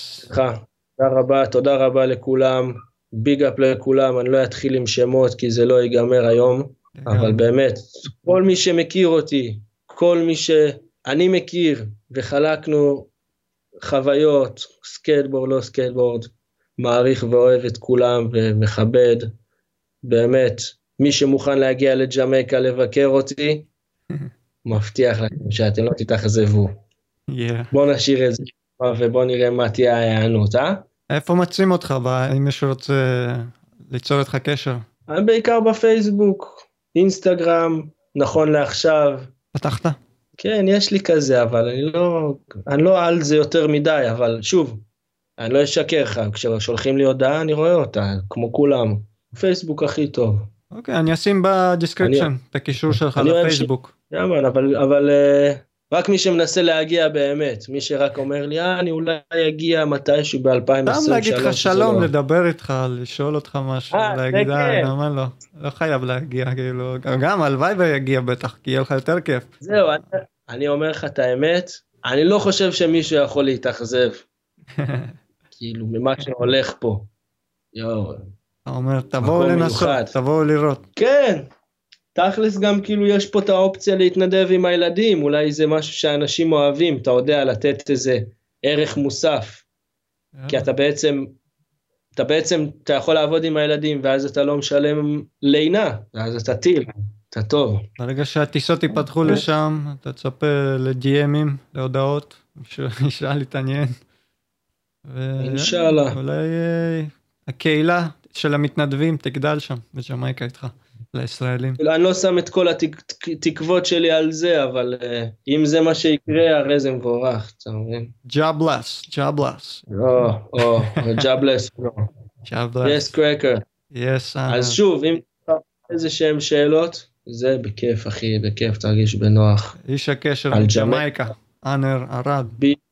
תודה רבה לכולם, ביג אפ לכולם, אני לא אתחיל עם שמות כי זה לא ייגמר היום, אבל באמת, כל מי שמכיר אותי, כל מי שאני מכיר, וחלקנו חוויות, סקייטבורד, לא סקייטבורד, מעריך ואוהב את כולם ומכבד, באמת, מי שמוכן להגיע לג'מייקה לבקר אותי, מבטיח לכם שאתם לא תתאכזבו. בוא נשאיר את זה, ובוא נראה מה תהיה ההיענות, איפה מצאים אותך, אם מישהו רוצה ליצור איתך קשר? בעיקר בפייסבוק, אינסטגרם, נכון לעכשיו. פתחת? כן, יש לי כזה, אבל אני לא על זה יותר מדי, אבל שוב, אני לא אשקר לך, כששולחים לי הודעה אני רואה אותה, כמו כולם. פייסבוק הכי טוב. אוקיי, אני אשים בדיסקריפשן את הקישור שלך לפייסבוק. יאמן, אבל רק מי שמנסה להגיע באמת, מי שרק אומר לי, אני אולי אגיע מתישהו ב-2023. סתם להגיד לך שלום, לדבר איתך, לשאול אותך משהו, להגיד, לא חייב להגיע, כאילו, גם הלוואי ויגיע בטח, כי יהיה לך יותר כיף. זהו, אני אומר לך את האמת, אני לא חושב שמישהו יכול להתאכזב, כאילו, ממה שהולך פה. יואו. אתה אומר, תבואו לנסות, תבואו לראות. כן. תכלס גם כאילו יש פה את האופציה להתנדב עם הילדים, אולי זה משהו שאנשים אוהבים, אתה יודע, לתת איזה ערך מוסף, כי אתה יכול לעבוד עם הילדים, ואז אתה לא משלם לינה, ואז אתה טיל, אתה טוב. ברגע שהטיסות ייפתחו לשם, אתה תצפה ל-DM'ים, להודעות, שאלה להתעניין. אינשאללה. אולי הקהילה של המתנדבים תגדל שם, בג'מייקה איתך. לישראלים. אני לא שם את כל התקוות שלי על זה, אבל אם זה מה שיקרה, הרי זה מבורך, אתה מבין? Jobless. Jobless. Yes, cracker. Yes. אז שוב, אם איזה שהם שאלות, זה בכיף, אחי, בכיף, תרגיש בנוח. איש הקשר מג'מייקה, אנר ארד.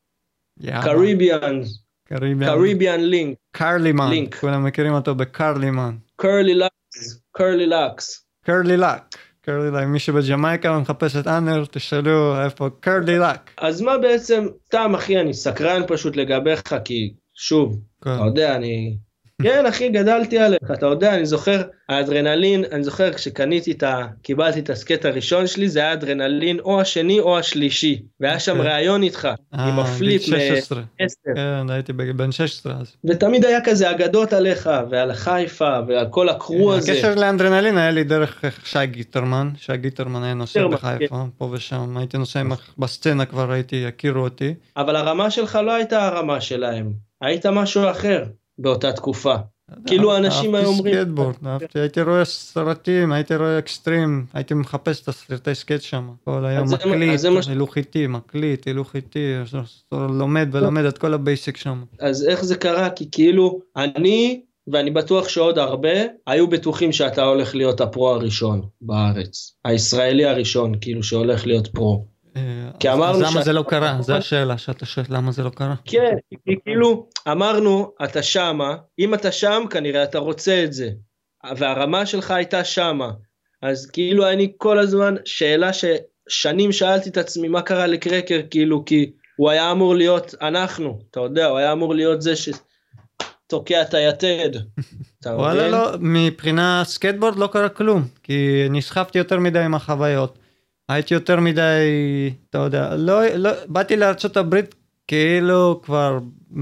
קריביאן לינק. קרלימן, כולם מכירים אותו בקרלימן. קרלי לקס. מי שבג'מייקה מחפש את אנר, תשאלו איפה קרלי לק. אז מה בעצם, סתם אחי, אני סקרן פשוט לגביך, כי שוב, אתה יודע, כן אחי, גדלתי עליך, אתה יודע, אני זוכר, האדרנלין, אני זוכר קיבלתי את הסקט הראשון שלי, זה היה האדרנלין או השני או השלישי, והיה שם ראיון איתך, עם הפליפ מ-10. כן, הייתי בן 16 אז. ותמיד היה כזה אגדות עליך, ועל חיפה, ועל כל הקרו הזה. הקשר לאדרנלין היה לי דרך שי גיטרמן היה נוסע בחיפה, פה ושם, הייתי נוסע בסצנה כבר, הכירו אותי. אבל הרמה שלך לא הייתה הרמה שלהם, היית משהו אחר. באותה תקופה. כאילו האנשים היו אומרים... הייתי רואה סרטים, הייתי רואה אקסטרים, הייתי מחפש את הסרטי סקייט שם. כל היום מקליט, הילוך איטי, לומד את כל הבייסיק שם. אז איך זה קרה? כי כאילו ואני בטוח שעוד הרבה, היו בטוחים שאתה הולך להיות הפרו הראשון בארץ. הישראלי הראשון, כאילו שהולך להיות פרו. אז למה זה לא קרה? זו השאלה שאתה שואל, למה זה לא קרה? כן, כאילו אמרנו, אתה שמה, אם אתה שם כנראה אתה רוצה את זה, והרמה שלך הייתה שמה, אז כאילו אני כל הזמן, שאלה ששנים שאלתי את עצמי, מה קרה לקרקר, כאילו, כי הוא היה אמור להיות, אתה יודע, הוא היה אמור להיות זה שתוקע את היתד. וואלה לא, מבחינה סקייטבורד לא קרה כלום, כי נסחפתי יותר מדי עם החוויות. הייתי יותר מדי, אתה יודע, לא, באתי לארצות הברית כאילו כבר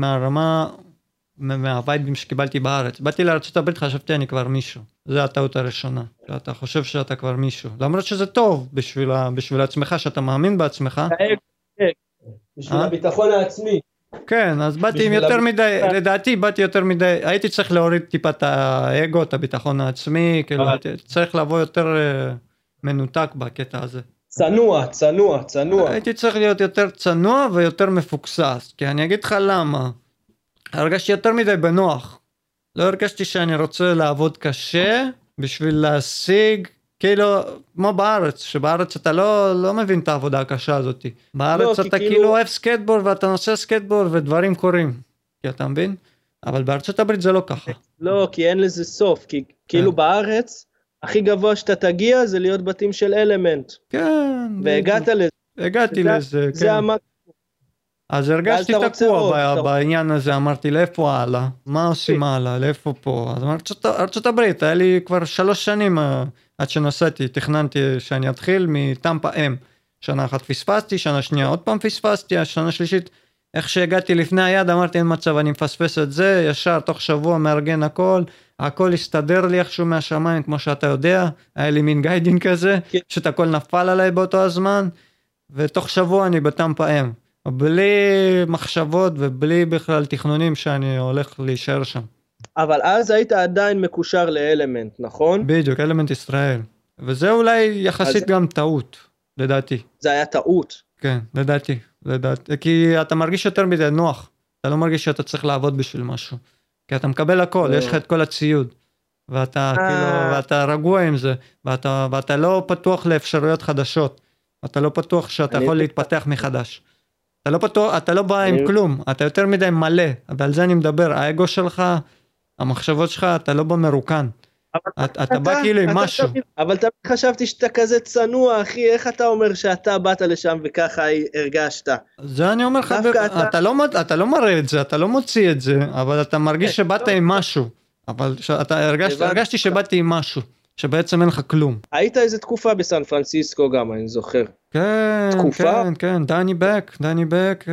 מהווייבים שקיבלתי בארץ. באתי לארצות הברית, חשבתי אני כבר מישהו. זו הטעות הראשונה. אתה חושב שאתה כבר מישהו. למרות שזה טוב בשביל עצמך, שאתה מאמין בעצמך. בשביל הביטחון העצמי. כן, אז באתי עם יותר מדי, לדעתי באתי יותר מדי, הייתי צריך להוריד טיפה את האגו, את הביטחון העצמי, כאילו, צריך לבוא יותר מנותק בקטע הזה. צנוע. הייתי צריך להיות יותר צנוע ויותר מפוקסס, כי אני אגיד לך למה. הרגשתי יותר מדי בנוח. לא הרגשתי שאני רוצה לעבוד קשה בשביל להשיג, כאילו, כמו בארץ, שבארץ אתה לא מבין את העבודה הקשה הזאת. בארץ אתה כאילו אוהב סקייטבורד ואתה נוסע סקייטבורד ודברים קורים. כי אתה מבין? אבל בארצות הברית זה לא ככה. לא, כי אין לזה סוף, כי כאילו בארץ הכי גבוה שאתה תגיע זה להיות בתים של אלמנט. כן. והגעת לזה. הגעתי לזה, כן. זה המקום. אז הרגשתי תקוע בעניין הזה, אמרתי לאיפה הלאה, מה עושים הלאה, לאיפה פה, אז ארצות הברית, היה לי כבר 3 שנים עד שנסעתי, תכננתי שאני אתחיל מטמפה אם, שנה אחת פספסתי, שנה שנייה עוד פעם פספסתי, השנה שלישית, איך שהגעתי לפני היד, אמרתי אין מצב, אני מפספס את זה, ישר תוך שבוע מארגן הכל הסתדר לי איכשהו מהשמיים, כמו שאתה יודע, היה לי מין גיידינג כזה, שאת הכל נפל עליי באותו הזמן, ותוך שבוע אני בטמפה אם, בלי מחשבות ובלי בכלל תכנונים שאני הולך להישאר שם. אבל אז היית עדיין מקושר לאלמנט, נכון? בדיוק, אלמנט ישראל. וזה אולי יחסית גם טעות, לדעתי. זה היה טעות. כן, לדעתי. כי אתה מרגיש יותר מדי נוח. אתה לא מרגיש שאתה צריך לעבוד בשביל משהו. כי אתה מקבל הכל, יש לך את כל הציוד. ואתה רגוע עם זה. ואתה לא פתוח לאפשרויות חדשות. אתה לא פתוח שאתה יכול להתפתח מחדש. אתה לא בא עם כלום. אתה יותר מדי מלא. ועל זה אני מדבר. האגו שלך, המחשבות שלך, אתה לא בא מרוקן. אתה בא כאילו עם משהו. אבל תמיד חשבתי שאתה כזה צנוע, אחי, איך אתה אומר שאתה באת לשם וככה הרגשת? זה אני אומר לך, אתה לא מראה את זה, אתה לא מוציא את זה, אבל אתה מרגיש שבאת עם משהו. אבל הרגשתי שבאתי עם משהו, שבעצם אין לך כלום. היית איזה תקופה בסן פרנסיסקו גם, אני זוכר. כן, דני בק.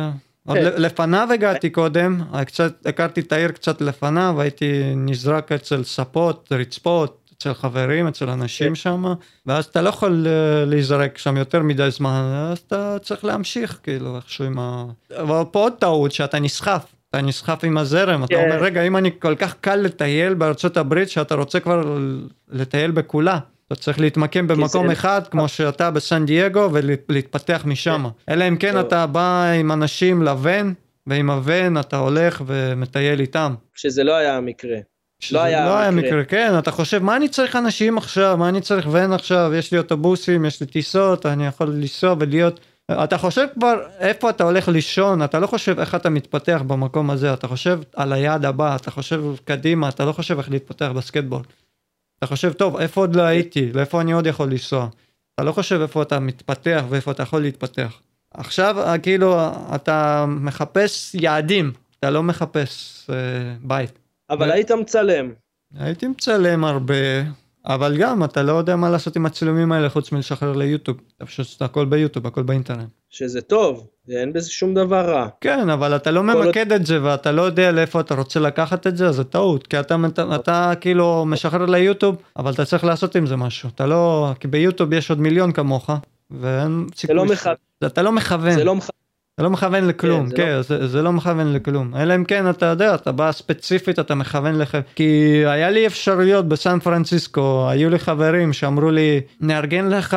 לפניו הגעתי קודם, הכרתי את העיר קצת לפניו, הייתי נזרק אצל ספות, רצפות, אצל חברים, אצל אנשים שם, ואז אתה לא יכול להיזרק שם יותר מדי זמן, אז אתה צריך להמשיך כאילו איכשהו עם אבל פה עוד טעות שאתה נסחף עם הזרם, אתה אומר רגע אם אני כל כך קל לטייל בארצות הברית שאתה רוצה כבר לטייל בכולה, אתה צריך להתמקם במקום אחד, כמו שאתה בסן דייגו, ולהתפתח משם. אלא אם כן אתה בא עם אנשים לבן, ועם הבן אתה הולך ומטייל איתם. שזה לא היה המקרה. לא היה מקרה, כן, אתה חושב, מה אני צריך אנשים עכשיו, מה אני צריך ון עכשיו, יש לי אוטובוסים, יש לי טיסות, אני יכול לנסוע ולהיות... אתה חושב כבר איפה אתה הולך לישון, אתה לא חושב איך אתה מתפתח במקום הזה, אתה חושב על היעד הבא, אתה חושב קדימה, אתה לא חושב איך להתפתח בסקייטבורד. אתה חושב, טוב, איפה עוד לא הייתי? לאיפה אני עוד יכול לנסוע? אתה לא חושב איפה אתה מתפתח ואיפה אתה יכול להתפתח. עכשיו, כאילו, אתה מחפש יעדים, אתה לא מחפש בית. אבל היית מצלם. הייתי מצלם הרבה, אבל גם אתה לא יודע מה לעשות עם הצילומים האלה חוץ מלשחרר ליוטיוב. אתה פשוט הכל ביוטיוב, הכל באינטרנט. שזה טוב, אין בזה שום דבר רע. כן, אבל אתה לא ממקד את זה, ואתה לא יודע לאיפה אתה רוצה לקחת את זה, אז זה טעות, כי אתה כאילו משחרר ליוטיוב, אבל אתה צריך לעשות עם זה משהו. אתה לא, כי ביוטיוב יש עוד מיליון כמוך, ואין סיכוי. אתה לא מכוון. זה לא מכוון לכלום, כן, זה לא מכוון לכלום. אלא אם כן, אתה יודע, אתה בא ספציפית, אתה מכוון לך. כי היה לי אפשרויות בסן פרנסיסקו, היו לי חברים שאמרו לי, נארגן לך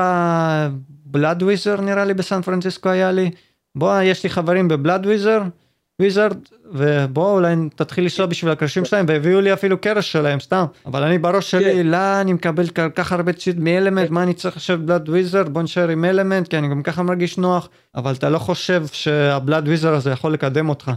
בלאדוויזר, נראה לי בסן פרנסיסקו היה לי. בוא, יש לי חברים בוויזרד, ובוא, אולי תתחיל לנסוע בשביל הקרשים שלהם, והביאו לי אפילו קרש שלהם, סתם. אבל אני בראש שלי, לא, אני מקבל כך הרבה ציוד מאלמנט, מה אני צריך לשבת בלאדוויזרד, בוא נשאר עם אלמנט, כי אני גם ככה מרגיש נוח, אבל אתה לא חושב שהבלאדוויזר הזה יכול לקדם אותך.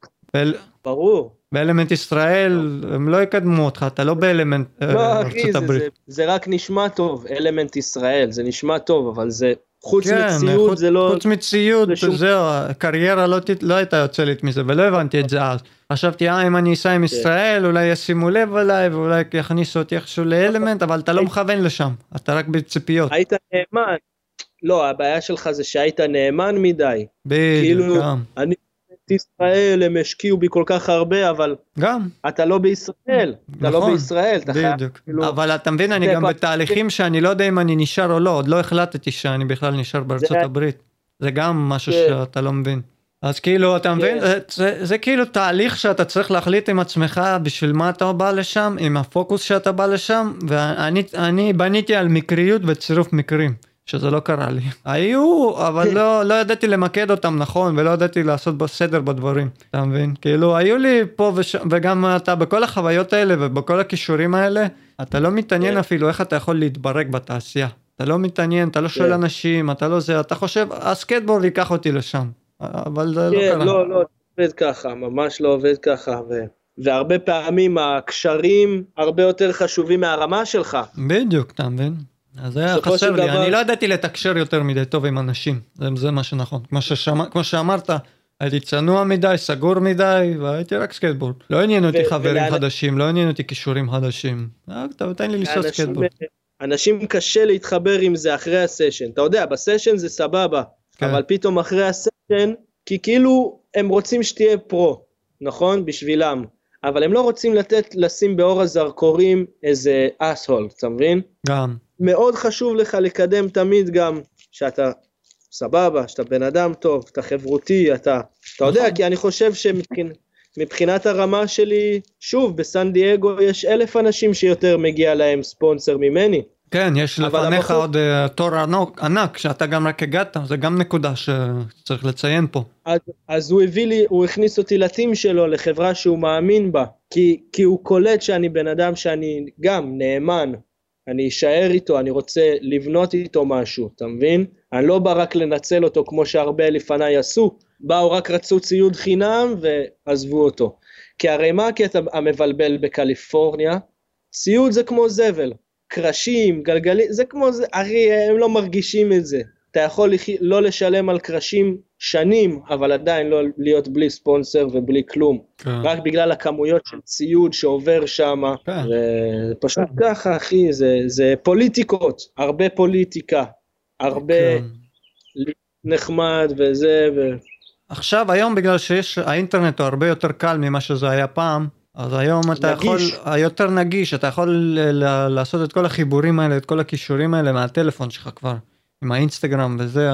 ברור. באלמנט ישראל, הם לא יקדמו אותך, אתה לא באלמנט ארצות הברית. זה רק נשמע טוב, אלמנט ישראל, זה נשמע טוב, אבל זה... חוץ מציוד זה לא... חוץ מציוד, זהו, הקריירה לא הייתה יוצא לי מזה, ולא הבנתי את זה אז. חשבתי, אם אני אסע עם ישראל, אולי ישימו לב עליי, ואולי יכניסו אותי איכשהו לאלמנט, אבל אתה לא מכוון לשם, אתה רק בציפיות. היית נאמן. לא, הבעיה שלך זה שהיית נאמן מדי. בדיוק, גם. אני ישראל, הם השקיעו בי כל כך הרבה, אבל גם אתה לא בישראל, אתה לא בישראל, אתה חייב, אבל אתה מבין, אני גם בתהליכים שאני לא יודע אם אני נשאר או לא, עוד לא החלטתי שאני בכלל נשאר בארצות הברית, זה גם משהו שאתה לא מבין, אז כאילו אתה מבין, זה כאילו תהליך שאתה צריך להחליט עם עצמך בשביל מה אתה בא לשם, עם הפוקוס שאתה בא לשם, ואני בניתי על מקריות וצירוף מקרים, שזה לא קרה לי. היו, אבל לא ידעתי למקד אותם נכון, ולא ידעתי לעשות בסדר בדברים. אתה מבין? כאילו, היו לי פה וגם אתה בכל החוויות האלה, ובכל הכישורים האלה, אתה לא מתעניין אפילו איך אתה יכול להתברג בתעשייה. אתה לא מתעניין, אתה לא שואל אנשים, אתה לא זה, אתה חושב, הסקייטבורד ייקח אותי לשם. אבל זה לא קרה. לא עובד ככה, ממש לא עובד ככה, והרבה פעמים הקשרים הרבה יותר חשובים מהרמה שלך. בדיוק, אתה מבין? אז זה היה חסר לי, אני לא ידעתי לתקשר יותר מדי טוב עם אנשים, זה מה שנכון, כמו שאמרת, הייתי צנוע מדי, סגור מדי, והייתי רק סקייטבורד, לא עניין אותי חברים חדשים, לא עניין אותי כישורים חדשים, תן לי לנסוע סקייטבורד. אנשים קשה להתחבר עם זה אחרי הסשן, אתה יודע, בסשן זה סבבה, אבל פתאום אחרי הסשן, כי כאילו הם רוצים שתהיה פרו, נכון? בשבילם, אבל הם לא רוצים לשים באור הזרקורים איזה אסהול, אתה מבין? גם. מאוד חשוב לך לקדם תמיד גם שאתה סבבה, שאתה בן אדם טוב, אתה חברותי, אתה יודע, כי אני חושב שמבחינת הרמה שלי, שוב, בסן דייגו יש 1,000 אנשים שיותר מגיע להם ספונסר ממני. כן, יש לפניך עוד תור ענק, שאתה גם רק הגעת, זה גם נקודה שצריך לציין פה. אז הוא הכניס אותי לטים שלו, לחברה שהוא מאמין בה, כי הוא קולט שאני בן אדם שאני גם נאמן, אני אשאר איתו, אני רוצה לבנות איתו משהו, אתה מבין? אני לא בא רק לנצל אותו כמו שהרבה לפניי עשו, באו רק רצו ציוד חינם ועזבו אותו. כי הרי מה הקטע המבלבל בקליפורניה? ציוד זה כמו זבל, קרשים, גלגלים, זה כמו זה, הרי הם לא מרגישים את זה. אתה יכול לא לשלם על קרשים שנים, אבל עדיין לא להיות בלי ספונסר ובלי כלום. כן. רק בגלל הכמויות של ציוד שעובר שם, כן. ופשוט ככה, אחי, זה פוליטיקות, הרבה פוליטיקה, הרבה כן. נחמד וזה. עכשיו, היום, בגלל שיש, האינטרנט הוא הרבה יותר קל ממה שזה היה פעם, אז היום אתה יכול, יותר נגיש, אתה יכול לעשות את כל החיבורים האלה, את כל הכישורים האלה מהטלפון שלך כבר. עם האינסטגרם וזה,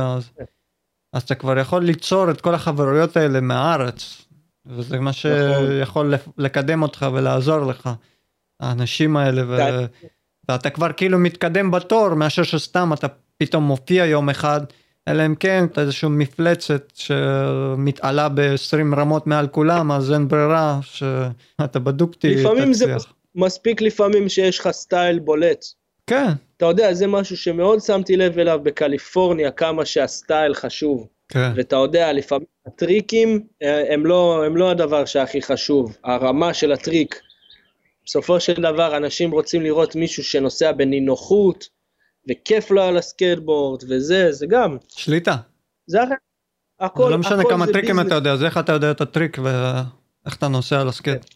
אז אתה כבר יכול ליצור את כל החברויות האלה מהארץ, וזה מה שיכול לקדם אותך ולעזור לך, האנשים האלה, ואתה כבר כאילו מתקדם בתור, מאשר שסתם אתה פתאום מופיע יום אחד, אלא אם כן, אתה איזשהו מפלצת שמתעלה ב-20 רמות מעל כולם, אז אין ברירה שאתה בדוקתי תצליח. לפעמים זה מספיק לפעמים שיש לך סטייל בולט. כן. אתה יודע, זה משהו שמאוד שמתי לב אליו בקליפורניה, כמה שהסטייל חשוב. כן. ואתה יודע, לפעמים הטריקים הם לא הדבר שהכי חשוב. הרמה של הטריק, בסופו של דבר, אנשים רוצים לראות מישהו שנוסע בנינוחות, וכיף לו על הסקייטבורד, וזה, זה גם. שליטה. זה הכל, לא משנה כמה טריקים אתה יודע, זה איך אתה יודע את הטריק, ואיך אתה נוסע על הסקייט.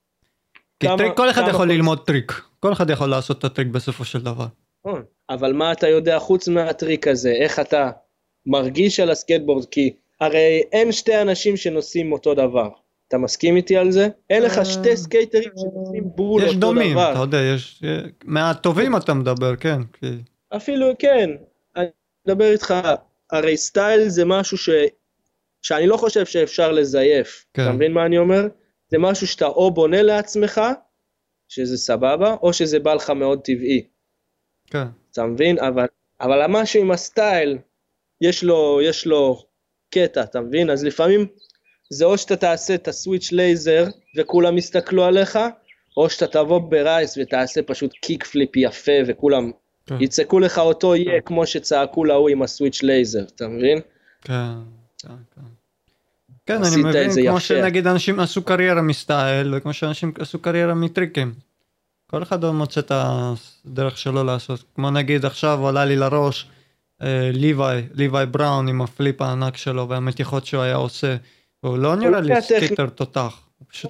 כי טריק, כל אחד יכול ללמוד טריק. כל אחד יכול לעשות את הטריק בסופו של דבר. אבל מה אתה יודע חוץ מהטריק הזה? איך אתה מרגיש על הסקייטבורד? כי הרי אין שתי אנשים שנוסעים אותו דבר. אתה מסכים איתי על זה? אין לך שתי סקייטרים שנוסעים בול אותו דבר. יש דומים, אתה יודע, יש מהטובים אתה מדבר, כן. אפילו כן, אני מדבר איתך, הרי סטייל זה משהו שאני לא חושב שאפשר לזייף. אתה מבין מה אני אומר? זה משהו שאתה או בונה לעצמך, שזה סבבה, או שזה בא לך מאוד טבעי. כן. אתה מבין? אבל המשהו עם הסטייל, יש לו קטע, אתה מבין? אז לפעמים זה או שאתה תעשה את הסוויץ' לייזר, וכולם יסתכלו עליך, או שאתה תבוא ברייס ותעשה פשוט קיק פליפ יפה, וכולם יצעקו לך אותו יהיה כמו שצעקו להוא עם הסוויץ' לייזר, אתה מבין? כן, כן, כן. כן, אני מבין, כמו שנגיד אנשים עשו קריירה מסטייל, וכמו שאנשים עשו קריירה מטריקים. כל אחד מוצא את הדרך שלו לעשות. כמו נגיד עכשיו עולה לי לראש ליווי בראון עם הפליפ הענק שלו והמתיחות שהוא היה עושה. הוא לא נראה לי סקייטר תותח. הוא פשוט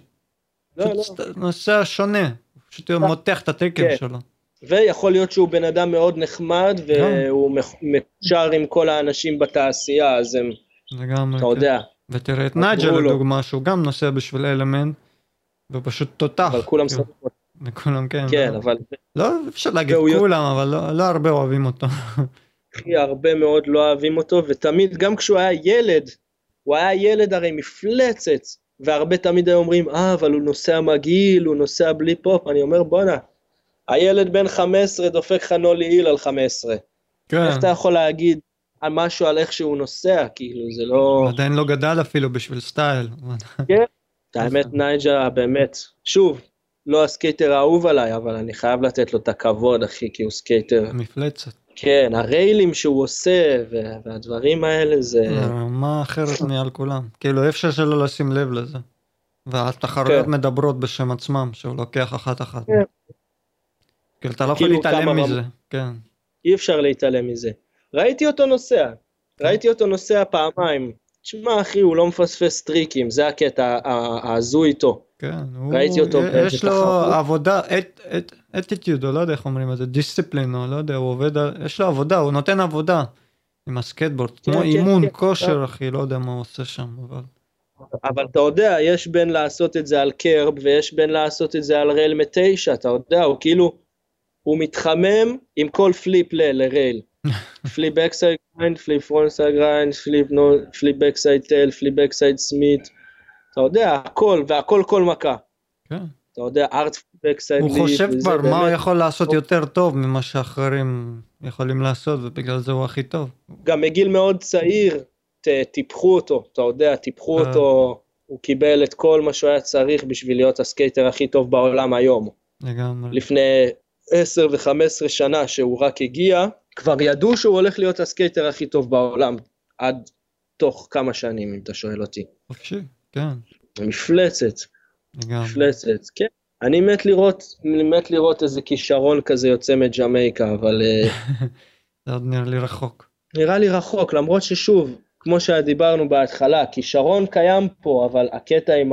נושא שונה. הוא פשוט מותח את הטריקים שלו. ויכול להיות שהוא בן אדם מאוד נחמד, והוא מקושר עם כל האנשים בתעשייה, אז הם, אתה יודע. ותראה את נג'ה לדוגמה, שהוא גם נוסע בשביל אלמנט, ופשוט תותח. אבל כולם סבבה. וכולם כן. כן, אבל... לא אפשר להגיד כולם, אבל לא הרבה אוהבים אותו. הרבה מאוד לא אוהבים אותו, ותמיד, גם כשהוא היה ילד, הוא היה ילד הרי מפלצת, והרבה תמיד היו אומרים, אבל הוא נוסע מגעיל, הוא נוסע בלי פופ, אני אומר, בונה, הילד בן 15 דופק חנול לעיל על 15. כן. איך אתה יכול להגיד על משהו על איך שהוא נוסע, כאילו זה לא... עדיין לא גדל אפילו בשביל סטייל. כן, האמת נייג'ה באמת, שוב, לא הסקייטר האהוב עליי, אבל אני חייב לתת לו את הכבוד, אחי, כי הוא סקייטר. מפלצת. כן, הריילים שהוא עושה, והדברים האלה זה... מה אחרת מעל כולם? כאילו, אפשר שלא לשים לב לזה. והתחרויות מדברות בשם עצמם, שהוא לוקח אחת. כאילו, אתה לא יכול להתעלם מזה. כן. אי אפשר להתעלם מזה. ראיתי אותו נוסע פעמיים. תשמע, אחי, הוא לא מפספס טריקים, זה הקטע הזוי איתו. כן, ראיתי אותו יש לו עבודה, אטיטיוד, או לא יודע איך אומרים את זה, דיסציפלין, או לא יודע, הוא עובד, יש לו עבודה, הוא נותן עבודה עם הסקייטבורד, כמו אימון, כושר, אחי, לא יודע מה הוא עושה שם, אבל אתה יודע, יש בין לעשות את זה על קרב, ויש בין לעשות את זה על רייל מ9, אתה יודע, הוא כאילו, הוא מתחמם עם כל פליפ לרייל, פליפ בקסייד גריינד, פליפ פרונטסייד גריינד, פליפ בקסייד טל, פליפ בקסייד סמית, אתה יודע, הכל, והכל כל מכה. כן. אתה יודע, ארט בקסייד ליף. הוא חושב כבר מה הוא יכול לעשות יותר טוב ממה שאחרים יכולים לעשות, ובגלל זה הוא הכי טוב. גם מגיל מאוד צעיר, טיפחו אותו, אתה יודע, טיפחו אותו, הוא קיבל את כל מה שהוא היה צריך בשביל להיות הסקייטר הכי טוב בעולם היום. לגמרי. לפני 10 ו-15 שנה שהוא רק הגיע, כבר ידעו שהוא הולך להיות הסקייטר הכי טוב בעולם, עד תוך כמה שנים, אם אתה שואל אותי. חופשי, כן. מפלצת. לגמרי. מפלצת, כן. אני מת לראות איזה כישרון כזה יוצא מג'מייקה, אבל... זה עוד נראה לי רחוק. נראה לי רחוק, למרות ששוב, כמו שדיברנו בהתחלה, כישרון קיים פה, אבל הקטע עם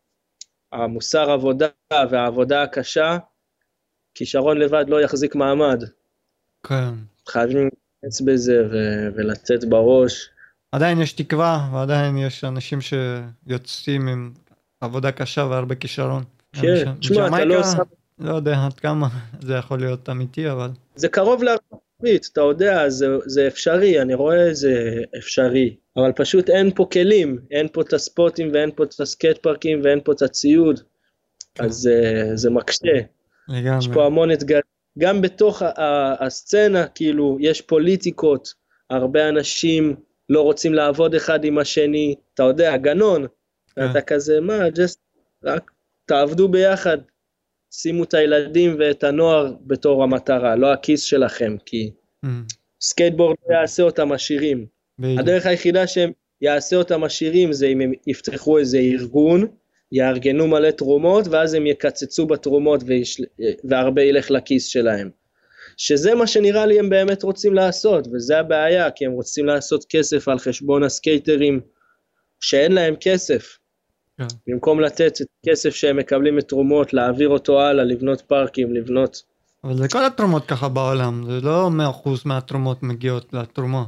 המוסר עבודה והעבודה הקשה, כישרון לבד לא יחזיק מעמד. כן. חייבים לצאת בזה ולצאת בראש. עדיין יש תקווה, ועדיין יש אנשים שיוצאים עם עבודה קשה והרבה כישרון. כן, תשמע, אתה לא עושה... לא יודע עד כמה זה יכול להיות אמיתי, אבל... זה קרוב להרפית, אתה יודע, זה אפשרי, אני רואה זה אפשרי, אבל פשוט אין פה כלים, אין פה את הספוטים ואין פה את הסקייט פארקים ואין פה את הציוד, אז זה מקשה. לגמרי. יש פה המון אתגר, גם בתוך הסצנה, כאילו, יש פוליטיקות, הרבה אנשים לא רוצים לעבוד אחד עם השני, אתה יודע, גנון, ואתה כזה, מה, רק תעבדו ביחד, שימו את הילדים ואת הנוער בתור המטרה, לא הכיס שלכם, כי סקייטבורד יעשה אותם עשירים. הדרך היחידה שהם יעשה אותם עשירים, זה אם הם יפתחו איזה ארגון, יארגנו מלא תרומות, ואז הם יקצצו בתרומות, והרבה ילך לכיס שלהם. שזה מה שנראה לי הם באמת רוצים לעשות, וזה הבעיה, כי הם רוצים לעשות כסף על חשבון הסקייטרים, שאין להם כסף. במקום לתת את כסף שהם מקבלים את תרומות, להעביר אותו הלאה, לבנות פארקים, לבנות... אבל זה כל התרומות ככה בעולם, זה לא 100% מהתרומות מגיעות לתרומה.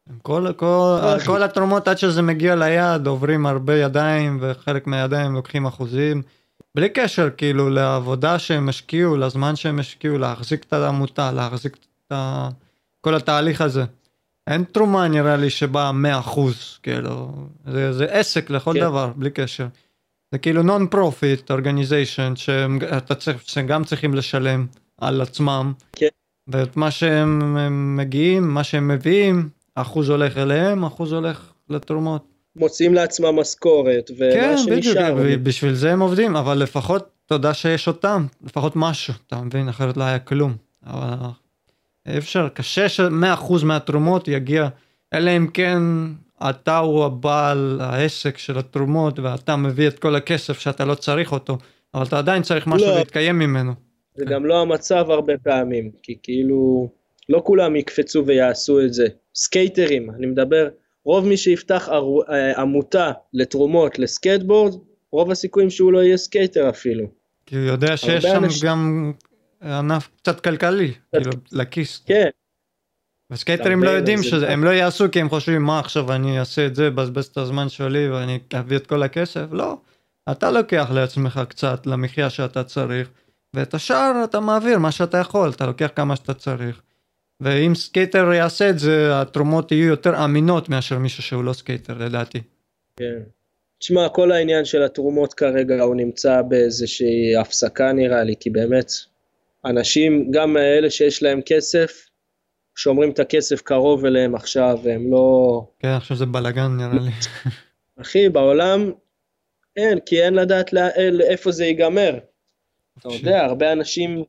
כל התרומות עד שזה מגיע ליד, עוברים הרבה ידיים, וחלק מהידיים לוקחים אחוזים, בלי קשר כאילו לעבודה שהם השקיעו, לזמן שהם השקיעו, להחזיק את העמותה, להחזיק את כל התהליך הזה. אין תרומה נראה לי שבאה 100%, כאילו, זה עסק לכל דבר, בלי קשר. זה כאילו non-profit organization, שגם צריכים לשלם על עצמם, ואת מה שהם מגיעים, מה שהם מביאים, אחוז הולך אליהם, אחוז הולך לתרומות. מוצאים לעצמם משכורת, ומה שנשאר. כן, בשביל זה הם עובדים, אבל לפחות תודה שיש אותם, לפחות משהו, אתה מבין, אחרת לא היה כלום. אבל... אפשר, קשה ש100% מהתרומות יגיע, אלא אם כן אתה הוא הבעל העסק של התרומות, ואתה מביא את כל הכסף שאתה לא צריך אותו, אבל אתה עדיין צריך משהו להתקיים ממנו. זה גם לא המצב הרבה פעמים, כי כאילו לא כולם יקפצו ויעשו את זה. סקייטרים, אני מדבר, רוב מי שיפתח עמותה לתרומות לסקייטבורד, רוב הסיכויים שהוא לא יהיה סקייטר אפילו. כי הוא יודע שיש שם גם... ענף קצת כלכלי, כאילו, לכיס. כן. וסקייטרים לא יודעים שהם לא יעשו, כי הם חושבים, מה עכשיו אני אעשה את זה, בזבז את הזמן שלי, ואני אביא את כל הכסף? לא. אתה לוקח לעצמך קצת למחיה שאתה צריך, ואת השאר אתה מעביר מה שאתה יכול, אתה לוקח כמה שאתה צריך. ואם סקייטר יעשה את זה, התרומות יהיו יותר אמינות מאשר מישהו שהוא לא סקייטר, לדעתי. כן. תשמע, כל העניין של התרומות כרגע, הוא נמצא באיזושהי הפסקה נראה לי, כי באמת... אנשים, גם אלה שיש להם כסף, שומרים את הכסף קרוב אליהם עכשיו, והם לא... כן, עכשיו זה בלגן נראה לי. אחי, בעולם אין, כי אין לדעת איפה זה ייגמר. אתה יודע, הרבה אנשים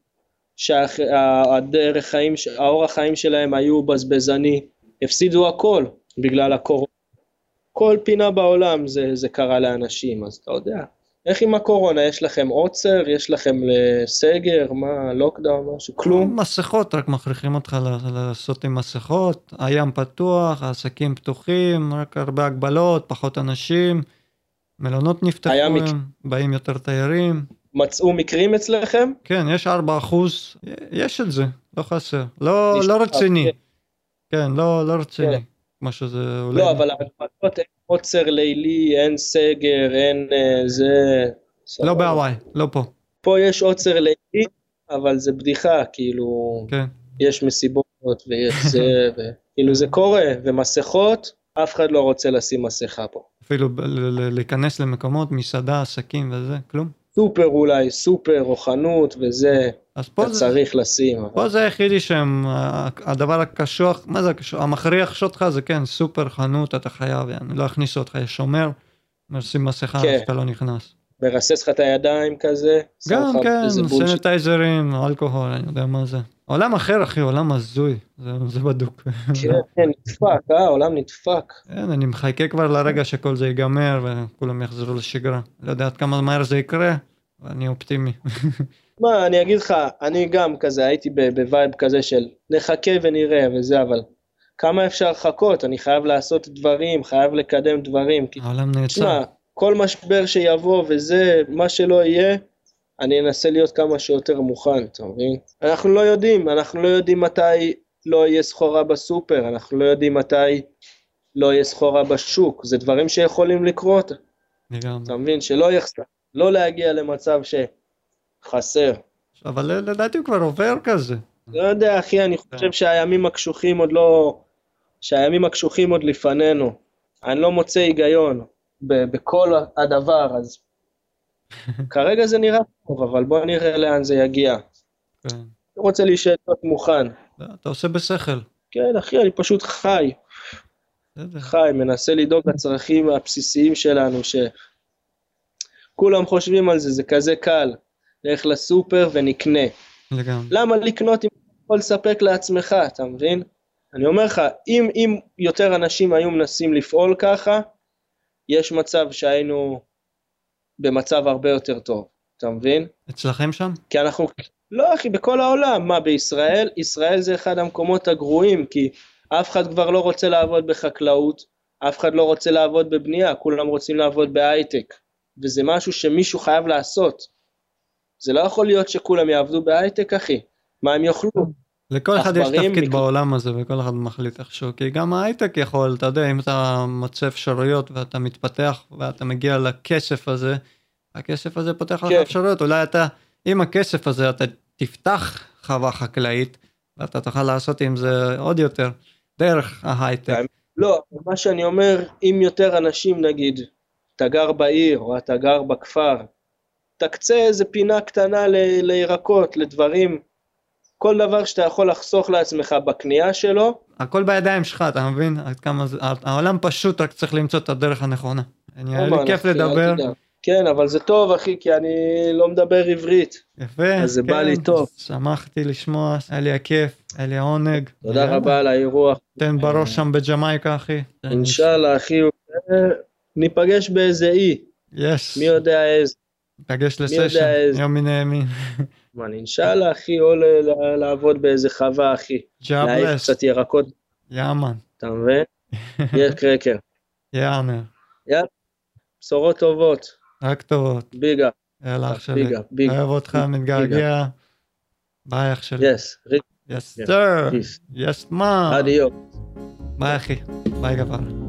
שהאורח חיים שלהם היו בזבזני, הפסידו הכל בגלל הקורונה. כל פינה בעולם זה קרה לאנשים, אז אתה יודע. איך עם הקורונה? יש לכם עוצר? יש לכם סגר? מה? לוקדאון? משהו? כלום? מסכות, רק מכריחים אותך לעשות עם מסכות, הים פתוח, העסקים פתוחים, רק הרבה הגבלות, פחות אנשים, מלונות נפתחו, באים יותר תיירים. מצאו מקרים אצלכם? כן, יש 4%, יש את זה, לא חסר, לא רציני. כן, לא רציני, כמו שזה אולי. לא, אבל ההגבלות אין עוצר לילי, אין סגר, אין זה... לא בהוואי, לא פה. פה יש עוצר לילי, אבל זה בדיחה, כאילו... כן. יש מסיבות ויש זה, כאילו זה קורה, ומסכות, אף אחד לא רוצה לשים מסכה פה. אפילו להיכנס למקומות, מסעדה, עסקים וזה, כלום? סופר אולי, סופר או חנות וזה, אתה צריך לשים. פה זה היחידי שהם, הדבר הקשוח, מה זה הקשוח? המכריח שלך זה כן, סופר, חנות, אתה חייב, אני לא אכניס אותך, יש שומר, נשים מסכה, שאתה לא נכנס. מרסס לך את הידיים כזה. גם כן, סניטייזרים, אלכוהול, אני יודע מה זה. עולם אחר אחי, עולם הזוי, זה בדוק. כן, נדפק, עולם נדפק. כן, אני מחכה כבר לרגע שכל זה ייגמר וכולם יחזרו לשגרה. לא יודע עד כמה מהר זה יקרה, ואני אופטימי. מה, אני אגיד לך, אני גם כזה, הייתי בווייב כזה של נחכה ונראה וזה, אבל כמה אפשר לחכות? אני חייב לעשות דברים, חייב לקדם דברים. העולם נעצר. תשמע, כל משבר שיבוא וזה, מה שלא יהיה, אני אנסה להיות כמה שיותר מוכן, אתה מבין? אנחנו לא יודעים מתי לא יהיה סחורה בסופר, אנחנו לא יודעים מתי לא יהיה סחורה בשוק, זה דברים שיכולים לקרות. אתה מבין? שלא יחסר, לא להגיע למצב שחסר. אבל לדעתי הוא כבר עובר כזה. לא יודע אחי, אני חושב שהימים הקשוחים עוד לפנינו. אני לא מוצא היגיון בכל הדבר, אז כרגע זה נראה טוב, אבל בוא נראה לאן זה יגיע. אני רוצה להישאר מוכן. אתה עושה בשכל. כן, אחי, אני פשוט חי, מנסה לדאוג לצרכים הבסיסיים שלנו, שכולם חושבים על זה, זה כזה קל, לך לסופר ונקנה. למה לקנות אם אתה יכול לספק לעצמך, אתה מבין? אני אומר לך, אם יותר אנשים היו מנסים לפעול ככה, יש מצב שהיינו במצב הרבה יותר טוב, אתה מבין? אצלכם שם? כי אנחנו, לא אחי, בכל העולם, מה בישראל? ישראל זה אחד המקומות הגרועים, כי אף אחד כבר לא רוצה לעבוד בחקלאות, אף אחד לא רוצה לעבוד בבנייה, כולם רוצים לעבוד בהייטק, וזה משהו שמישהו חייב לעשות. זה לא יכול להיות שכולם יעבדו בהייטק, אחי. מה הם יאכלו? לכל אחד יש תפקיד בעולם הזה, וכל אחד מחליט איכשהו, כי גם ההייטק יכול, אתה יודע, אם אתה מוצא אפשרויות, ואתה מתפתח, ואתה מגיע לכסף הזה, הכסף הזה פותח לך אפשרויות, אולי אתה, עם הכסף הזה, אתה תפתח חווה חקלאית, ואתה תוכל לעשות עם זה עוד יותר, דרך ההייטק. לא, מה שאני אומר, אם יותר אנשים נגיד, אתה גר בעיר, או אתה גר בכפר, תקצה איזה פינה קטנה לירקות, לדברים, כל דבר שאתה יכול לחסוך לעצמך בקנייה שלו. הכל בידיים שלך, אתה מבין? העולם פשוט, רק צריך למצוא את הדרך הנכונה. היה לי כיף לדבר. כן, אבל זה טוב אחי, כי אני לא מדבר עברית. יפה, אז זה בא לי טוב. שמחתי לשמוע, היה לי הכיף, היה לי העונג. תודה רבה על האירוח. תן בראש שם בג'מייקה אחי. אינשאללה אחי, ניפגש באיזה אי. יש. מי יודע איזה. ניפגש לסשן, יום מן הימים. אינשאללה אחי, או לעבוד באיזה חווה אחי. להעיף קצת ירקות. יאמן. אתה מבין? יהיה קרקר. יאמר. יאללה. בשורות טובות. רק טובות. ביגה. יאללה אח שלי. אוהב אותך, מתגעגע. ביי אח שלי. Yes. Yes sir. Yes man. אדיו. ביי אחי. ביי גבר.